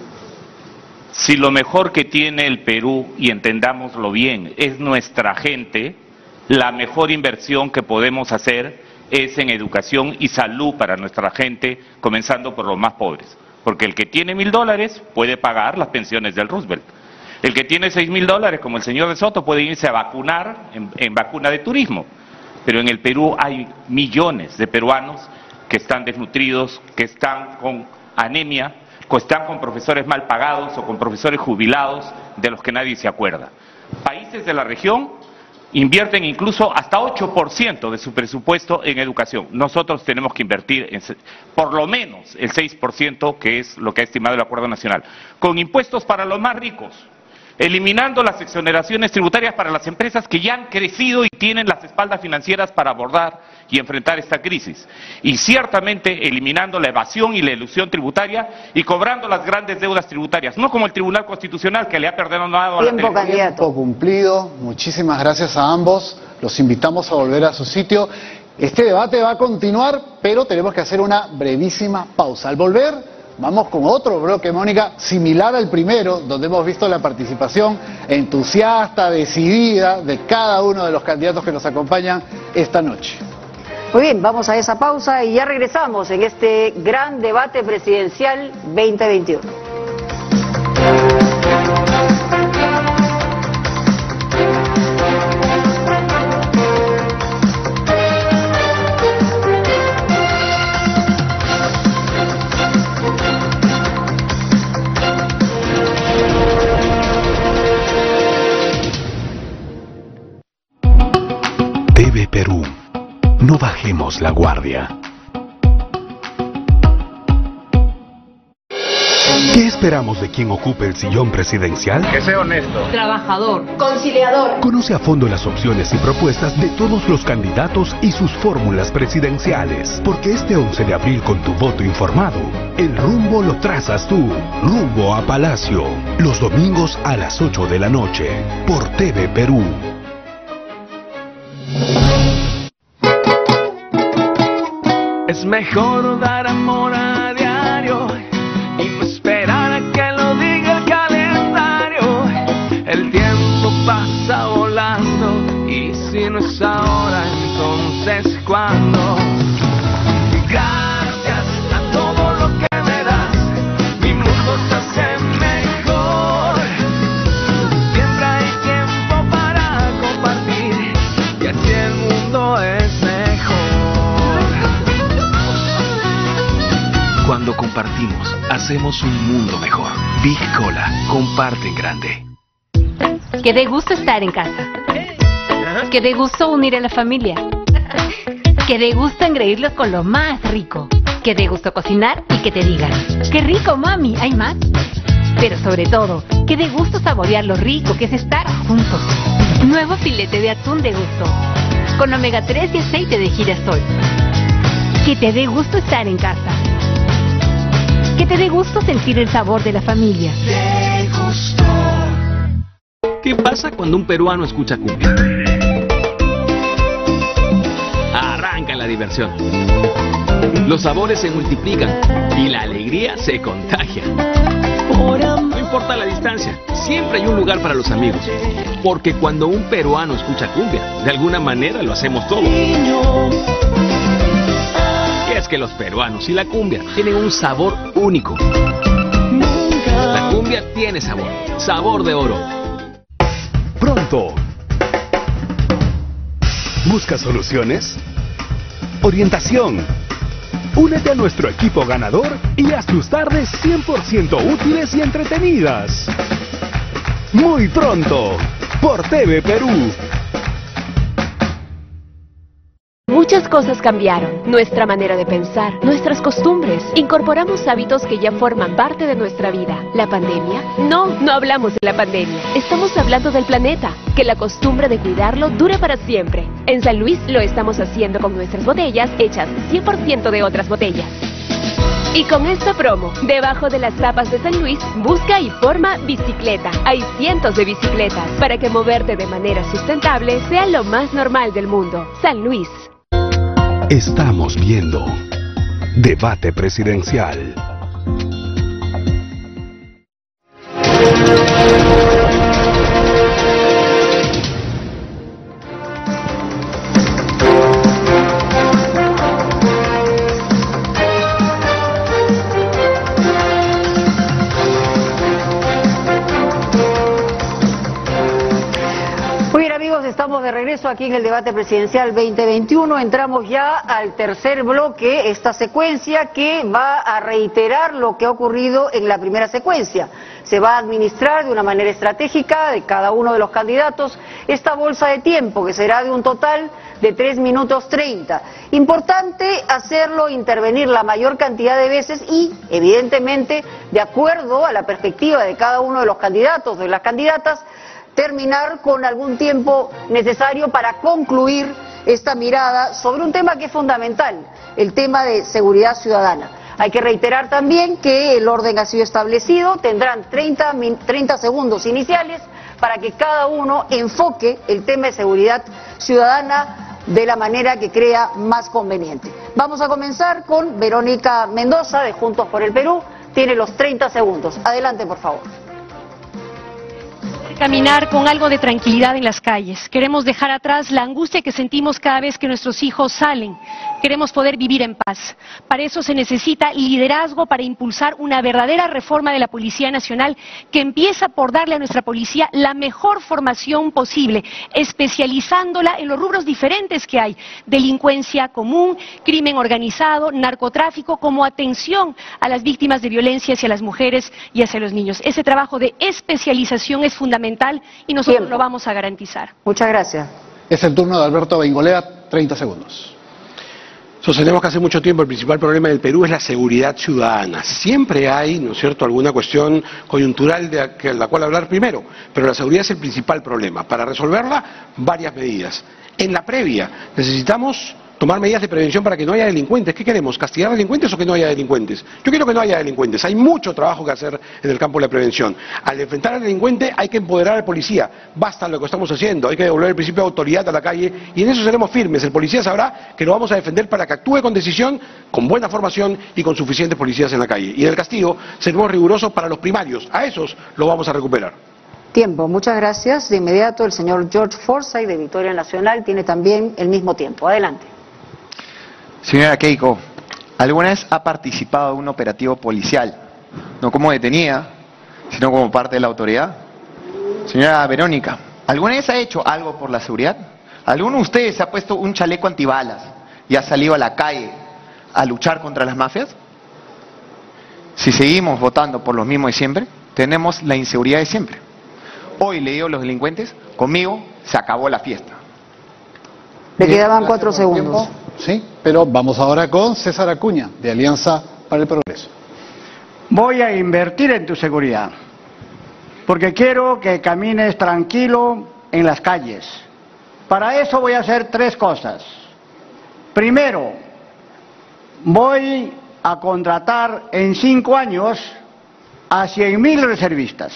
Si lo mejor que tiene el Perú, y entendámoslo bien, es nuestra gente, la mejor inversión que podemos hacer es en educación y salud para nuestra gente, comenzando por los más pobres. Porque el que tiene $1.000 puede pagar las pensiones del Roosevelt. El que tiene $6.000, como el señor de Soto, puede irse a vacunar en vacuna de turismo. Pero en el Perú hay millones de peruanos que están desnutridos, que están con anemia, que están con profesores mal pagados o con profesores jubilados de los que nadie se acuerda. Países de la región invierten incluso hasta 8% de su presupuesto en educación. Nosotros tenemos que invertir por lo menos el 6%, que es lo que ha estimado el Acuerdo Nacional, con impuestos para los más ricos, eliminando las exoneraciones tributarias para las empresas que ya han crecido y tienen las espaldas financieras para abordar y enfrentar esta crisis. Y ciertamente eliminando la evasión y la elusión tributaria y cobrando las grandes deudas tributarias, no como el Tribunal Constitucional que le ha perdonado a la televisión. Tiempo cumplido. Muchísimas gracias a ambos. Los invitamos a volver a su sitio. Este debate va a continuar, pero tenemos que hacer una brevísima pausa. Al volver, vamos con otro bloque, Mónica, similar al primero, donde hemos visto la participación entusiasta, decidida de cada uno de los candidatos que nos acompañan esta noche. Muy bien, vamos a esa pausa y ya regresamos en este gran debate presidencial 2021. TV Perú. No bajemos la guardia. ¿Qué esperamos de quien ocupe el sillón presidencial? Que sea honesto, Trabajador. Conciliador. Conoce a fondo las opciones y propuestas de todos los candidatos y sus fórmulas presidenciales. Porque este 11 de abril, con tu voto informado, el rumbo lo trazas tú. Rumbo a Palacio. Los domingos a las 8 de la noche. Por TV Perú. Es mejor dar amor a diario y no esperar a que lo diga el calendario. El tiempo pasa volando y si no es ahora, entonces ¿cuándo? Gracias a todo lo que me das, mi mundo se hace mejor. Siempre hay tiempo para compartir y así el mundo es mejor. Cuando compartimos, hacemos un mundo mejor. Big Cola, comparte en grande. Que dé gusto estar en casa. Que dé gusto unir a la familia. Que dé gusto engreírlos con lo más rico. Que dé gusto cocinar y que te digan: ¡qué rico, mami! ¿Hay más? Pero sobre todo, que dé gusto saborear lo rico que es estar juntos. Nuevo filete de atún de gusto, con omega 3 y aceite de girasol. Que te dé gusto estar en casa. Que te dé gusto sentir el sabor de la familia. ¿Qué pasa cuando un peruano escucha cumbia? Arranca la diversión. Los sabores se multiplican y la alegría se contagia. No importa la distancia, siempre hay un lugar para los amigos. Porque cuando un peruano escucha cumbia, de alguna manera lo hacemos todo. Es que los peruanos y la cumbia tienen un sabor único. La cumbia tiene sabor, sabor de oro. Pronto. ¿Busca soluciones? Orientación. Únete a nuestro equipo ganador y haz tus tardes 100% útiles y entretenidas. Muy pronto, por TV Perú. Muchas cosas cambiaron. Nuestra manera de pensar, nuestras costumbres. Incorporamos hábitos que ya forman parte de nuestra vida. ¿La pandemia? No hablamos de la pandemia. Estamos hablando del planeta. Que la costumbre de cuidarlo dure para siempre. En San Luis lo estamos haciendo con nuestras botellas hechas 100% de otras botellas. Y con esta promo, debajo de las tapas de San Luis, busca y forma bicicleta. Hay cientos de bicicletas para que moverte de manera sustentable sea lo más normal del mundo. San Luis. Estamos viendo Debate Presidencial. Estamos de regreso aquí en el debate presidencial 2021. Entramos ya al tercer bloque, esta secuencia que va a reiterar lo que ha ocurrido en la primera secuencia. Se va a administrar de una manera estratégica de cada uno de los candidatos esta bolsa de tiempo, que será de un total de 3 minutos 30. Importante hacerlo intervenir la mayor cantidad de veces y, evidentemente, de acuerdo a la perspectiva de cada uno de los candidatos, de las candidatas, terminar con algún tiempo necesario para concluir esta mirada sobre un tema que es fundamental, el tema de seguridad ciudadana. Hay que reiterar también que el orden ha sido establecido, tendrán 30 segundos iniciales para que cada uno enfoque el tema de seguridad ciudadana de la manera que crea más conveniente. Vamos a comenzar con Verónica Mendoza de Juntos por el Perú, tiene los 30 segundos. Adelante, por favor. Caminar con algo de tranquilidad en las calles. Queremos dejar atrás la angustia que sentimos cada vez que nuestros hijos salen. Queremos poder vivir en paz. Para eso se necesita liderazgo para impulsar una verdadera reforma de la Policía Nacional que empieza por darle a nuestra policía la mejor formación posible, especializándola en los rubros diferentes que hay: delincuencia común, crimen organizado, narcotráfico, como atención a las víctimas de violencia hacia las mujeres y hacia los niños. Ese trabajo de especialización es fundamental y nosotros lo vamos a garantizar. Muchas gracias. Es el turno de Alberto Bengolea, 30 segundos. Sostenemos que hace mucho tiempo el principal problema del Perú es la seguridad ciudadana. Siempre hay, ¿no es cierto?, alguna cuestión coyuntural de la cual hablar primero, pero la seguridad es el principal problema. Para resolverla, varias medidas. En la previa, necesitamos tomar medidas de prevención para que no haya delincuentes. ¿Qué queremos? ¿Castigar delincuentes o que no haya delincuentes? Yo quiero que no haya delincuentes. Hay mucho trabajo que hacer en el campo de la prevención. Al enfrentar al delincuente hay que empoderar al policía. Basta lo que estamos haciendo. Hay que devolver el principio de autoridad a la calle y en eso seremos firmes. El policía sabrá que lo vamos a defender para que actúe con decisión, con buena formación y con suficientes policías en la calle. Y en el castigo seremos rigurosos para los primarios. A esos lo vamos a recuperar. Tiempo, muchas gracias. De inmediato el señor George Forsyth de Victoria Nacional tiene también el mismo tiempo. Adelante. Señora Keiko, ¿alguna vez ha participado en un operativo policial? No como detenida, sino como parte de la autoridad. Señora Verónica, ¿alguna vez ha hecho algo por la seguridad? ¿Alguno de ustedes se ha puesto un chaleco antibalas y ha salido a la calle a luchar contra las mafias? Si seguimos votando por los mismos de siempre, tenemos la inseguridad de siempre. Hoy le digo a los delincuentes, conmigo se acabó la fiesta. Le quedaban 4 segundos. Sí, pero vamos ahora con César Acuña, de Alianza para el Progreso. Voy a invertir en tu seguridad, porque quiero que camines tranquilo en las calles. Para eso voy a hacer 3 cosas. Primero, voy a contratar en 5 años a 100.000 reservistas.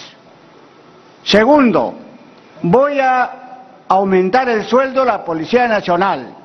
Segundo, voy a aumentar el sueldo de la Policía Nacional.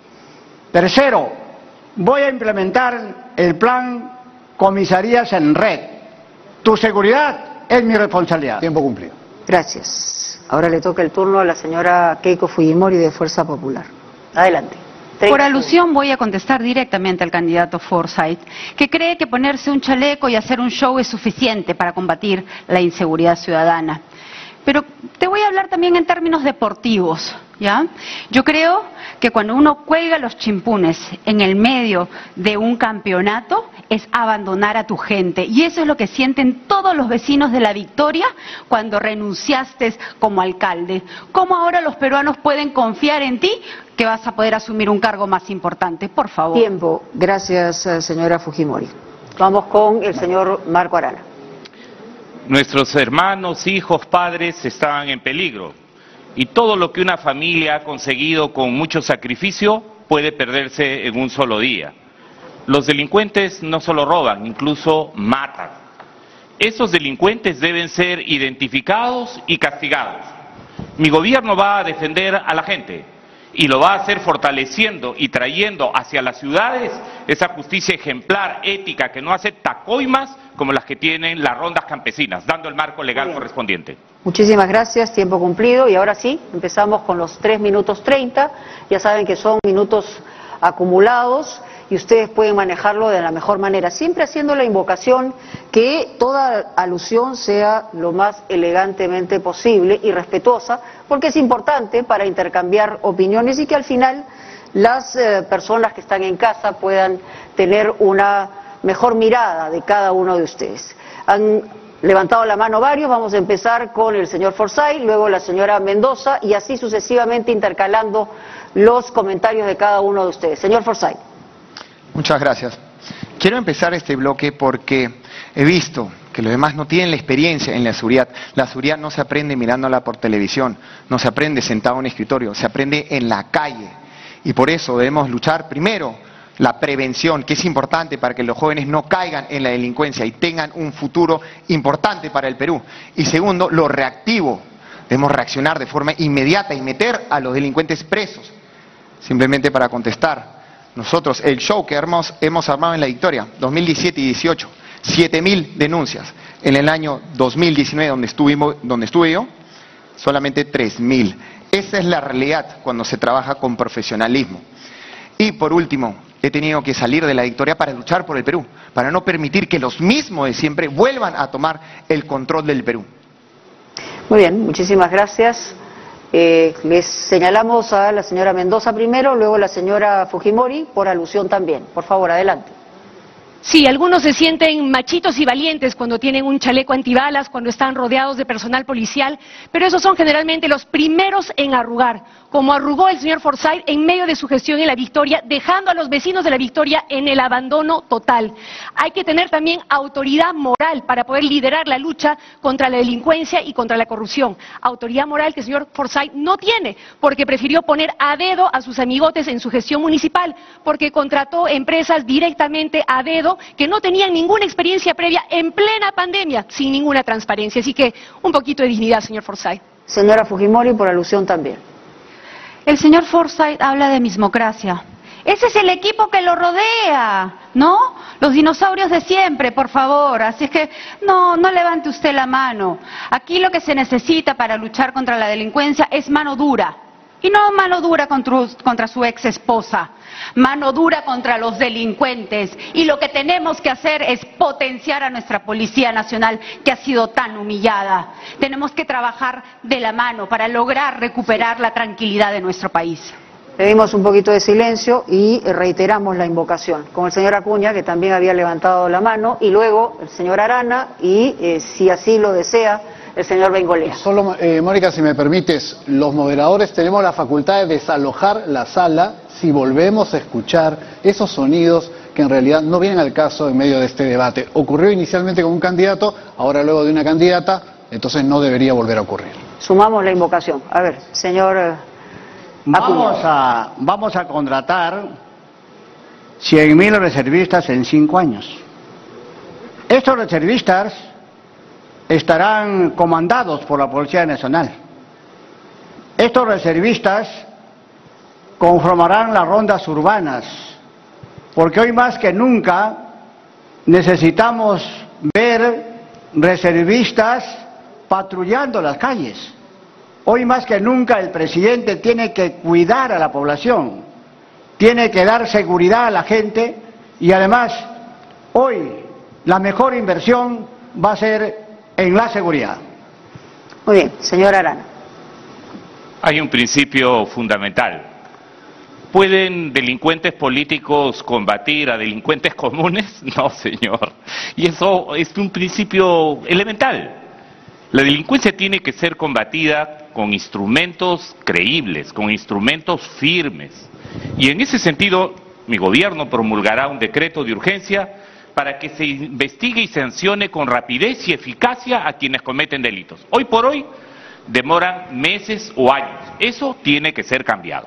Tercero, voy a implementar el plan Comisarías en Red. Tu seguridad es mi responsabilidad. Tiempo cumplido. Gracias. Ahora le toca el turno a la señora Keiko Fujimori de Fuerza Popular. Adelante. Por alusión voy a contestar directamente al candidato Forsyth, que cree que ponerse un chaleco y hacer un show es suficiente para combatir la inseguridad ciudadana. Pero te voy a hablar también en términos deportivos, ¿ya? Yo creo que cuando uno cuelga los chimpunes en el medio de un campeonato es abandonar a tu gente. Y eso es lo que sienten todos los vecinos de La Victoria cuando renunciaste como alcalde. ¿Cómo ahora los peruanos pueden confiar en ti que vas a poder asumir un cargo más importante? Por favor. Tiempo. Gracias, señora Fujimori. Vamos con el señor Marco Arana. Nuestros hermanos, hijos, padres estaban en peligro y todo lo que una familia ha conseguido con mucho sacrificio puede perderse en un solo día. Los delincuentes no solo roban, incluso matan. Esos delincuentes deben ser identificados y castigados. Mi gobierno va a defender a la gente y lo va a hacer fortaleciendo y trayendo hacia las ciudades esa justicia ejemplar, ética, que no acepta coimas como las que tienen las rondas campesinas, dando el marco legal correspondiente. Muchísimas gracias, tiempo cumplido. Y ahora sí, empezamos con los 3 minutos 30. Ya saben que son minutos acumulados y ustedes pueden manejarlo de la mejor manera, siempre haciendo la invocación que toda alusión sea lo más elegantemente posible y respetuosa, porque es importante para intercambiar opiniones y que al final las personas que están en casa puedan tener una mejor mirada de cada uno de ustedes. Han levantado la mano varios, vamos a empezar con el señor Forsyth, luego la señora Mendoza y así sucesivamente intercalando los comentarios de cada uno de ustedes. Señor Forsyth. Muchas gracias. Quiero empezar este bloque porque he visto que los demás no tienen la experiencia en la seguridad. La seguridad no se aprende mirándola por televisión, no se aprende sentado en un escritorio, se aprende en la calle. Y por eso debemos luchar primero la prevención, que es importante para que los jóvenes no caigan en la delincuencia y tengan un futuro importante para el Perú. Y segundo, lo reactivo. Debemos reaccionar de forma inmediata y meter a los delincuentes presos. Simplemente para contestar, nosotros, el show que hemos armado en La Victoria, 2017 y 18, 7.000 denuncias. En el año 2019, donde estuve yo, solamente 3.000. Esa es la realidad cuando se trabaja con profesionalismo. Y por último, he tenido que salir de La Victoria para luchar por el Perú, para no permitir que los mismos de siempre vuelvan a tomar el control del Perú. Muy bien, muchísimas gracias. Les señalamos a la señora Mendoza primero, luego la señora Fujimori, por alusión también. Por favor, adelante. Sí, algunos se sienten machitos y valientes cuando tienen un chaleco antibalas, cuando están rodeados de personal policial, pero esos son generalmente los primeros en arrugar, como arrugó el señor Forsyth en medio de su gestión en La Victoria, dejando a los vecinos de La Victoria en el abandono total. Hay que tener también autoridad moral para poder liderar la lucha contra la delincuencia y contra la corrupción. Autoridad moral que el señor Forsyth no tiene, porque prefirió poner a dedo a sus amigotes en su gestión municipal, porque contrató empresas directamente a dedo que no tenían ninguna experiencia previa en plena pandemia, sin ninguna transparencia. Así que un poquito de dignidad, señor Forsyth. Señora Fujimori, por alusión también. El señor Forsyth habla de mismocracia. Ese es el equipo que lo rodea, ¿no? Los dinosaurios de siempre, por favor. Así es que no levante usted la mano. Aquí lo que se necesita para luchar contra la delincuencia es mano dura. Y no mano dura contra su ex esposa, mano dura contra los delincuentes. Y lo que tenemos que hacer es potenciar a nuestra Policía Nacional, que ha sido tan humillada. Tenemos que trabajar de la mano para lograr recuperar la tranquilidad de nuestro país. Pedimos un poquito de silencio y reiteramos la invocación con el señor Acuña, que también había levantado la mano, y luego el señor Arana y, si así lo desea, el señor Bengolea. Solo, Mónica, si me permites, los moderadores tenemos la facultad de desalojar la sala si volvemos a escuchar esos sonidos que en realidad no vienen al caso en medio de este debate. Ocurrió inicialmente con un candidato, ahora luego de una candidata, entonces no debería volver a ocurrir. Sumamos la invocación. A ver, señor Acuña. Vamos a contratar 100.000 reservistas en 5 años. Estos reservistas estarán comandados por la Policía Nacional. Estos reservistas conformarán las rondas urbanas, porque hoy más que nunca necesitamos ver reservistas patrullando las calles. Hoy más que nunca el presidente tiene que cuidar a la población, tiene que dar seguridad a la gente, y además hoy la mejor inversión va a ser en la seguridad. Muy bien, señor Arana. Hay un principio fundamental. ¿Pueden delincuentes políticos combatir a delincuentes comunes? No, señor. Y eso es un principio elemental. La delincuencia tiene que ser combatida con instrumentos creíbles, con instrumentos firmes. Y en ese sentido, mi gobierno promulgará un decreto de urgencia para que se investigue y sancione con rapidez y eficacia a quienes cometen delitos. Hoy por hoy demoran meses o años. Eso tiene que ser cambiado.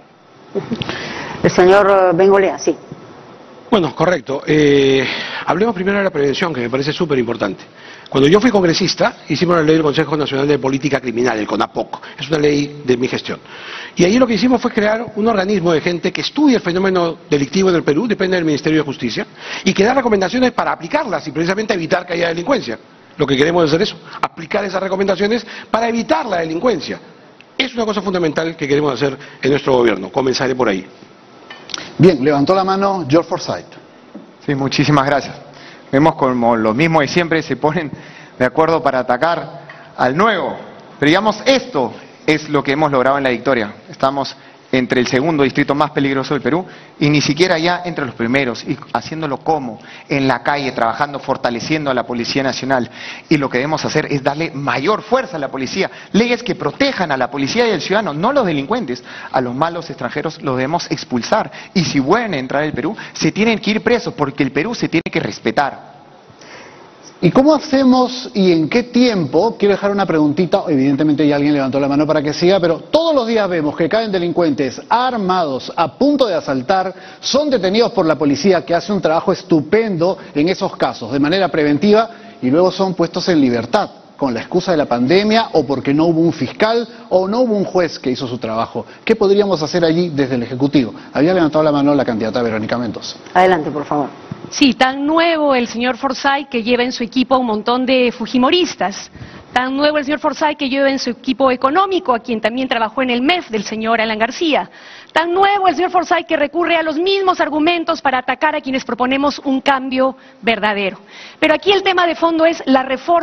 El señor Bengolea, sí. Bueno, correcto. Hablemos primero de la prevención, que me parece súper importante. Cuando yo fui congresista, hicimos la ley del Consejo Nacional de Política Criminal, el CONAPOC. Es una ley de mi gestión. Y ahí lo que hicimos fue crear un organismo de gente que estudia el fenómeno delictivo en el Perú, depende del Ministerio de Justicia, y que da recomendaciones para aplicarlas y precisamente evitar que haya delincuencia. Lo que queremos es hacer eso, aplicar esas recomendaciones para evitar la delincuencia. Es una cosa fundamental que queremos hacer en nuestro gobierno. Comenzaré por ahí. Bien, levantó la mano George Forsyth. Sí, muchísimas gracias. Vemos como lo mismo de siempre se ponen de acuerdo para atacar al nuevo. Pero digamos, esto es lo que hemos logrado en La Victoria. Estamos entre el segundo distrito más peligroso del Perú y ni siquiera ya entre los primeros, y haciéndolo como en la calle, trabajando, fortaleciendo a la Policía Nacional. Y lo que debemos hacer es darle mayor fuerza a la policía, leyes que protejan a la policía y al ciudadano, no a los delincuentes. A los malos extranjeros los debemos expulsar, y si vuelven a entrar al Perú se tienen que ir presos, porque el Perú se tiene que respetar. ¿Y cómo hacemos y en qué tiempo? Quiero dejar una preguntita, evidentemente ya alguien levantó la mano para que siga, pero todos los días vemos que caen delincuentes armados, a punto de asaltar, son detenidos por la policía, que hace un trabajo estupendo en esos casos, de manera preventiva, y luego son puestos en libertad, con la excusa de la pandemia, o porque no hubo un fiscal, o no hubo un juez que hizo su trabajo. ¿Qué podríamos hacer allí desde el Ejecutivo? Había levantado la mano la candidata Verónica Mendoza. Adelante, por favor. Sí, tan nuevo el señor Forsyth que lleva en su equipo a un montón de fujimoristas. Tan nuevo el señor Forsyth que lleva en su equipo económico a quien también trabajó en el MEF del señor Alan García. Tan nuevo el señor Forsyth que recurre a los mismos argumentos para atacar a quienes proponemos un cambio verdadero. Pero aquí el tema de fondo es la reforma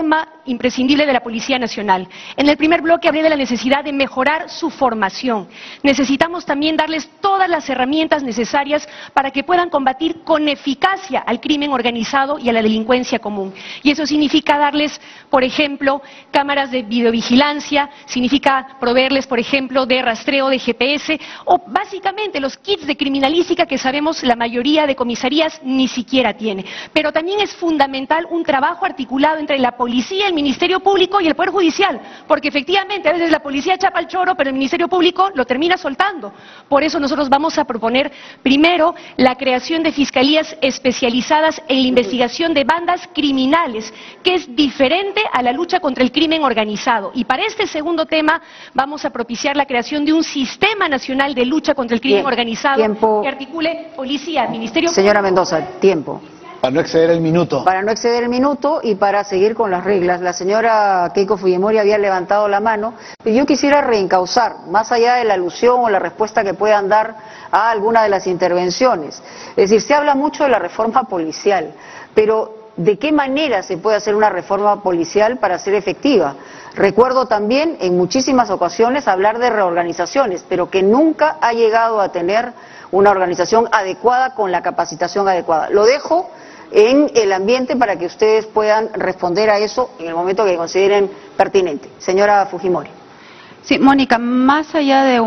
imprescindible de la Policía Nacional. En el primer bloque hablé de la necesidad de mejorar su formación. Necesitamos también darles todas las herramientas necesarias para que puedan combatir con eficacia al crimen organizado y a la delincuencia común. Y eso significa darles, por ejemplo, cámaras de videovigilancia, significa proveerles, por ejemplo, de rastreo de GPS o básicamente los kits de criminalística que sabemos la mayoría de comisarías ni siquiera tiene. Pero también es fundamental un trabajo articulado entre la policía, el Ministerio Público y el Poder Judicial, porque efectivamente a veces la policía chapa el choro, pero el Ministerio Público lo termina soltando. Por eso nosotros vamos a proponer primero la creación de fiscalías especializadas en la investigación de bandas criminales, que es diferente a la lucha contra el crimen organizado. Y para este segundo tema vamos a propiciar la creación de un sistema nacional de lucha contra el crimen organizado que articule policía, Ministerio Público. Señora Mendoza, tiempo. Para no exceder el minuto. Para no exceder el minuto y para seguir con las reglas. La señora Keiko Fujimori había levantado la mano, pero yo quisiera reencauzar, más allá de la alusión o la respuesta que puedan dar a alguna de las intervenciones. Es decir, se habla mucho de la reforma policial, pero ¿de qué manera se puede hacer una reforma policial para ser efectiva? Recuerdo también en muchísimas ocasiones hablar de reorganizaciones, pero que nunca ha llegado a tener una organización adecuada con la capacitación adecuada. Lo dejo en el ambiente para que ustedes puedan responder a eso en el momento que consideren pertinente. Señora Fujimori. Sí, Mónica, más allá de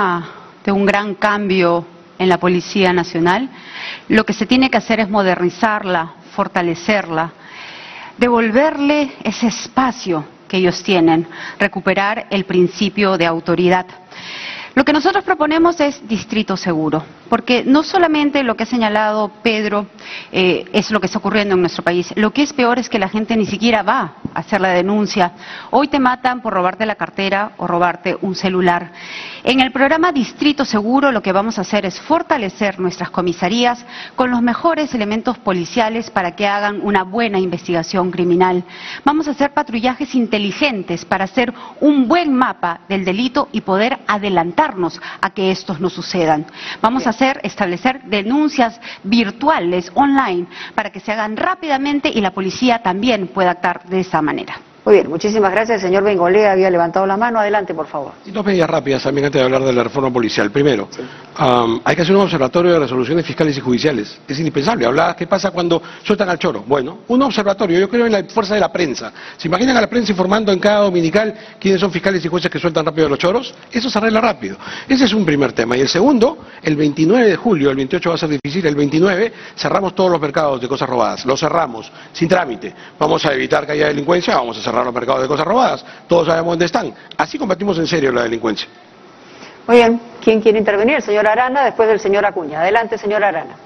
un gran cambio en la Policía Nacional, lo que se tiene que hacer es modernizarla, fortalecerla, devolverle ese espacio que ellos tienen, recuperar el principio de autoridad. Lo que nosotros proponemos es distrito seguro, porque no solamente lo que ha señalado Pedro es lo que está ocurriendo en nuestro país, lo que es peor es que la gente ni siquiera va a hacer la denuncia. Hoy te matan por robarte la cartera o robarte un celular. En el programa Distrito Seguro lo que vamos a hacer es fortalecer nuestras comisarías con los mejores elementos policiales para que hagan una buena investigación criminal. Vamos a hacer patrullajes inteligentes para hacer un buen mapa del delito y poder adelantarnos a que estos no sucedan. Vamos a establecer denuncias virtuales, online, para que se hagan rápidamente y la policía también pueda actuar de esa manera. Muy bien, muchísimas gracias. El señor Bengolea había levantado la mano. Adelante, por favor. Y dos medidas rápidas también antes de hablar de la reforma policial. Primero, hay que hacer un observatorio de resoluciones fiscales y judiciales. Es indispensable. Hablaba qué pasa cuando sueltan al choro. Bueno, un observatorio. Yo creo en la fuerza de la prensa. ¿Se imaginan a la prensa informando en cada dominical quiénes son fiscales y jueces que sueltan rápido a los choros? Eso se arregla rápido. Ese es un primer tema. Y el segundo, el 29 de julio, el 28 va a ser difícil, el 29 cerramos todos los mercados de cosas robadas. Los cerramos, sin trámite. Vamos a evitar que haya delincuencia, vamos a cerrar los mercados de cosas robadas, todos sabemos dónde están. Así combatimos en serio la delincuencia. Muy bien, ¿quién quiere intervenir? El señor Arana, después del señor Acuña. Adelante, señor Arana.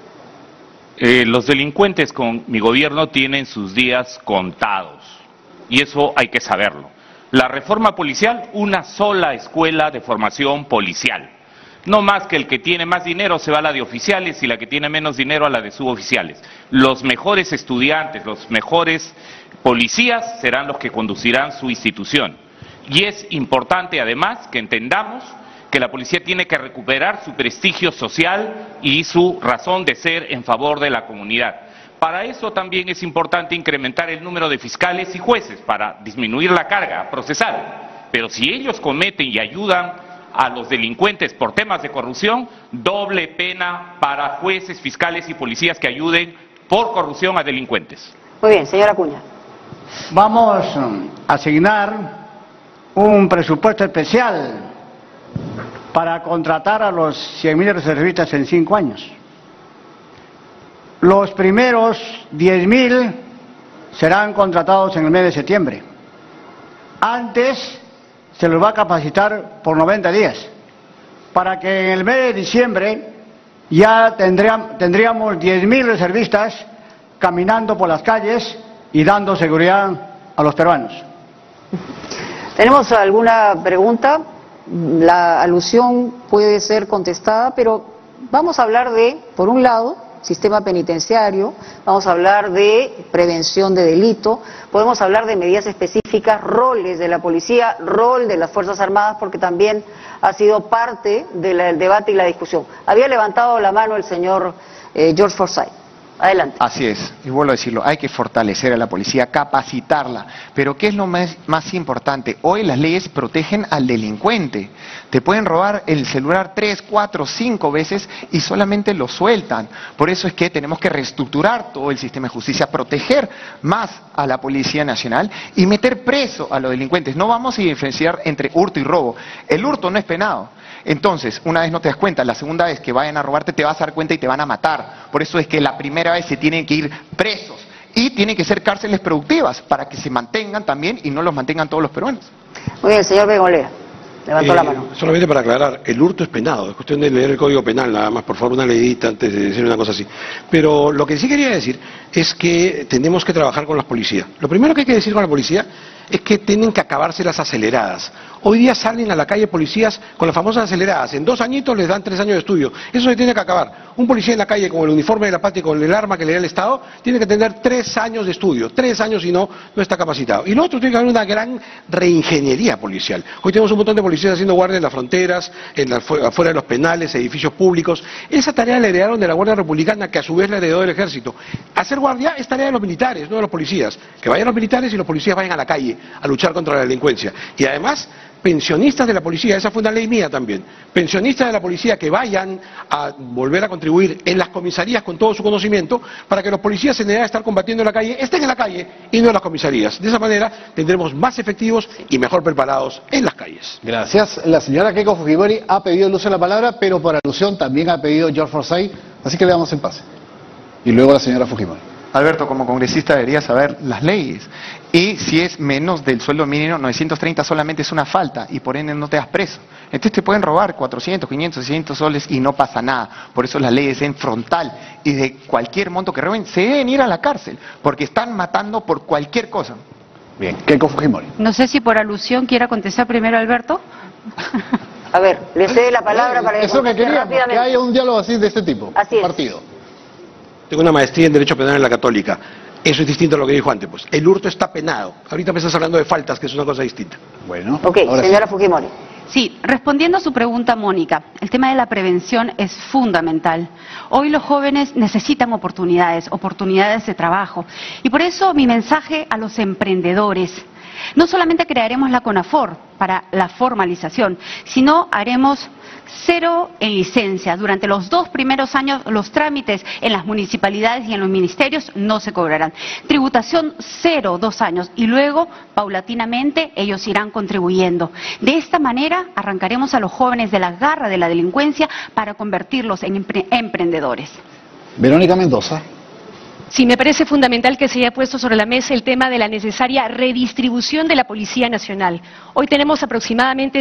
Los delincuentes con mi gobierno tienen sus días contados, y eso hay que saberlo. La reforma policial, una sola escuela de formación policial. No más que el que tiene más dinero se va a la de oficiales y la que tiene menos dinero a la de suboficiales. Los mejores estudiantes, los mejores policías serán los que conducirán su institución. Y es importante además que entendamos que la policía tiene que recuperar su prestigio social y su razón de ser en favor de la comunidad. Para eso también es importante incrementar el número de fiscales y jueces para disminuir la carga procesal. Pero si ellos cometen y ayudan a los delincuentes por temas de corrupción, doble pena para jueces, fiscales y policías que ayuden por corrupción a delincuentes. Muy bien, señora Acuña. Vamos a asignar un presupuesto especial para contratar a los 100.000 reservistas en 5 años. Los primeros 10.000 serán contratados en el mes de septiembre. Antes se los va a capacitar por 90 días, para que en el mes de diciembre ya tendríamos 10.000 reservistas caminando por las calles y dando seguridad a los peruanos. ¿Tenemos alguna pregunta? La alusión puede ser contestada, pero vamos a hablar de, por un lado, sistema penitenciario, vamos a hablar de prevención de delito, podemos hablar de medidas específicas, roles de la policía, rol de las Fuerzas Armadas, porque también ha sido parte del debate y la discusión. Había levantado la mano el señor George Forsyth. Adelante. Así es, y vuelvo a decirlo, hay que fortalecer a la policía, capacitarla. Pero ¿qué es lo más importante? Hoy las leyes protegen al delincuente. Te pueden robar el celular 3, 4, 5 veces y solamente lo sueltan. Por eso es que tenemos que reestructurar todo el sistema de justicia, proteger más a la Policía Nacional y meter preso a los delincuentes. No vamos a diferenciar entre hurto y robo. El hurto no es penado. Entonces, una vez no te das cuenta, la segunda vez que vayan a robarte te vas a dar cuenta y te van a matar. Por eso es que la primera vez se tienen que ir presos y tienen que ser cárceles productivas para que se mantengan también y no los mantengan todos los peruanos. Muy bien, señor Bengolea, levantó la mano. Solamente para aclarar, el hurto es penado, es cuestión de leer el Código Penal, nada más, por favor, una leidita antes de decir una cosa así. Pero lo que sí quería decir es que tenemos que trabajar con las policías. Lo primero que hay que decir con la policía es que tienen que acabarse las aceleradas. Hoy día salen a la calle policías con las famosas aceleradas. En 2 añitos les dan 3 años de estudio. Eso se tiene que acabar. Un policía en la calle con el uniforme de la patria y con el arma que le da el Estado tiene que tener 3 años de estudio. 3 años, si no, no está capacitado. Y lo otro, tiene que haber una gran reingeniería policial. Hoy tenemos un montón de policías haciendo guardia en las fronteras, afuera de los penales, edificios públicos. Esa tarea la heredaron de la Guardia Republicana, que a su vez la heredó del Ejército. Hacer guardia es tarea de los militares, no de los policías. Que vayan los militares y los policías vayan a la calle a luchar contra la delincuencia. Y además, pensionistas de la policía, esa fue una ley mía también, pensionistas de la policía que vayan a volver a contribuir en las comisarías con todo su conocimiento para que los policías en edad de estar combatiendo en la calle estén en la calle y no en las comisarías. De esa manera tendremos más efectivos y mejor preparados en las calles. Gracias. La señora Keiko Fujimori ha pedido el uso de la palabra, pero por alusión también ha pedido George Forsyth, así que le damos el pase. Y luego la señora Fujimori. Alberto, como congresista debería saber las leyes. Y si es menos del sueldo mínimo, 930 solamente es una falta y por ende no te das preso. Entonces te pueden robar 400, 500, 600 soles y no pasa nada. Por eso las leyes en frontal y de cualquier monto que roben se deben ir a la cárcel porque están matando por cualquier cosa. Bien, Keiko Fujimori. No sé si por alusión quiera contestar primero Alberto. A ver, le cede la palabra para eso que queríamos, que haya un diálogo así de este tipo. Así es. Partido. Tengo una maestría en Derecho Penal en la Católica. Eso es distinto a lo que dijo antes, pues. El hurto está penado. Ahorita me estás hablando de faltas, que es una cosa distinta. Bueno. Ok, señora Fujimori. Sí, respondiendo a su pregunta, Mónica, el tema de la prevención es fundamental. Hoy los jóvenes necesitan oportunidades de trabajo. Y por eso mi mensaje a los emprendedores. No solamente crearemos la CONAFOR para la formalización, sino haremos 0 en licencia. Durante los 2 primeros años los trámites en las municipalidades y en los ministerios no se cobrarán. Tributación 0, 2 años y luego paulatinamente ellos irán contribuyendo. De esta manera arrancaremos a los jóvenes de la garra de la delincuencia para convertirlos en emprendedores. Verónica Mendoza. Sí, me parece fundamental que se haya puesto sobre la mesa el tema de la necesaria redistribución de la Policía Nacional. Hoy tenemos aproximadamente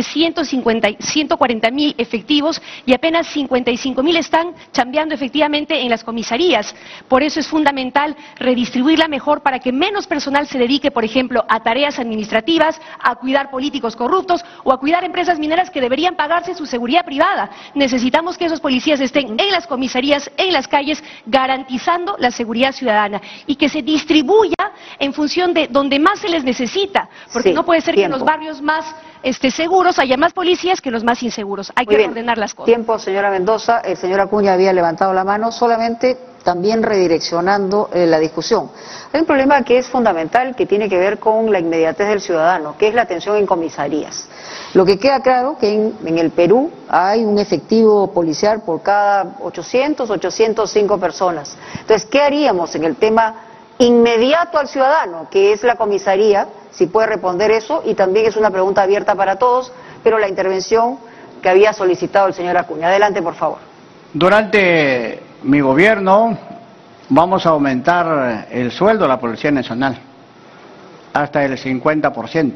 140.000 efectivos y apenas 55.000 están chambeando efectivamente en las comisarías. Por eso es fundamental redistribuirla mejor para que menos personal se dedique, por ejemplo, a tareas administrativas, a cuidar políticos corruptos o a cuidar empresas mineras que deberían pagarse su seguridad privada. Necesitamos que esos policías estén en las comisarías, en las calles, garantizando la seguridad ciudadana y que se distribuya en función de donde más se les necesita, porque no puede ser que en los barrios más seguros haya más policías que los más inseguros. Hay que ordenar las cosas. Tiempo, señora Mendoza. El señor Acuña había levantado la mano, solamente también redireccionando la discusión. Hay un problema que es fundamental, que tiene que ver con la inmediatez del ciudadano, que es la atención en comisarías. Lo que queda claro que en el Perú hay un efectivo policial por cada 800, 805 personas. Entonces, ¿qué haríamos en el tema inmediato al ciudadano, que es la comisaría? Si puede responder eso, y también es una pregunta abierta para todos, pero la intervención que había solicitado el señor Acuña. Adelante, por favor. Durante mi gobierno vamos a aumentar el sueldo de la Policía Nacional hasta el 50%.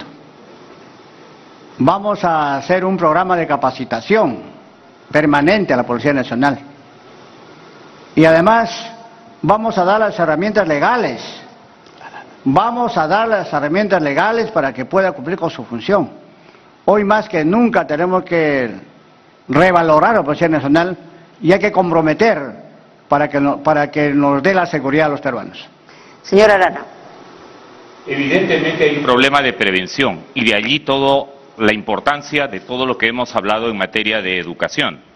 Vamos a hacer un programa de capacitación permanente a la Policía Nacional. Y además vamos a dar las herramientas legales. Vamos a dar las herramientas legales para que pueda cumplir con su función. Hoy más que nunca tenemos que revalorar la Policía Nacional y hay que comprometer para que nos dé la seguridad a los peruanos. Señora Arana. Evidentemente hay un problema de prevención y de allí toda la importancia de todo lo que hemos hablado en materia de educación.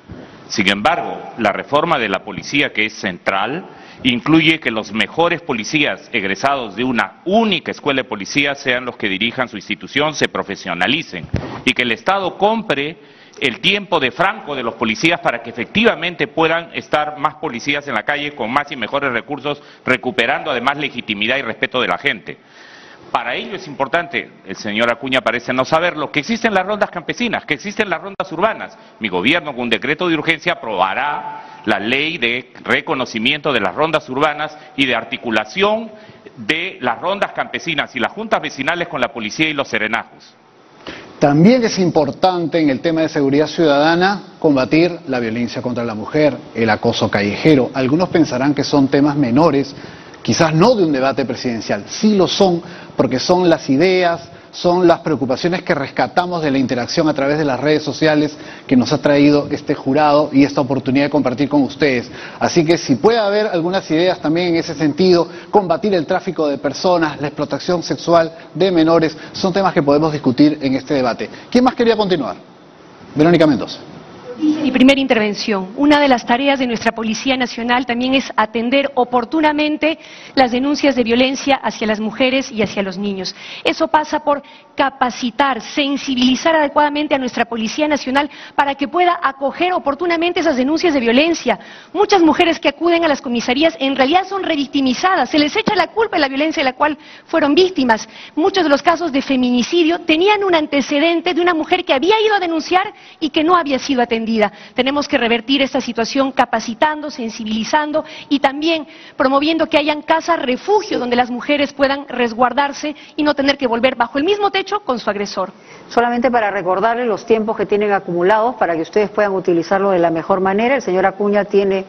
Sin embargo, la reforma de la policía, que es central, incluye que los mejores policías egresados de una única escuela de policía sean los que dirijan su institución, se profesionalicen y que el Estado compre el tiempo de franco de los policías para que efectivamente puedan estar más policías en la calle con más y mejores recursos, recuperando además legitimidad y respeto de la gente. Para ello es importante, el señor Acuña parece no saberlo, que existen las rondas campesinas, que existen las rondas urbanas. Mi gobierno con un decreto de urgencia aprobará la ley de reconocimiento de las rondas urbanas y de articulación de las rondas campesinas y las juntas vecinales con la policía y los serenazgos. También es importante en el tema de seguridad ciudadana combatir la violencia contra la mujer, el acoso callejero. Algunos pensarán que son temas menores, quizás no de un debate presidencial. Sí lo son, porque son las ideas, son las preocupaciones que rescatamos de la interacción a través de las redes sociales que nos ha traído este jurado y esta oportunidad de compartir con ustedes. Así que si puede haber algunas ideas también en ese sentido, combatir el tráfico de personas, la explotación sexual de menores, son temas que podemos discutir en este debate. ¿Quién más quería continuar? Verónica Mendoza. Mi primera intervención. Una de las tareas de nuestra Policía Nacional también es atender oportunamente las denuncias de violencia hacia las mujeres y hacia los niños. Eso pasa por capacitar, sensibilizar adecuadamente a nuestra Policía Nacional para que pueda acoger oportunamente esas denuncias de violencia. Muchas mujeres que acuden a las comisarías en realidad son revictimizadas, se les echa la culpa de la violencia de la cual fueron víctimas. Muchos de los casos de feminicidio tenían un antecedente de una mujer que había ido a denunciar y que no había sido atendida. Tenemos que revertir esta situación capacitando, sensibilizando y también promoviendo que hayan casas refugio donde las mujeres puedan resguardarse y no tener que volver bajo el mismo techo con su agresor. Solamente para recordarles los tiempos que tienen acumulados para que ustedes puedan utilizarlo de la mejor manera. El señor Acuña tiene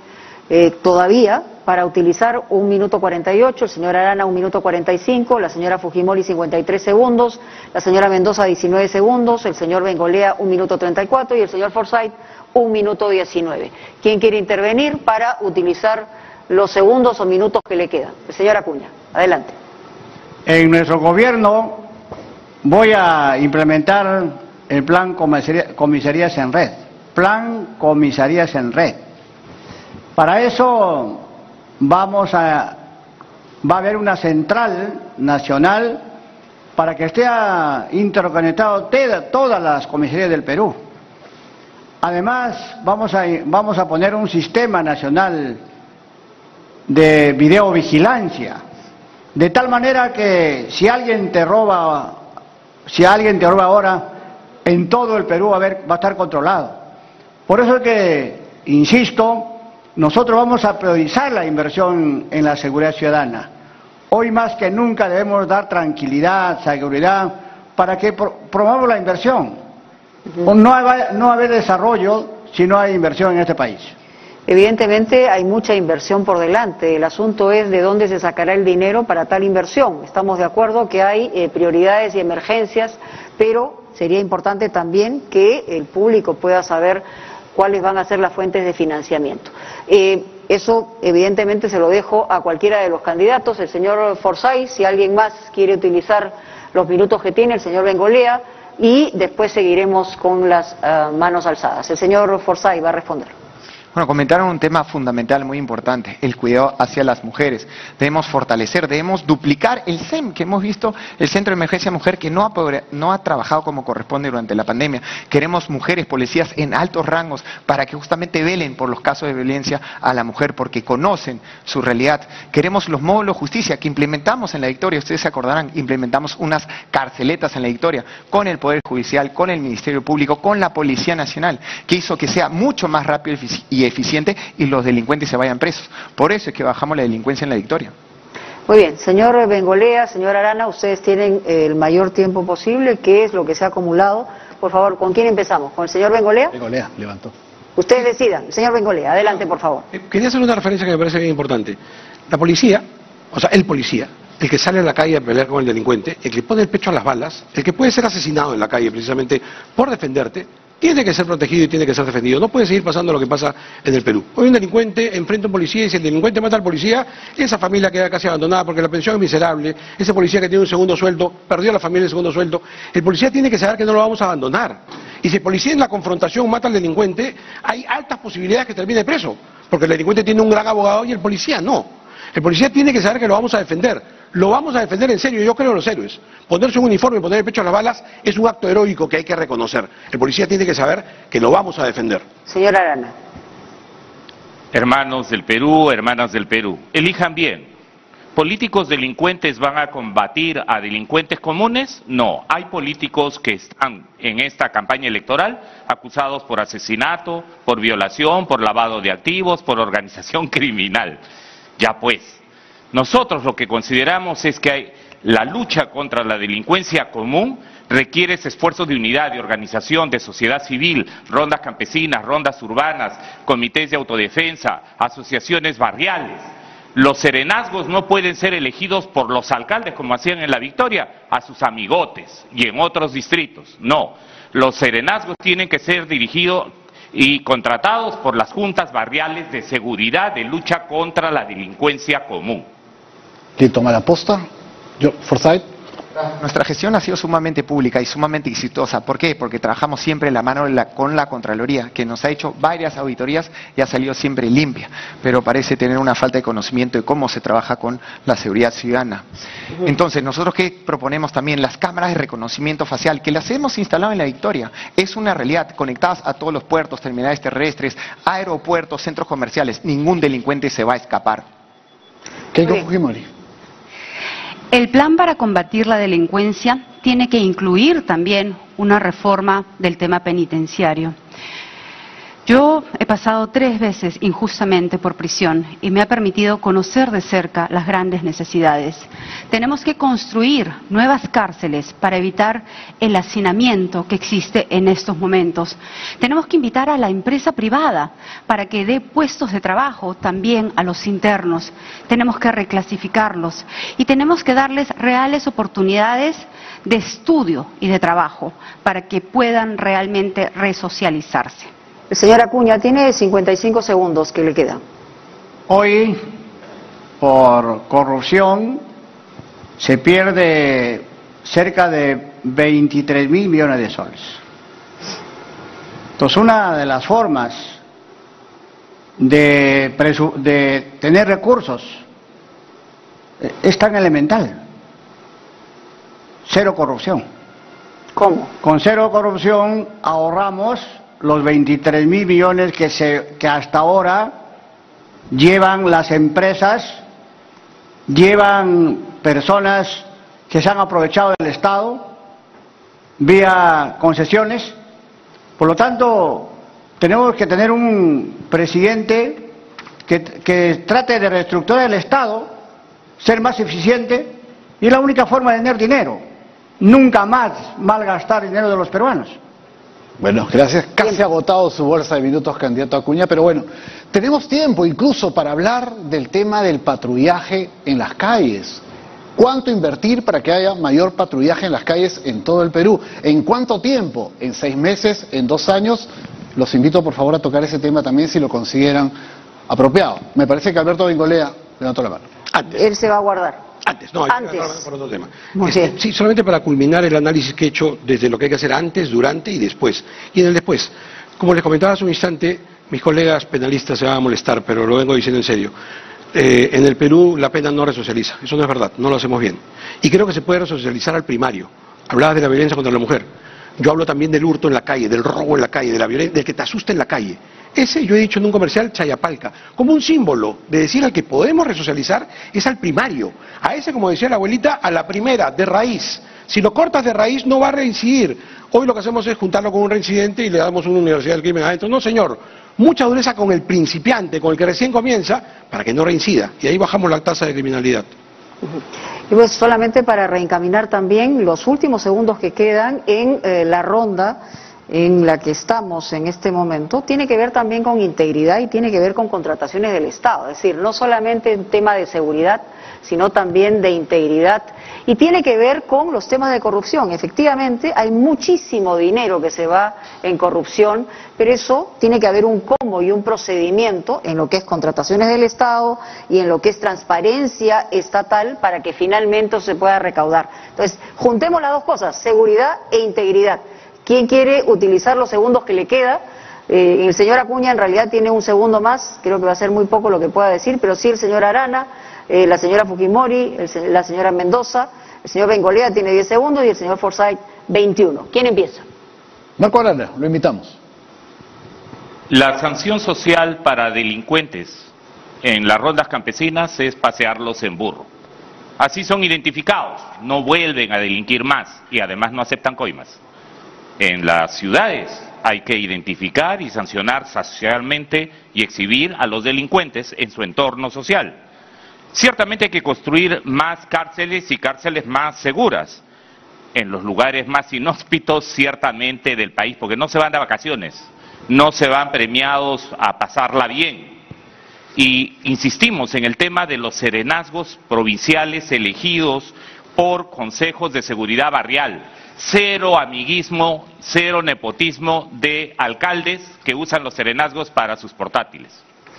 todavía para utilizar 1 minuto 48, el señor Arana 1 minuto 45, la señora Fujimori 53 segundos, la señora Mendoza 19 segundos, el señor Bengolea 1 minuto 34 y el señor Forsyth 1 minuto 19. ¿Quién quiere intervenir para utilizar los segundos o minutos que le quedan? El señor Acuña, adelante. En nuestro gobierno voy a implementar el plan Comisarías en Red. Plan Comisarías en Red. Para eso va a haber una central nacional para que esté interconectado todas las comisarías del Perú. Además, vamos a poner un sistema nacional de videovigilancia, de tal manera que si alguien te roba ahora, en todo el Perú va a estar controlado. Por eso es que, insisto, nosotros vamos a priorizar la inversión en la seguridad ciudadana. Hoy más que nunca debemos dar tranquilidad, seguridad, para que promovamos la inversión. No va a haber desarrollo si no hay inversión en este país. Evidentemente hay mucha inversión por delante. El asunto es de dónde se sacará el dinero para tal inversión. Estamos de acuerdo que hay prioridades y emergencias, pero sería importante también que el público pueda saber cuáles van a ser las fuentes de financiamiento. Eso evidentemente se lo dejo a cualquiera de los candidatos. El señor Forsyth, si alguien más quiere utilizar los minutos que tiene, el señor Bengolea, y después seguiremos con las manos alzadas. El señor Forsyth va a responder. Bueno, comentaron un tema fundamental muy importante, el cuidado hacia las mujeres. Debemos fortalecer, debemos duplicar el CEM, que hemos visto, el Centro de Emergencia Mujer, que no ha trabajado como corresponde durante la pandemia. Queremos mujeres, policías en altos rangos, para que justamente velen por los casos de violencia a la mujer, porque conocen su realidad. Queremos los módulos de justicia que implementamos en la Victoria, ustedes se acordarán, implementamos unas carceletas en la Victoria, con el Poder Judicial, con el Ministerio Público, con la Policía Nacional, que hizo que sea mucho más rápido y eficiente y los delincuentes se vayan presos. Por eso es que bajamos la delincuencia en la Victoria. Muy bien, señor Bengolea, señor Arana, ustedes tienen el mayor tiempo posible. ¿Qué es lo que se ha acumulado? Por favor, ¿con quién empezamos? ¿Con el señor Bengolea? Bengolea, levantó. Ustedes decidan. Señor Bengolea, adelante, por favor. Quería hacer una referencia que me parece bien importante. La policía, o sea, el policía, el que sale a la calle a pelear con el delincuente, el que pone el pecho a las balas, el que puede ser asesinado en la calle precisamente por defenderte, tiene que ser protegido y tiene que ser defendido. No puede seguir pasando lo que pasa en el Perú. Hoy un delincuente enfrenta a un policía y si el delincuente mata al policía, esa familia queda casi abandonada porque la pensión es miserable, ese policía que tiene un segundo sueldo, perdió a la familia el segundo sueldo. El policía tiene que saber que no lo vamos a abandonar. Y si el policía en la confrontación mata al delincuente, hay altas posibilidades que termine preso, porque el delincuente tiene un gran abogado y el policía no. El policía tiene que saber que lo vamos a defender. Lo vamos a defender en serio, yo creo en los héroes. Ponerse un uniforme y poner el pecho a las balas es un acto heroico que hay que reconocer. El policía tiene que saber que lo vamos a defender. Señora Arana. Hermanos del Perú, hermanas del Perú, elijan bien. ¿Políticos delincuentes van a combatir a delincuentes comunes? No, hay políticos que están en esta campaña electoral acusados por asesinato, por violación, por lavado de activos, por organización criminal. Ya pues, nosotros lo que consideramos es que la lucha contra la delincuencia común requiere ese esfuerzo de unidad, de organización, de sociedad civil, rondas campesinas, rondas urbanas, comités de autodefensa, asociaciones barriales. Los serenazgos no pueden ser elegidos por los alcaldes, como hacían en La Victoria, a sus amigotes y en otros distritos. No, los serenazgos tienen que ser dirigidos y contratados por las juntas barriales de seguridad, de lucha contra la delincuencia común. ¿Quién toma la posta? Forsyth. Nuestra gestión ha sido sumamente pública y sumamente exitosa. ¿Por qué? Porque trabajamos siempre en la mano con la Contraloría, que nos ha hecho varias auditorías y ha salido siempre limpia, pero parece tener una falta de conocimiento de cómo se trabaja con la seguridad ciudadana. Entonces, nosotros que proponemos también las cámaras de reconocimiento facial, que las hemos instalado en La Victoria, es una realidad, conectadas a todos los puertos, terminales terrestres, aeropuertos, centros comerciales. Ningún delincuente se va a escapar. Keiko Fujimori. El plan para combatir la delincuencia tiene que incluir también una reforma del tema penitenciario. Yo he pasado 3 veces injustamente por prisión y me ha permitido conocer de cerca las grandes necesidades. Tenemos que construir nuevas cárceles para evitar el hacinamiento que existe en estos momentos. Tenemos que invitar a la empresa privada para que dé puestos de trabajo también a los internos. Tenemos que reclasificarlos y tenemos que darles reales oportunidades de estudio y de trabajo para que puedan realmente resocializarse. Señora Acuña, tiene 55 segundos que le quedan. Hoy, por corrupción, se pierde cerca de 23.000 millones de soles. Entonces, una de las formas de tener recursos es tan elemental. Cero corrupción. ¿Cómo? Con cero corrupción ahorramos los 23.000 millones que hasta ahora llevan las empresas, llevan personas que se han aprovechado del Estado vía concesiones. Por lo tanto, tenemos que tener un presidente que trate de reestructurar el Estado, ser más eficiente, y es la única forma de tener dinero. Nunca más malgastar dinero de los peruanos. Bueno, gracias. Casi ha agotado su bolsa de minutos, candidato Acuña, pero bueno, tenemos tiempo incluso para hablar del tema del patrullaje en las calles. ¿Cuánto invertir para que haya mayor patrullaje en las calles en todo el Perú? ¿En cuánto tiempo? ¿En 6 meses? ¿En 2 años? Los invito por favor a tocar ese tema también si lo consideran apropiado. Me parece que Alberto Bengolea levantó la mano. Él se va a guardar. Antes, no, hay que hablar por otro tema. Muy bien. Sí, solamente para culminar el análisis que he hecho desde lo que hay que hacer antes, durante y después. Y en el después, como les comentaba hace un instante, mis colegas penalistas se van a molestar, pero lo vengo diciendo en serio. En el Perú la pena no resocializa, eso no es verdad, no lo hacemos bien. Y creo que se puede resocializar al primario. Hablabas de la violencia contra la mujer. Yo hablo también del hurto en la calle, del robo en la calle, de la violencia, del que te asusta en la calle. Ese, yo he dicho en un comercial, Chayapalca, como un símbolo de decir al que podemos resocializar es al primario. A ese, como decía la abuelita, a la primera, de raíz. Si lo cortas de raíz no va a reincidir. Hoy lo que hacemos es juntarlo con un reincidente y le damos una universidad del crimen adentro. No, señor, mucha dureza con el principiante, con el que recién comienza, para que no reincida. Y ahí bajamos la tasa de criminalidad. Y pues solamente para reencaminar también los últimos segundos que quedan en la ronda en la que estamos en este momento, tiene que ver también con integridad y tiene que ver con contrataciones del Estado, es decir, no solamente en tema de seguridad, sino también de integridad, y tiene que ver con los temas de corrupción. Efectivamente, hay muchísimo dinero que se va en corrupción, pero eso tiene que haber un cómo y un procedimiento en lo que es contrataciones del Estado y en lo que es transparencia estatal para que finalmente se pueda recaudar. Entonces, juntemos las dos cosas, seguridad e integridad. ¿Quién quiere utilizar los segundos que le queda? El señor Acuña en realidad tiene un segundo más, creo que va a ser muy poco lo que pueda decir, pero sí el señor Arana, la señora Fujimori, la señora Mendoza, el señor Bengolea tiene 10 segundos y el señor Forsyth 21. ¿Quién empieza? Marco Arana, lo invitamos. La sanción social para delincuentes en las rondas campesinas es pasearlos en burro. Así son identificados, no vuelven a delinquir más y además no aceptan coimas. En las ciudades hay que identificar y sancionar socialmente y exhibir a los delincuentes en su entorno social. Ciertamente hay que construir más cárceles y cárceles más seguras en los lugares más inhóspitos ciertamente del país, porque no se van de vacaciones, no se van premiados a pasarla bien. Y insistimos en el tema de los serenazgos provinciales elegidos por consejos de seguridad barrial. Cero amiguismo, cero nepotismo de alcaldes que usan los serenazgos para sus portátiles.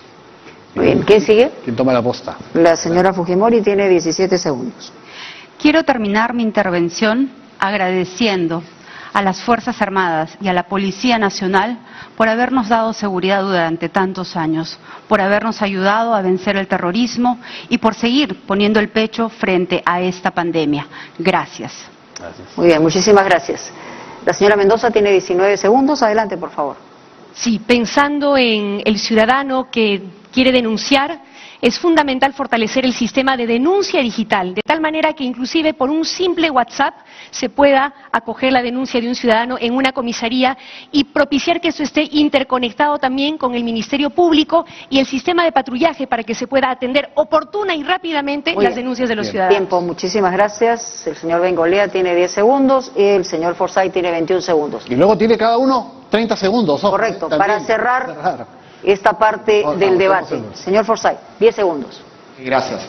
Muy bien, ¿quién sigue? ¿Quién toma la posta? La señora Fujimori tiene 17 segundos. Quiero terminar mi intervención agradeciendo a las Fuerzas Armadas y a la Policía Nacional por habernos dado seguridad durante tantos años, por habernos ayudado a vencer el terrorismo y por seguir poniendo el pecho frente a esta pandemia. Gracias. Muy bien, muchísimas gracias. La señora Mendoza tiene 19 segundos. Adelante, por favor. Sí, pensando en el ciudadano que quiere denunciar, es fundamental fortalecer el sistema de denuncia digital, de tal manera que inclusive por un simple WhatsApp se pueda acoger la denuncia de un ciudadano en una comisaría y propiciar que esto esté interconectado también con el Ministerio Público y el sistema de patrullaje para que se pueda atender oportuna y rápidamente las denuncias de los ciudadanos. Tiempo, muchísimas gracias. El señor Bengolea tiene 10 segundos y el señor Forsyth tiene 21 segundos. Y luego tiene cada uno 30 segundos. Ojo, correcto, también, para cerrar esta parte del debate. Señor Forsyth, 10 segundos. Gracias.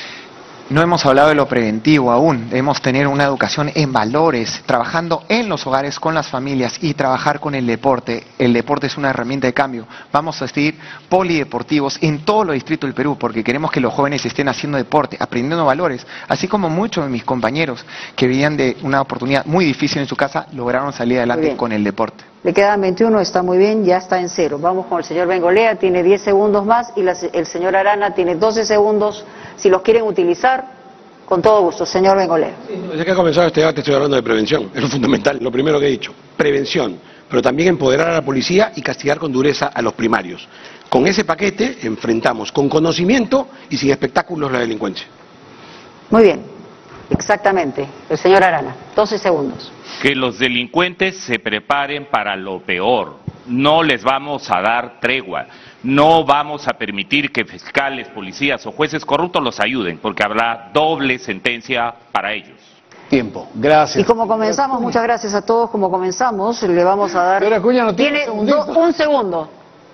No hemos hablado de lo preventivo aún. Debemos tener una educación en valores, trabajando en los hogares con las familias y trabajar con el deporte. El deporte es una herramienta de cambio. Vamos a seguir polideportivos en todos los distritos del Perú porque queremos que los jóvenes estén haciendo deporte, aprendiendo valores, así como muchos de mis compañeros que venían de una oportunidad muy difícil en su casa lograron salir adelante con el deporte. Le quedan 21, está muy bien, ya está en 0. Vamos con el señor Bengolea, tiene 10 segundos más y el señor Arana tiene 12 segundos. Si los quieren utilizar, con todo gusto. Señor Bengolea. Desde que ha comenzado este debate estoy hablando de prevención, es lo fundamental, lo primero que he dicho, prevención, pero también empoderar a la policía y castigar con dureza a los primarios. Con ese paquete enfrentamos con conocimiento y sin espectáculos la delincuencia. Muy bien, exactamente. El señor Arana, 12 segundos. Que los delincuentes se preparen para lo peor. No les vamos a dar tregua. No vamos a permitir que fiscales, policías o jueces corruptos los ayuden, porque habrá doble sentencia para ellos. Tiempo. Gracias. Y como comenzamos, muchas gracias a todos. Como comenzamos, le vamos a dar... Pero Acuña no tiene un segundo.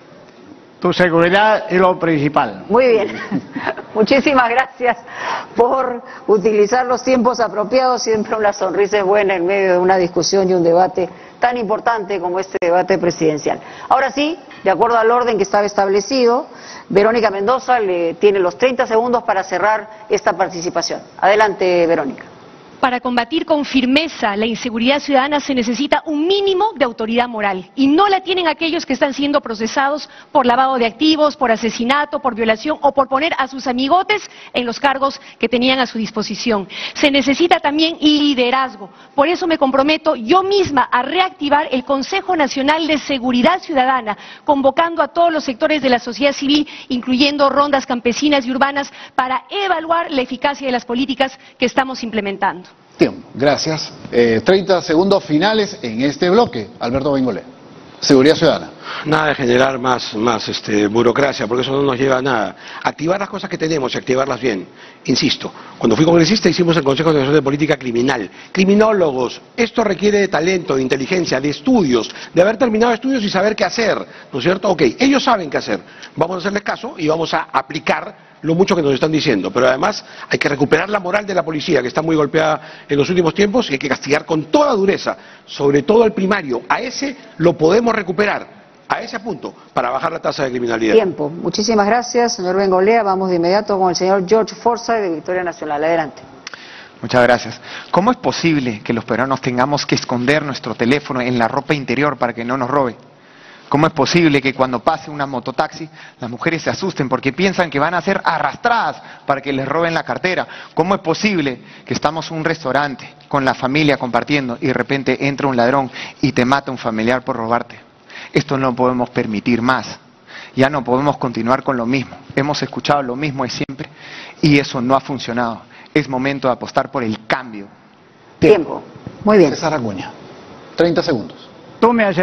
Tu seguridad es lo principal. Muy bien. Muchísimas gracias por utilizar los tiempos apropiados. Siempre una sonrisa es buena en medio de una discusión y un debate tan importante como este debate presidencial. Ahora sí, de acuerdo al orden que estaba establecido, Verónica Mendoza le tiene los 30 segundos para cerrar esta participación. Adelante, Verónica. Para combatir con firmeza la inseguridad ciudadana se necesita un mínimo de autoridad moral y no la tienen aquellos que están siendo procesados por lavado de activos, por asesinato, por violación o por poner a sus amigotes en los cargos que tenían a su disposición. Se necesita también liderazgo. Por eso me comprometo yo misma a reactivar el Consejo Nacional de Seguridad Ciudadana, convocando a todos los sectores de la sociedad civil, incluyendo rondas campesinas y urbanas, para evaluar la eficacia de las políticas que estamos implementando. Tiempo. Gracias. 30 segundos finales en este bloque. Alberto Bengolea. Seguridad ciudadana. Nada de generar más burocracia, porque eso no nos lleva a nada. Activar las cosas que tenemos y activarlas bien. Insisto, cuando fui congresista hicimos el Consejo Nacional de Política Criminal. Criminólogos, esto requiere de talento, de inteligencia, de estudios, de haber terminado estudios y saber qué hacer, ¿no es cierto? Ok, ellos saben qué hacer. Vamos a hacerles caso y vamos a aplicar lo mucho que nos están diciendo, pero además hay que recuperar la moral de la policía, que está muy golpeada en los últimos tiempos, y hay que castigar con toda dureza, sobre todo al primario. A ese lo podemos recuperar, a ese punto, para bajar la tasa de criminalidad. Tiempo. Muchísimas gracias, señor Bengolea. Vamos de inmediato con el señor George Forsyth de Victoria Nacional. Adelante. Muchas gracias. ¿Cómo es posible que los peruanos tengamos que esconder nuestro teléfono en la ropa interior para que no nos robe? ¿Cómo es posible que cuando pase una mototaxi las mujeres se asusten porque piensan que van a ser arrastradas para que les roben la cartera? ¿Cómo es posible que estamos en un restaurante con la familia compartiendo y de repente entra un ladrón y te mata un familiar por robarte? Esto no lo podemos permitir más. Ya no podemos continuar con lo mismo. Hemos escuchado lo mismo de siempre y eso no ha funcionado. Es momento de apostar por el cambio. Tiempo. Muy bien. César Acuña, 30 segundos. Tú me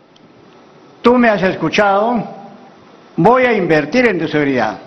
has escuchado. Voy a invertir en tu seguridad.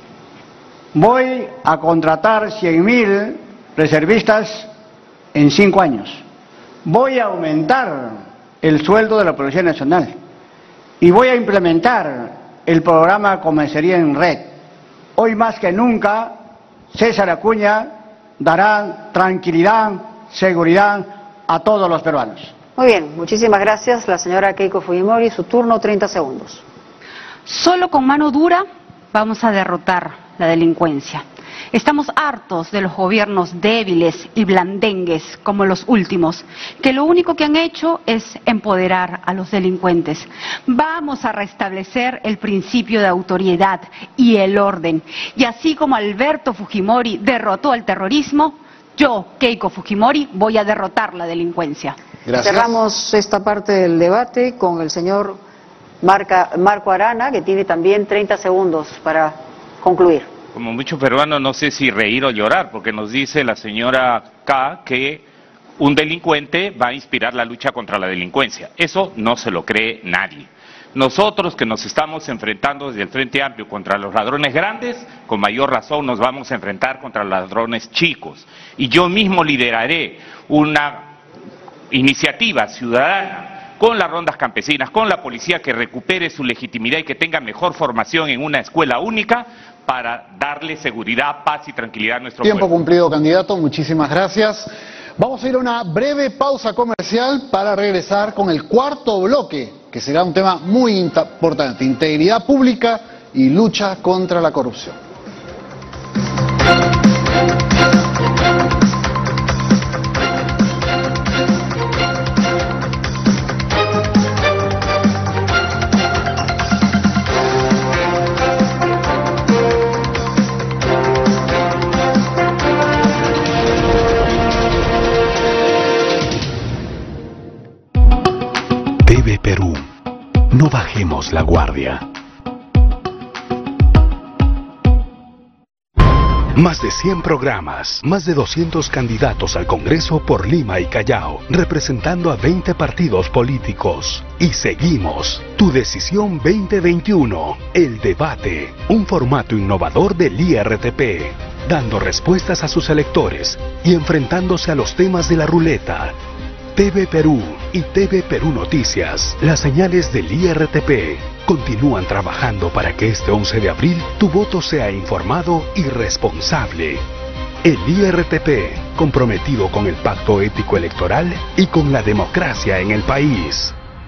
Voy a contratar 100.000 reservistas en 5 años. Voy a aumentar el sueldo de la Policía Nacional. Y voy a implementar el programa Comisaría en Red. Hoy más que nunca, César Acuña dará tranquilidad, seguridad a todos los peruanos. Muy bien, muchísimas gracias. La señora Keiko Fujimori, su turno, 30 segundos. Solo con mano dura vamos a derrotar la delincuencia. Estamos hartos de los gobiernos débiles y blandengues como los últimos, que lo único que han hecho es empoderar a los delincuentes. Vamos a restablecer el principio de autoridad y el orden. Y así como Alberto Fujimori derrotó al terrorismo, yo, Keiko Fujimori, voy a derrotar la delincuencia. Gracias. Cerramos esta parte del debate con el señor Marco Arana, que tiene también 30 segundos para concluir. Como muchos peruanos no sé si reír o llorar, porque nos dice la señora K que un delincuente va a inspirar la lucha contra la delincuencia. Eso no se lo cree nadie. Nosotros que nos estamos enfrentando desde el Frente Amplio contra los ladrones grandes, con mayor razón nos vamos a enfrentar contra los ladrones chicos. Y yo mismo lideraré una iniciativa ciudadana con las rondas campesinas, con la policía que recupere su legitimidad y que tenga mejor formación en una escuela única para darle seguridad, paz y tranquilidad a nuestro pueblo. Tiempo cumplido, candidato. Muchísimas gracias. Vamos a ir a una breve pausa comercial para regresar con el cuarto bloque, que será un tema muy importante: integridad pública y lucha contra la corrupción. TV Perú. No bajemos la guardia. Más de 100 programas, más de 200 candidatos al Congreso por Lima y Callao, representando a 20 partidos políticos. Y seguimos. Tu Decisión 2021, el debate, un formato innovador del IRTP, dando respuestas a sus electores y enfrentándose a los temas de la ruleta. TV Perú y TV Perú Noticias, las señales del IRTP, continúan trabajando para que este 11 de abril tu voto sea informado y responsable. El IRTP, comprometido con el pacto ético electoral y con la democracia en el país.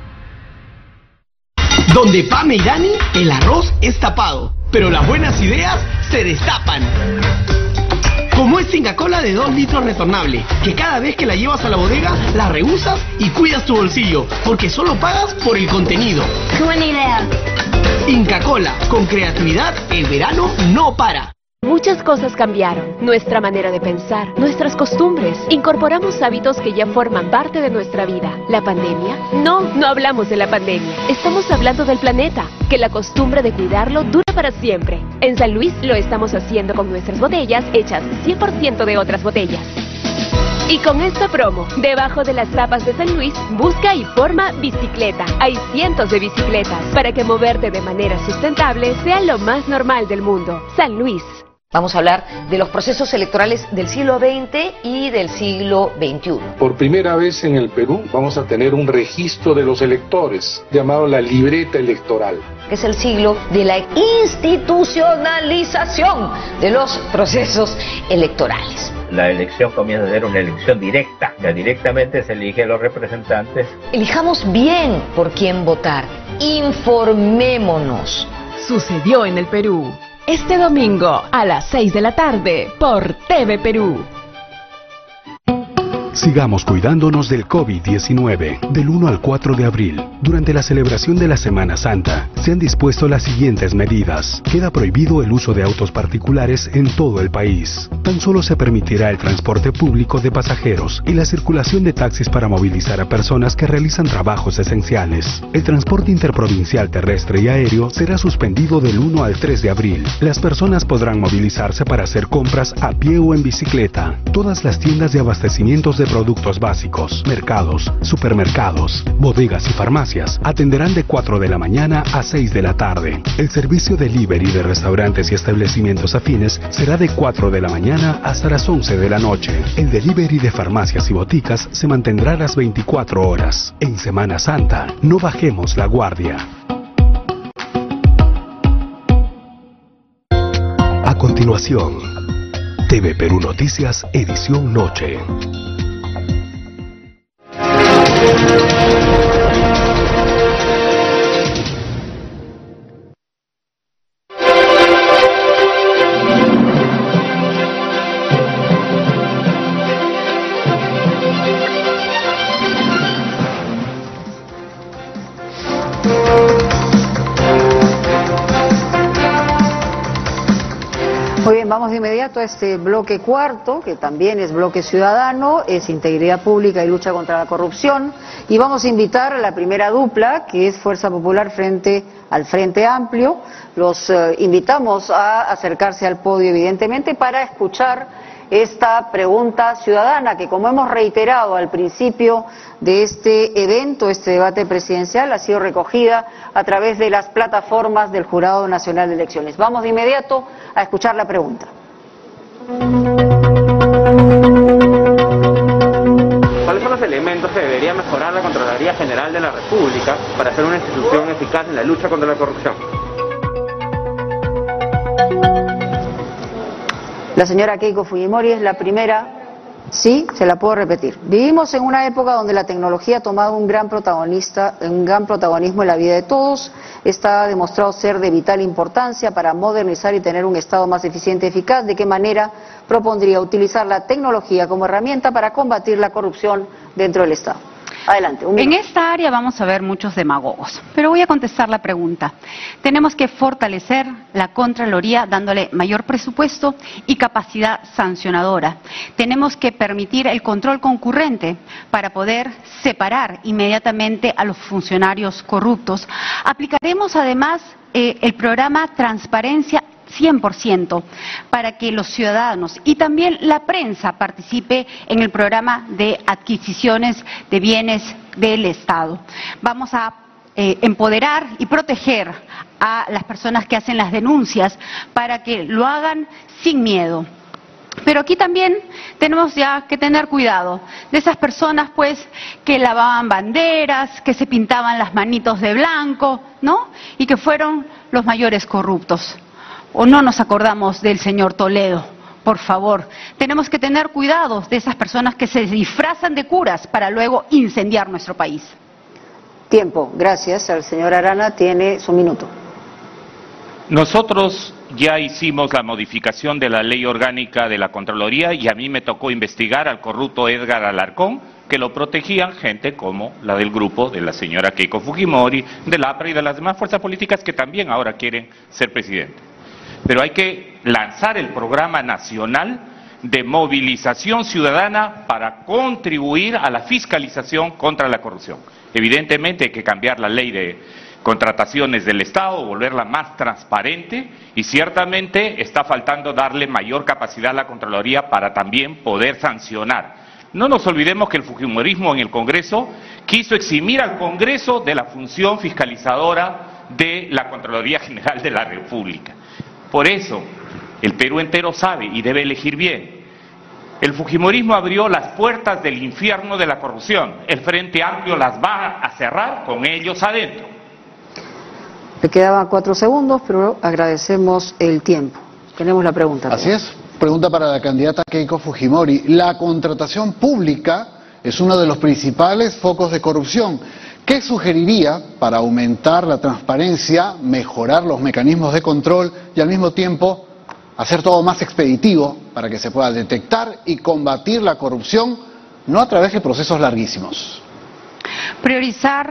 Donde Pame y Dani, el arroz es tapado, pero las buenas ideas se destapan. Como esta Inca Kola de 2 litros retornable, que cada vez que la llevas a la bodega, la reusas y cuidas tu bolsillo, porque solo pagas por el contenido. ¡Qué buena idea! Inca Kola, con creatividad, el verano no para. Muchas cosas cambiaron. Nuestra manera de pensar, nuestras costumbres. Incorporamos hábitos que ya forman parte de nuestra vida. ¿La pandemia? No hablamos de la pandemia. Estamos hablando del planeta. Que la costumbre de cuidarlo dura para siempre. En San Luis lo estamos haciendo con nuestras botellas hechas 100% de otras botellas. Y con esta promo, debajo de las tapas de San Luis, busca y forma bicicleta. Hay cientos de bicicletas para que moverte de manera sustentable sea lo más normal del mundo. San Luis. Vamos a hablar de los procesos electorales del siglo XX y del siglo XXI. Por primera vez en el Perú vamos a tener un registro de los electores, llamado la libreta electoral. Es el siglo de la institucionalización de los procesos electorales. La elección comienza a ser una elección directa. Ya directamente se elige a los representantes. Elijamos bien por quién votar. Informémonos. Sucedió en el Perú. Este domingo a las 6 de la tarde por TV Perú. Sigamos cuidándonos del COVID-19. Del 1 al 4 de abril, durante la celebración de la Semana Santa, se han dispuesto las siguientes medidas. Queda prohibido el uso de autos particulares en todo el país. Tan solo se permitirá el transporte público de pasajeros y la circulación de taxis para movilizar a personas que realizan trabajos esenciales. El transporte interprovincial terrestre y aéreo será suspendido del 1 al 3 de abril. Las personas podrán movilizarse para hacer compras a pie o en bicicleta. Todas las tiendas de abastecimientos de productos básicos, mercados, supermercados, bodegas y farmacias atenderán de 4 de la mañana a 6 de la tarde. El servicio delivery de restaurantes y establecimientos afines será de 4 de la mañana hasta las 11 de la noche. El delivery de farmacias y boticas se mantendrá a las 24 horas. En Semana Santa, no bajemos la guardia. A continuación, TV Perú Noticias, edición noche. Muy bien, vamos de inmediato a este bloque cuarto, que también es bloque ciudadano, es integridad pública y lucha contra la corrupción. Y vamos a invitar a la primera dupla, que es Fuerza Popular frente al Frente Amplio. Los invitamos a acercarse al podio, evidentemente, para escuchar esta pregunta ciudadana, que como hemos reiterado al principio de este evento, este debate presidencial, ha sido recogida a través de las plataformas del Jurado Nacional de Elecciones. Vamos de inmediato a escuchar la pregunta. ¿Cuáles son los elementos que debería mejorar la Contraloría General de la República para ser una institución eficaz en la lucha contra la corrupción? La señora Keiko Fujimori es la primera. Sí, se la puedo repetir. Vivimos en una época donde la tecnología ha tomado un gran protagonismo en la vida de todos. Esta ha demostrado ser de vital importancia para modernizar y tener un Estado más eficiente y eficaz. ¿De qué manera propondría utilizar la tecnología como herramienta para combatir la corrupción dentro del Estado? Adelante. En esta área vamos a ver muchos demagogos, pero voy a contestar la pregunta. Tenemos que fortalecer la Contraloría dándole mayor presupuesto y capacidad sancionadora. Tenemos que permitir el control concurrente para poder separar inmediatamente a los funcionarios corruptos. Aplicaremos además el programa Transparencia 100% para que los ciudadanos y también la prensa participe en el programa de adquisiciones de bienes del Estado. Vamos a empoderar y proteger a las personas que hacen las denuncias para que lo hagan sin miedo. Pero aquí también tenemos ya que tener cuidado de esas personas pues que lavaban banderas, que se pintaban las manitos de blanco, ¿no? Y que fueron los mayores corruptos. ¿O no nos acordamos del señor Toledo? Por favor, tenemos que tener cuidado de esas personas que se disfrazan de curas para luego incendiar nuestro país. Tiempo, gracias. El señor Arana tiene su minuto. Nosotros ya hicimos la modificación de la ley orgánica de la Contraloría y a mí me tocó investigar al corrupto Edgar Alarcón, que lo protegían gente como la del grupo de la señora Keiko Fujimori, del APRA y de las demás fuerzas políticas que también ahora quieren ser presidente. Pero hay que lanzar el programa nacional de movilización ciudadana para contribuir a la fiscalización contra la corrupción. Evidentemente hay que cambiar la ley de contrataciones del Estado, volverla más transparente y ciertamente está faltando darle mayor capacidad a la Contraloría para también poder sancionar. No nos olvidemos que el fujimorismo en el Congreso quiso eximir al Congreso de la función fiscalizadora de la Contraloría General de la República. Por eso, el Perú entero sabe y debe elegir bien. El fujimorismo abrió las puertas del infierno de la corrupción. El Frente Amplio las va a cerrar con ellos adentro. Le quedaban 4 segundos, pero agradecemos el tiempo. Tenemos la pregunta. Así es. Pregunta para la candidata Keiko Fujimori. La contratación pública es uno de los principales focos de corrupción. ¿Qué sugeriría para aumentar la transparencia, mejorar los mecanismos de control y al mismo tiempo hacer todo más expeditivo para que se pueda detectar y combatir la corrupción no a través de procesos larguísimos. Priorizar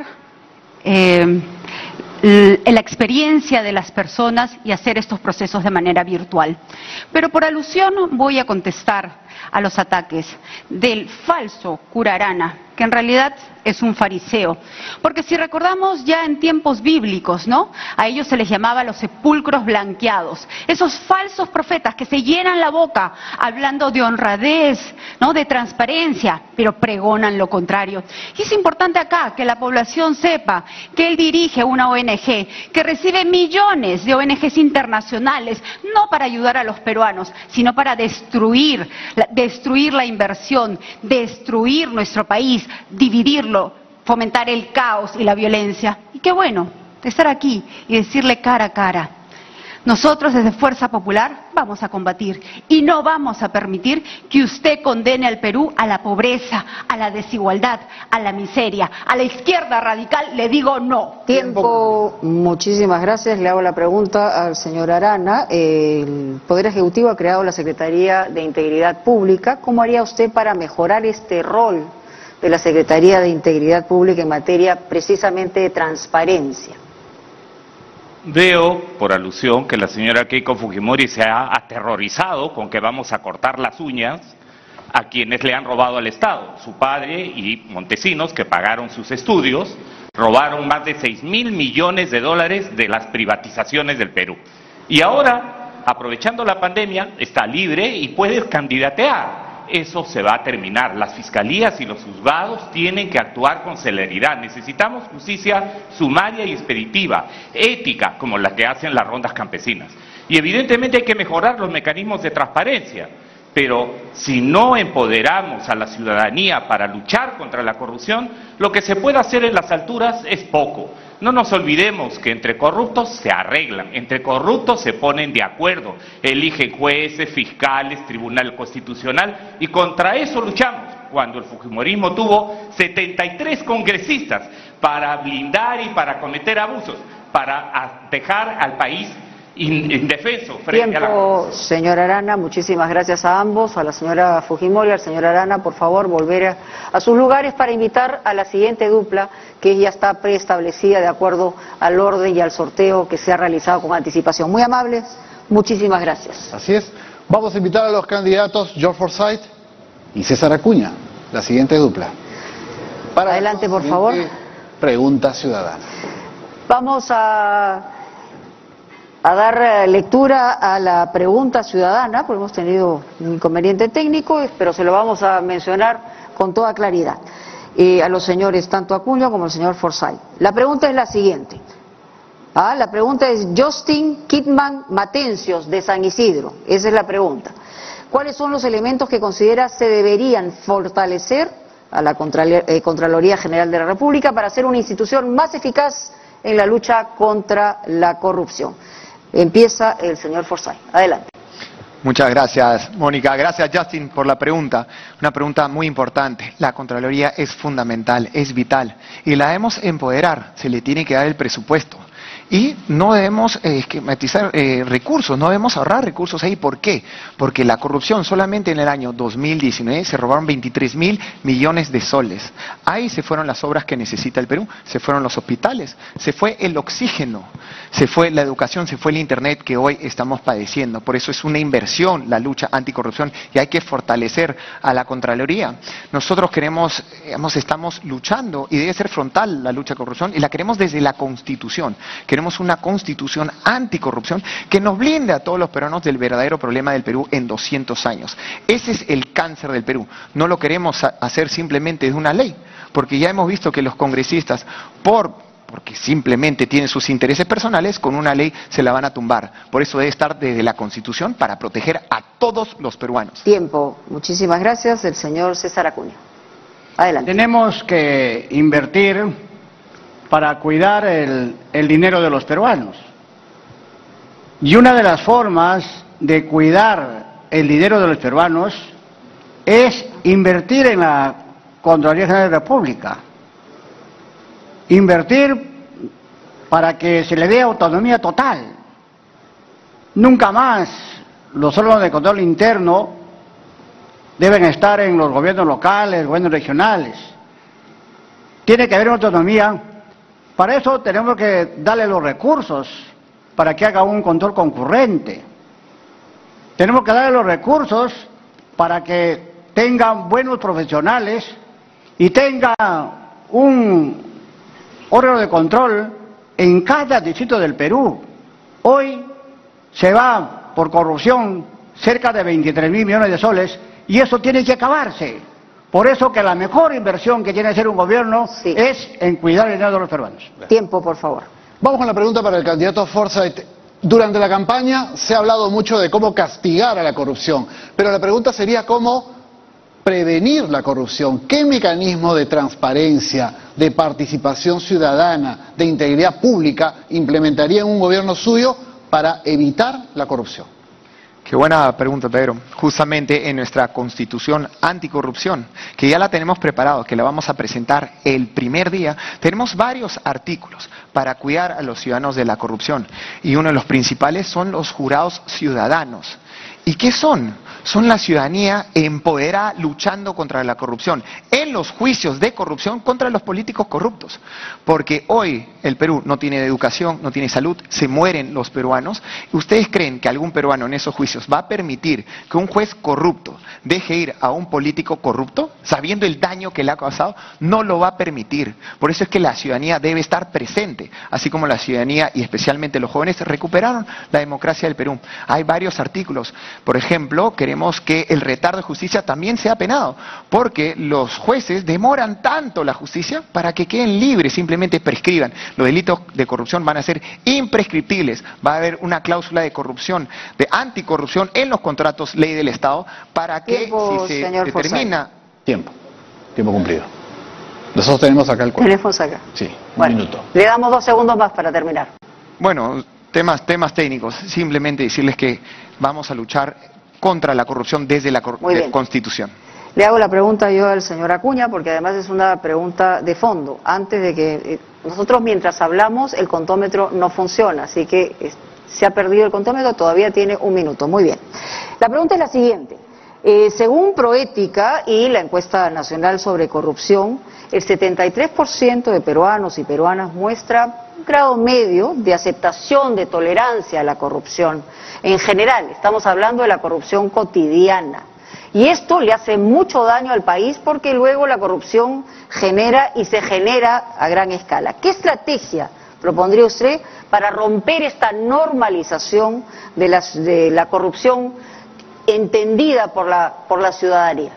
la experiencia de las personas y hacer estos procesos de manera virtual. Pero por alusión voy a contestar a los ataques del falso cura Arana, que en realidad es un fariseo. Porque si recordamos ya en tiempos bíblicos, ¿no? A ellos se les llamaba los sepulcros blanqueados. Esos falsos profetas que se llenan la boca hablando de honradez, ¿no? De transparencia, pero pregonan lo contrario. Y es importante acá que la población sepa que él dirige una ONG que recibe millones de ONGs internacionales, no para ayudar a los peruanos, sino para destruir la inversión, destruir nuestro país, dividirlo, fomentar el caos y la violencia. Y qué bueno estar aquí y decirle cara a cara: nosotros desde Fuerza Popular vamos a combatir y no vamos a permitir que usted condene al Perú a la pobreza, a la desigualdad, a la miseria. A la izquierda radical le digo no. Tiempo. Muchísimas gracias. Le hago la pregunta al señor Arana. El Poder Ejecutivo ha creado la Secretaría de Integridad Pública. ¿Cómo haría usted para mejorar este rol de la Secretaría de Integridad Pública en materia precisamente de transparencia? Veo, por alusión, que la señora Keiko Fujimori se ha aterrorizado con que vamos a cortar las uñas a quienes le han robado al Estado. Su padre y Montesinos, que pagaron sus estudios, robaron más de 6.000 millones de dólares de las privatizaciones del Perú. Y ahora, aprovechando la pandemia, está libre y puede candidatear. Eso se va a terminar. Las fiscalías y los juzgados tienen que actuar con celeridad. Necesitamos justicia sumaria y expeditiva, ética, como la que hacen las rondas campesinas. Y evidentemente hay que mejorar los mecanismos de transparencia. Pero si no empoderamos a la ciudadanía para luchar contra la corrupción, lo que se puede hacer en las alturas es poco. No nos olvidemos que entre corruptos se arreglan, entre corruptos se ponen de acuerdo, eligen jueces, fiscales, tribunal constitucional, y contra eso luchamos. Cuando el fujimorismo tuvo 73 congresistas para blindar y para cometer abusos, para dejar al país indefenso frente a la corrupción. Señor Arana, muchísimas gracias a ambos, a la señora Fujimori, al señor Arana. Por favor, volver a sus lugares para invitar a la siguiente dupla, que ya está preestablecida de acuerdo al orden y al sorteo que se ha realizado con anticipación. Muy amables, muchísimas gracias. Así es. Vamos a invitar a los candidatos George Forsyth y César Acuña, la siguiente dupla. Adelante, por favor. Pregunta ciudadana. Vamos a dar lectura a la pregunta ciudadana, porque hemos tenido un inconveniente técnico, pero se lo vamos a mencionar con toda claridad a los señores, tanto Acuña como el señor Forsyth. La pregunta es la siguiente. La pregunta es Justin Kidman Matencios, de San Isidro. Esa es la pregunta. ¿Cuáles son los elementos que considera se deberían fortalecer a la Contraloría General de la República para ser una institución más eficaz en la lucha contra la corrupción? Empieza el señor Forsyth. Adelante. Muchas gracias, Mónica. Gracias, Justin, por la pregunta. Una pregunta muy importante. La Contraloría es fundamental, es vital. Y la debemos empoderar. Se le tiene que dar el presupuesto. Y no debemos esquematizar recursos, no debemos ahorrar recursos ahí. ¿Por qué? Porque la corrupción solamente en el año 2019 se robaron 23.000 millones de soles. Ahí se fueron las obras que necesita el Perú, se fueron los hospitales, se fue el oxígeno, se fue la educación, se fue el internet que hoy estamos padeciendo. Por eso es una inversión la lucha anticorrupción y hay que fortalecer a la Contraloría. Nosotros estamos luchando y debe ser frontal la lucha a corrupción y la queremos desde la Constitución. Queremos una constitución anticorrupción que nos blinde a todos los peruanos del verdadero problema del Perú en 200 años. Ese es el cáncer del Perú. No lo queremos hacer simplemente de una ley, porque ya hemos visto que los congresistas, porque simplemente tienen sus intereses personales, con una ley se la van a tumbar. Por eso debe estar desde la Constitución para proteger a todos los peruanos. Tiempo. Muchísimas gracias. El señor César Acuña. Adelante. Tenemos que invertir para cuidar el dinero de los peruanos. Y una de las formas de cuidar el dinero de los peruanos es invertir en la Contraloría General de la República. Invertir para que se le dé autonomía total. Nunca más los órganos de control interno deben estar en los gobiernos locales, gobiernos regionales. Tiene que haber una autonomía. Para eso tenemos que darle los recursos para que haga un control concurrente. Tenemos que darle los recursos para que tengan buenos profesionales y tenga un órgano de control en cada distrito del Perú. Hoy se va por corrupción cerca de 23.000 millones de soles y eso tiene que acabarse. Por eso que la mejor inversión que tiene que hacer un gobierno es en cuidar el dinero de los peruanos. Tiempo, por favor. Vamos con la pregunta para el candidato Forsyth. Durante la campaña se ha hablado mucho de cómo castigar a la corrupción, pero la pregunta sería cómo prevenir la corrupción. ¿Qué mecanismo de transparencia, de participación ciudadana, de integridad pública implementaría en un gobierno suyo para evitar la corrupción? Qué buena pregunta, Pedro. Justamente en nuestra Constitución Anticorrupción, que ya la tenemos preparado, que la vamos a presentar el primer día, tenemos varios artículos para cuidar a los ciudadanos de la corrupción. Y uno de los principales son los jurados ciudadanos. ¿Y qué son? Son la ciudadanía empoderada luchando contra la corrupción, en los juicios de corrupción contra los políticos corruptos. Porque hoy el Perú no tiene educación, no tiene salud, se mueren los peruanos. ¿Ustedes creen que algún peruano en esos juicios va a permitir que un juez corrupto deje ir a un político corrupto, sabiendo el daño que le ha causado? No lo va a permitir. Por eso es que la ciudadanía debe estar presente, así como la ciudadanía y especialmente los jóvenes recuperaron la democracia del Perú. Hay varios artículos. Por ejemplo, queremos que el retardo de justicia también sea penado, porque los jueces demoran tanto la justicia para que queden libres, simplemente prescriban. Los delitos de corrupción van a ser imprescriptibles, va a haber una cláusula de corrupción, de anticorrupción en los contratos ley del Estado, para que Tiempo, si se señor determina... Tiempo cumplido. Nosotros tenemos acá el cuadro. Tenemos acá. Sí, Bueno, un minuto. Le damos 2 segundos más para terminar. Bueno, temas técnicos, simplemente decirles que vamos a luchar contra la corrupción desde la Constitución. Le hago la pregunta yo al señor Acuña, porque además es una pregunta de fondo. Antes de que nosotros mientras hablamos el contómetro no funciona, así que se ha perdido el contómetro, todavía tiene 1 minuto. Muy bien. La pregunta es la siguiente. Según Proética y la encuesta nacional sobre corrupción, el 73% de peruanos y peruanas muestra un grado medio de aceptación, de tolerancia a la corrupción. En general, estamos hablando de la corrupción cotidiana. Y esto le hace mucho daño al país porque luego la corrupción genera y se genera a gran escala. ¿Qué estrategia propondría usted para romper esta normalización de la corrupción entendida por la ciudadanía?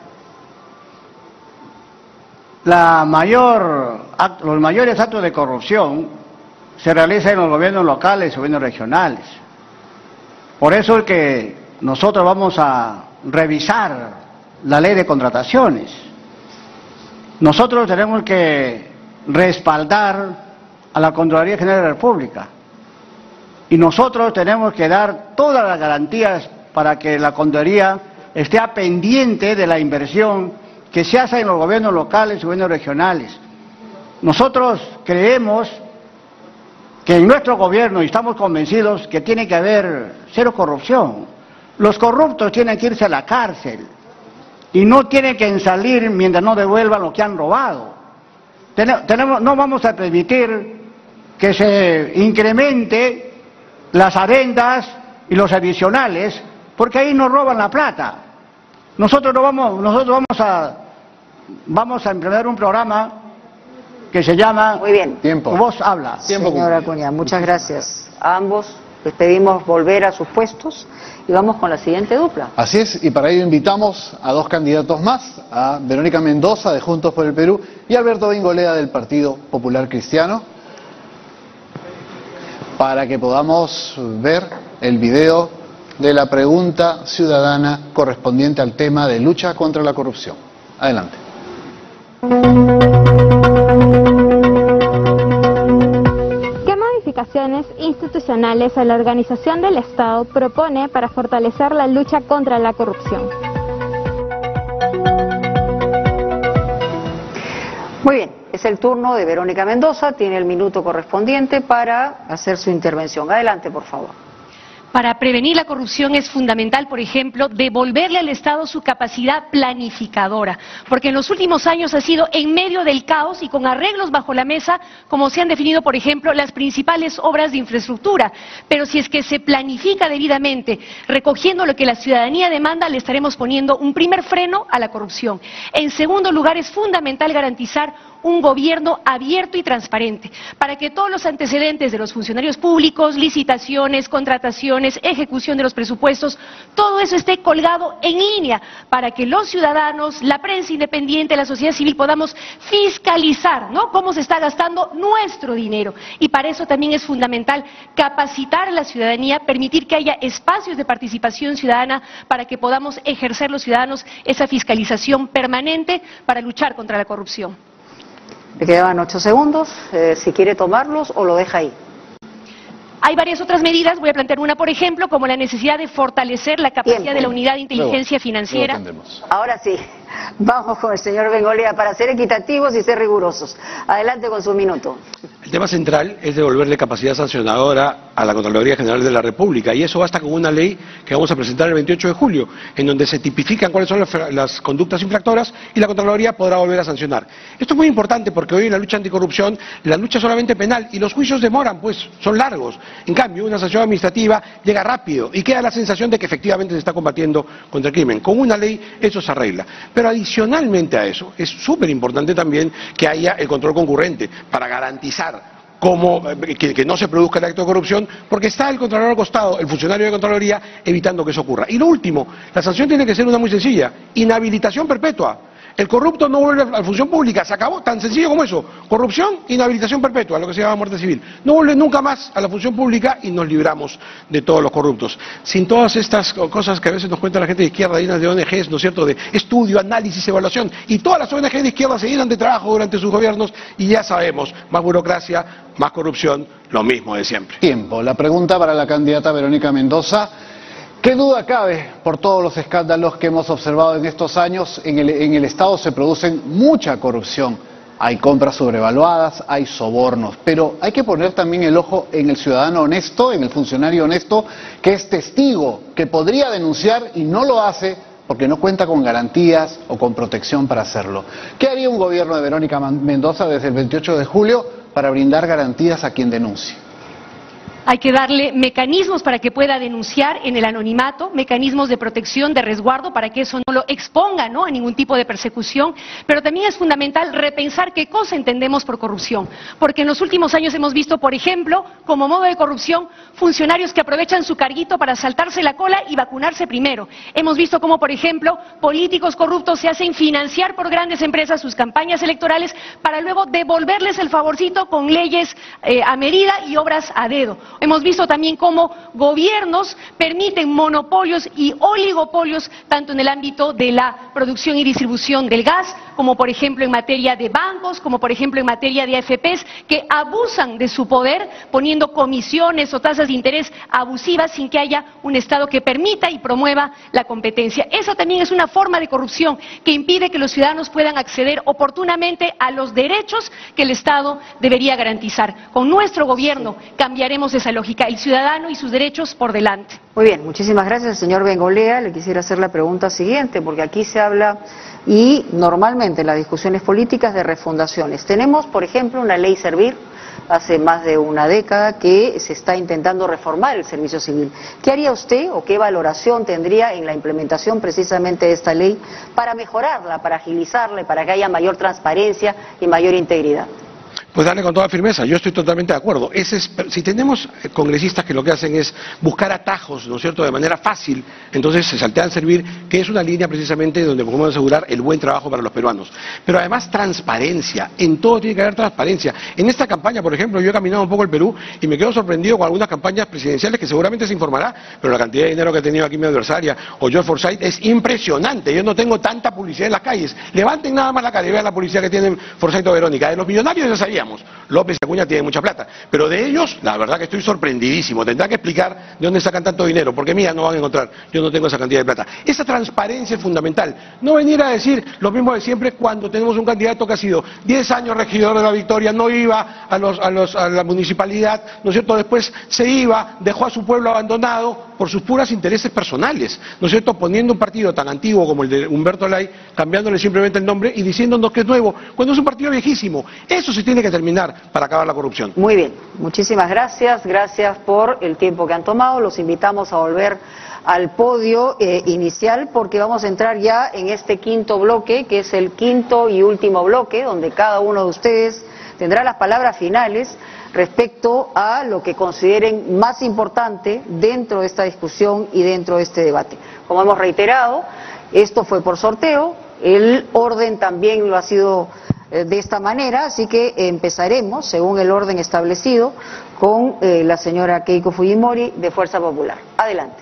Los mayores actos de corrupción se realizan en los gobiernos locales y gobiernos regionales. Por eso es que nosotros vamos a revisar la ley de contrataciones. Nosotros tenemos que respaldar a la Contraloría General de la República. Y nosotros tenemos que dar todas las garantías para que la Contraloría esté pendiente de la inversión que se hace en los gobiernos locales y gobiernos regionales. Nosotros creemos que en nuestro gobierno, y estamos convencidos que tiene que haber cero corrupción. Los corruptos tienen que irse a la cárcel y no tienen que salir mientras no devuelvan lo que han robado. No vamos a permitir que se incremente las adendas y los adicionales, porque ahí nos roban la plata. Nosotros vamos a implementar un programa que se llama Muy bien. Tiempo. Voz Habla. Señora Acuña, muchas gracias a ambos. Les pedimos volver a sus puestos y vamos con la siguiente dupla. Así es, y para ello invitamos a 2 candidatos más, a Verónica Mendoza de Juntos por el Perú y Alberto Bengolea del Partido Popular Cristiano, para que podamos ver el video de la pregunta ciudadana correspondiente al tema de lucha contra la corrupción. Adelante. ¿Qué modificaciones institucionales a la organización del Estado propone para fortalecer la lucha contra la corrupción? Muy bien, es el turno de Verónica Mendoza, tiene el minuto correspondiente para hacer su intervención. Adelante, por favor. para prevenir la corrupción es fundamental, por ejemplo, devolverle al Estado su capacidad planificadora, porque en los últimos años ha sido en medio del caos y con arreglos bajo la mesa, como se han definido, por ejemplo, las principales obras de infraestructura. Pero si es que se planifica debidamente, recogiendo lo que la ciudadanía demanda, le estaremos poniendo un primer freno a la corrupción. En segundo lugar, es fundamental garantizar un gobierno abierto y transparente, para que todos los antecedentes de los funcionarios públicos, licitaciones, contrataciones, ejecución de los presupuestos, todo eso esté colgado en línea, para que los ciudadanos, la prensa independiente, la sociedad civil podamos fiscalizar, ¿no?, cómo se está gastando nuestro dinero. Y para eso también es fundamental capacitar a la ciudadanía, permitir que haya espacios de participación ciudadana para que podamos ejercer los ciudadanos esa fiscalización permanente para luchar contra la corrupción. Le quedaban 8 segundos, si quiere tomarlos o lo deja ahí. Hay varias otras medidas, voy a plantear una, por ejemplo, como la necesidad de fortalecer la capacidad de la unidad de inteligencia financiera. Ahora sí, vamos con el señor Bengolea para ser equitativos y ser rigurosos. Adelante con su minuto. El tema central es devolverle capacidad sancionadora a la Contraloría General de la República, y eso basta con una ley que vamos a presentar el 28 de julio, en donde se tipifican cuáles son las conductas infractoras y la Contraloría podrá volver a sancionar. Esto es muy importante porque hoy en la lucha anticorrupción, la lucha es solamente penal y los juicios demoran, pues son largos. En cambio, una sanción administrativa llega rápido y queda la sensación de que efectivamente se está combatiendo contra el crimen. Con una ley eso se arregla. Pero adicionalmente a eso, es súper importante también que haya el control concurrente para garantizar que no se produzca el acto de corrupción, porque está el Contralor al costado, el funcionario de Contraloría, evitando que eso ocurra. Y lo último, la sanción tiene que ser una muy sencilla: inhabilitación perpetua. El corrupto no vuelve a la función pública, se acabó, tan sencillo como eso. Corrupción, inhabilitación perpetua, lo que se llama muerte civil. No vuelve nunca más a la función pública y nos libramos de todos los corruptos. Sin todas estas cosas que a veces nos cuenta la gente de izquierda, llenas de ONGs, ¿no es cierto?, de estudio, análisis, evaluación, y todas las ONGs de izquierda se llenan de trabajo durante sus gobiernos, y ya sabemos, más burocracia, más corrupción, lo mismo de siempre. Tiempo. La pregunta para la candidata Verónica Mendoza. ¿Qué duda cabe por todos los escándalos que hemos observado en estos años? En el Estado se producen mucha corrupción. Hay compras sobrevaluadas, hay sobornos, pero hay que poner también el ojo en el ciudadano honesto, en el funcionario honesto, que es testigo, que podría denunciar y no lo hace porque no cuenta con garantías o con protección para hacerlo. ¿Qué haría un gobierno de Verónica Mendoza desde el 28 de julio para brindar garantías a quien denuncie? Hay que darle mecanismos para que pueda denunciar en el anonimato, mecanismos de protección, de resguardo, para que eso no lo exponga, ¿no?, a ningún tipo de persecución. Pero también es fundamental repensar qué cosa entendemos por corrupción. Porque en los últimos años hemos visto, por ejemplo, como modo de corrupción, funcionarios que aprovechan su carguito para saltarse la cola y vacunarse primero. Hemos visto cómo, por ejemplo, políticos corruptos se hacen financiar por grandes empresas sus campañas electorales para luego devolverles el favorcito con leyes a medida y obras a dedo. Hemos visto también cómo gobiernos permiten monopolios y oligopolios tanto en el ámbito de la producción y distribución del gas, como por ejemplo en materia de bancos, como por ejemplo en materia de AFPs, que abusan de su poder poniendo comisiones o tasas de interés abusivas sin que haya un Estado que permita y promueva la competencia. Esa también es una forma de corrupción que impide que los ciudadanos puedan acceder oportunamente a los derechos que el Estado debería garantizar. Con nuestro gobierno cambiaremos esa lógica, el ciudadano y sus derechos por delante. Muy bien, muchísimas gracias, señor Bengolea. Le quisiera hacer la pregunta siguiente, porque aquí se habla, y normalmente en las discusiones políticas, de refundaciones. Tenemos, por ejemplo, una ley Servir, hace más de una década, que se está intentando reformar el servicio civil. ¿Qué haría usted o qué valoración tendría en la implementación precisamente de esta ley para mejorarla, para agilizarla, para que haya mayor transparencia y mayor integridad? Pues darle con toda firmeza, yo estoy totalmente de acuerdo. Si tenemos congresistas que lo que hacen es buscar atajos, ¿no es cierto?, de manera fácil, entonces se saltean Servir, que es una línea precisamente donde podemos asegurar el buen trabajo para los peruanos. Pero además transparencia, en todo tiene que haber transparencia. En esta campaña, por ejemplo, yo he caminado un poco el Perú y me quedo sorprendido con algunas campañas presidenciales que seguramente se informará, pero la cantidad de dinero que ha tenido aquí mi adversaria o George Forsyth es impresionante. Yo no tengo tanta publicidad en las calles. Levanten nada más la cara y vean la publicidad que tienen Forsyth o Verónica. De los millonarios ya sabíamos. López y Acuña tienen mucha plata, pero de ellos, la verdad que estoy sorprendidísimo. Tendrá que explicar de dónde sacan tanto dinero, porque mía no van a encontrar, yo no tengo esa cantidad de plata. Esa transparencia es fundamental. No venir a decir lo mismo de siempre cuando tenemos un candidato que ha sido 10 años regidor de La Victoria, no iba a la municipalidad, ¿no es cierto? Después se iba, dejó a su pueblo abandonado. por sus puras intereses personales, ¿no es cierto?, poniendo un partido tan antiguo como el de Humberto Lay, cambiándole simplemente el nombre y diciéndonos que es nuevo, cuando es un partido viejísimo. Eso se tiene que terminar para acabar la corrupción. Muy bien, muchísimas gracias, gracias por el tiempo que han tomado. Los invitamos a volver al podio inicial, porque vamos a entrar ya en este quinto bloque, que es el quinto y último bloque, donde cada uno de ustedes tendrá las palabras finales respecto a lo que consideren más importante dentro de esta discusión y dentro de este debate. Como hemos reiterado, esto fue por sorteo, el orden también lo ha sido de esta manera, así que empezaremos, según el orden establecido, con la señora Keiko Fujimori de Fuerza Popular. Adelante.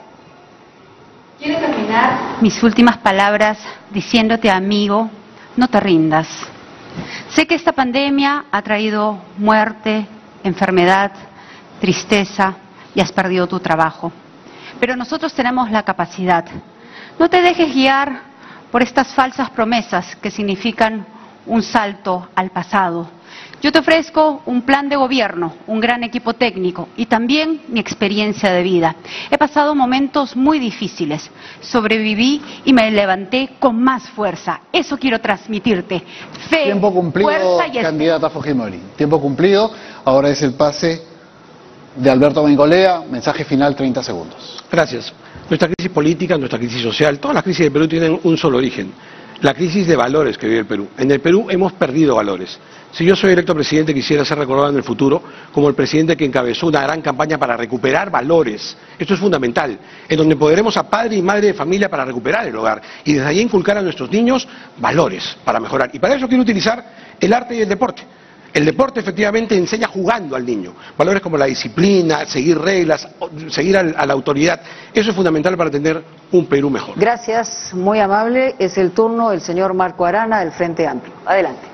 Quiero terminar mis últimas palabras diciéndote, amigo, no te rindas. Sé que esta pandemia ha traído muerte, enfermedad, tristeza y has perdido tu trabajo. Pero nosotros tenemos la capacidad. No te dejes guiar por estas falsas promesas que significan un salto al pasado. Yo te ofrezco un plan de gobierno, un gran equipo técnico y también mi experiencia de vida. He pasado momentos muy difíciles, sobreviví y me levanté con más fuerza. Eso quiero transmitirte. Fe, tiempo cumplido, fuerza y candidata Fujimori. Tiempo cumplido. Ahora es el pase de Alberto Bengolea. Mensaje final, 30 segundos. Gracias. Nuestra crisis política, nuestra crisis social, todas las crisis del Perú tienen un solo origen: la crisis de valores que vive el Perú. En el Perú hemos perdido valores. Si yo soy electo presidente, quisiera ser recordado en el futuro como el presidente que encabezó una gran campaña para recuperar valores. Esto es fundamental, en donde empoderemos a padre y madre de familia para recuperar el hogar y desde ahí inculcar a nuestros niños valores para mejorar. Y para eso quiero utilizar el arte y el deporte. El deporte efectivamente enseña jugando al niño. Valores como la disciplina, seguir reglas, seguir a la autoridad. Eso es fundamental para tener un Perú mejor. Gracias, muy amable. Es el turno del señor Marco Arana del Frente Amplio. Adelante.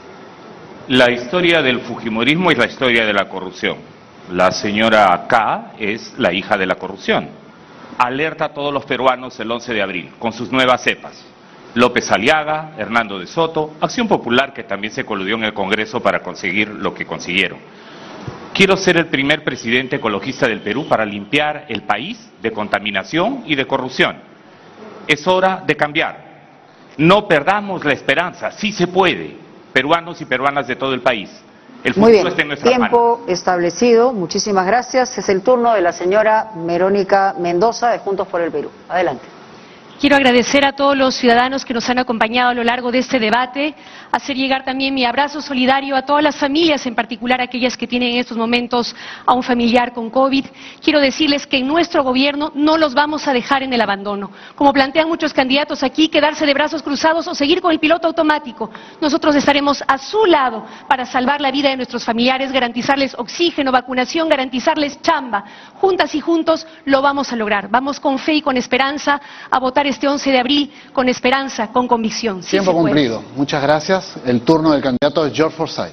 La historia del fujimorismo es la historia de la corrupción. La señora K es la hija de la corrupción. Alerta a todos los peruanos el 11 de abril con sus nuevas cepas. López Aliaga, Hernando de Soto, Acción Popular, que también se coludió en el Congreso para conseguir lo que consiguieron. Quiero ser el primer presidente ecologista del Perú para limpiar el país de contaminación y de corrupción. Es hora de cambiar. No perdamos la esperanza, sí se puede. Peruanos y peruanas de todo el país. El futuro está en nuestras manos. Tiempo establecido, muchísimas gracias. Es el turno de la señora Verónica Mendoza de Juntos por el Perú. Adelante. Quiero agradecer a todos los ciudadanos que nos han acompañado a lo largo de este debate, hacer llegar también mi abrazo solidario a todas las familias, en particular aquellas que tienen en estos momentos a un familiar con COVID. Quiero decirles que en nuestro gobierno no los vamos a dejar en el abandono. Como plantean muchos candidatos aquí, quedarse de brazos cruzados o seguir con el piloto automático. Nosotros estaremos a su lado para salvar la vida de nuestros familiares, garantizarles oxígeno, vacunación, garantizarles chamba. Juntas y juntos lo vamos a lograr. Vamos con fe y con esperanza a votar este 11 de abril con esperanza, con convicción. Sí, tiempo cumplido. Muchas gracias. El turno del candidato es George Forsyth.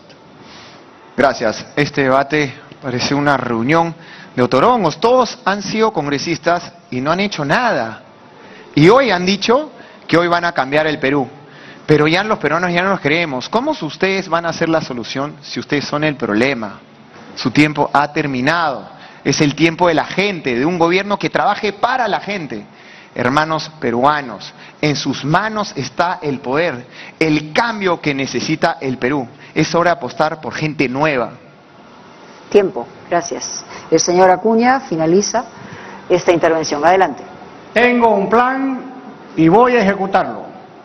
Gracias. Este debate parece una reunión de otorongos. Todos han sido congresistas y no han hecho nada. Y hoy han dicho que hoy van a cambiar el Perú. Pero ya los peruanos ya no los creemos. ¿Cómo ustedes van a hacer la solución si ustedes son el problema? Su tiempo ha terminado. Es el tiempo de la gente, de un gobierno que trabaje para la gente. Hermanos peruanos, en sus manos está el poder, el cambio que necesita el Perú. Es hora de apostar por gente nueva. Tiempo, gracias. El señor Acuña finaliza esta intervención. Adelante. Tengo un plan y voy a ejecutarlo.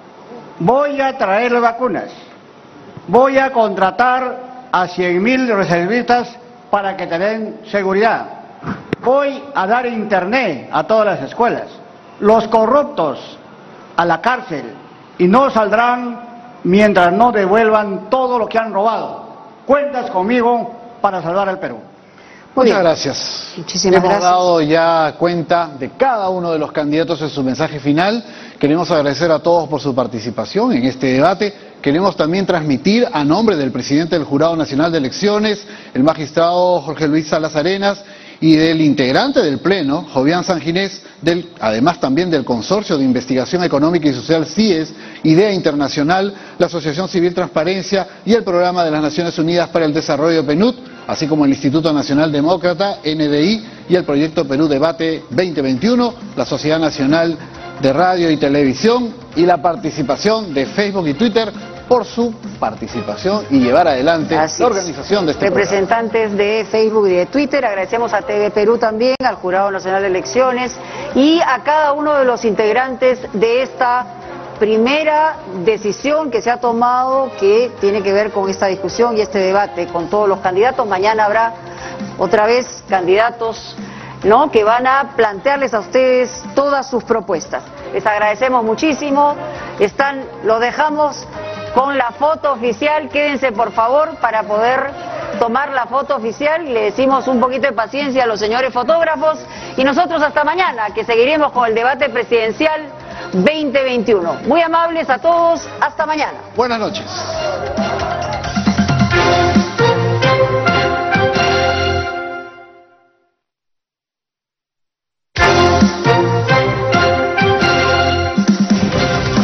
Voy a traer vacunas. Voy a contratar a 100.000 reservistas para que te den seguridad. Voy a dar internet a todas las escuelas. Los corruptos a la cárcel y no saldrán mientras no devuelvan todo lo que han robado. Cuentas conmigo para salvar al Perú. Muchas gracias. Muchísimas gracias. Hemos dado ya cuenta de cada uno de los candidatos en su mensaje final. Queremos agradecer a todos por su participación en este debate. Queremos también transmitir a nombre del presidente del Jurado Nacional de Elecciones, el magistrado Jorge Luis Salas Arenas, y del integrante del Pleno, Jovian Sanginés, además también del Consorcio de Investigación Económica y Social CIES, Idea Internacional, la Asociación Civil Transparencia y el Programa de las Naciones Unidas para el Desarrollo PNUD, así como el Instituto Nacional Demócrata, NDI, y el Proyecto Perú Debate 2021, la Sociedad Nacional de Radio y Televisión, y la participación de Facebook y Twitter por su participación y llevar adelante la organización de este representantes de Facebook y de Twitter. Agradecemos a TV Perú también, al Jurado Nacional de Elecciones y a cada uno de los integrantes de esta primera decisión que se ha tomado, que tiene que ver con esta discusión y este debate con todos los candidatos. Mañana habrá otra vez candidatos, ¿no?, que van a plantearles a ustedes todas sus propuestas. Les agradecemos muchísimo. Lo dejamos con la foto oficial. Quédense por favor para poder tomar la foto oficial. Le decimos un poquito de paciencia a los señores fotógrafos y nosotros hasta mañana, que seguiremos con el debate presidencial 2021. Muy amables a todos, hasta mañana. Buenas noches.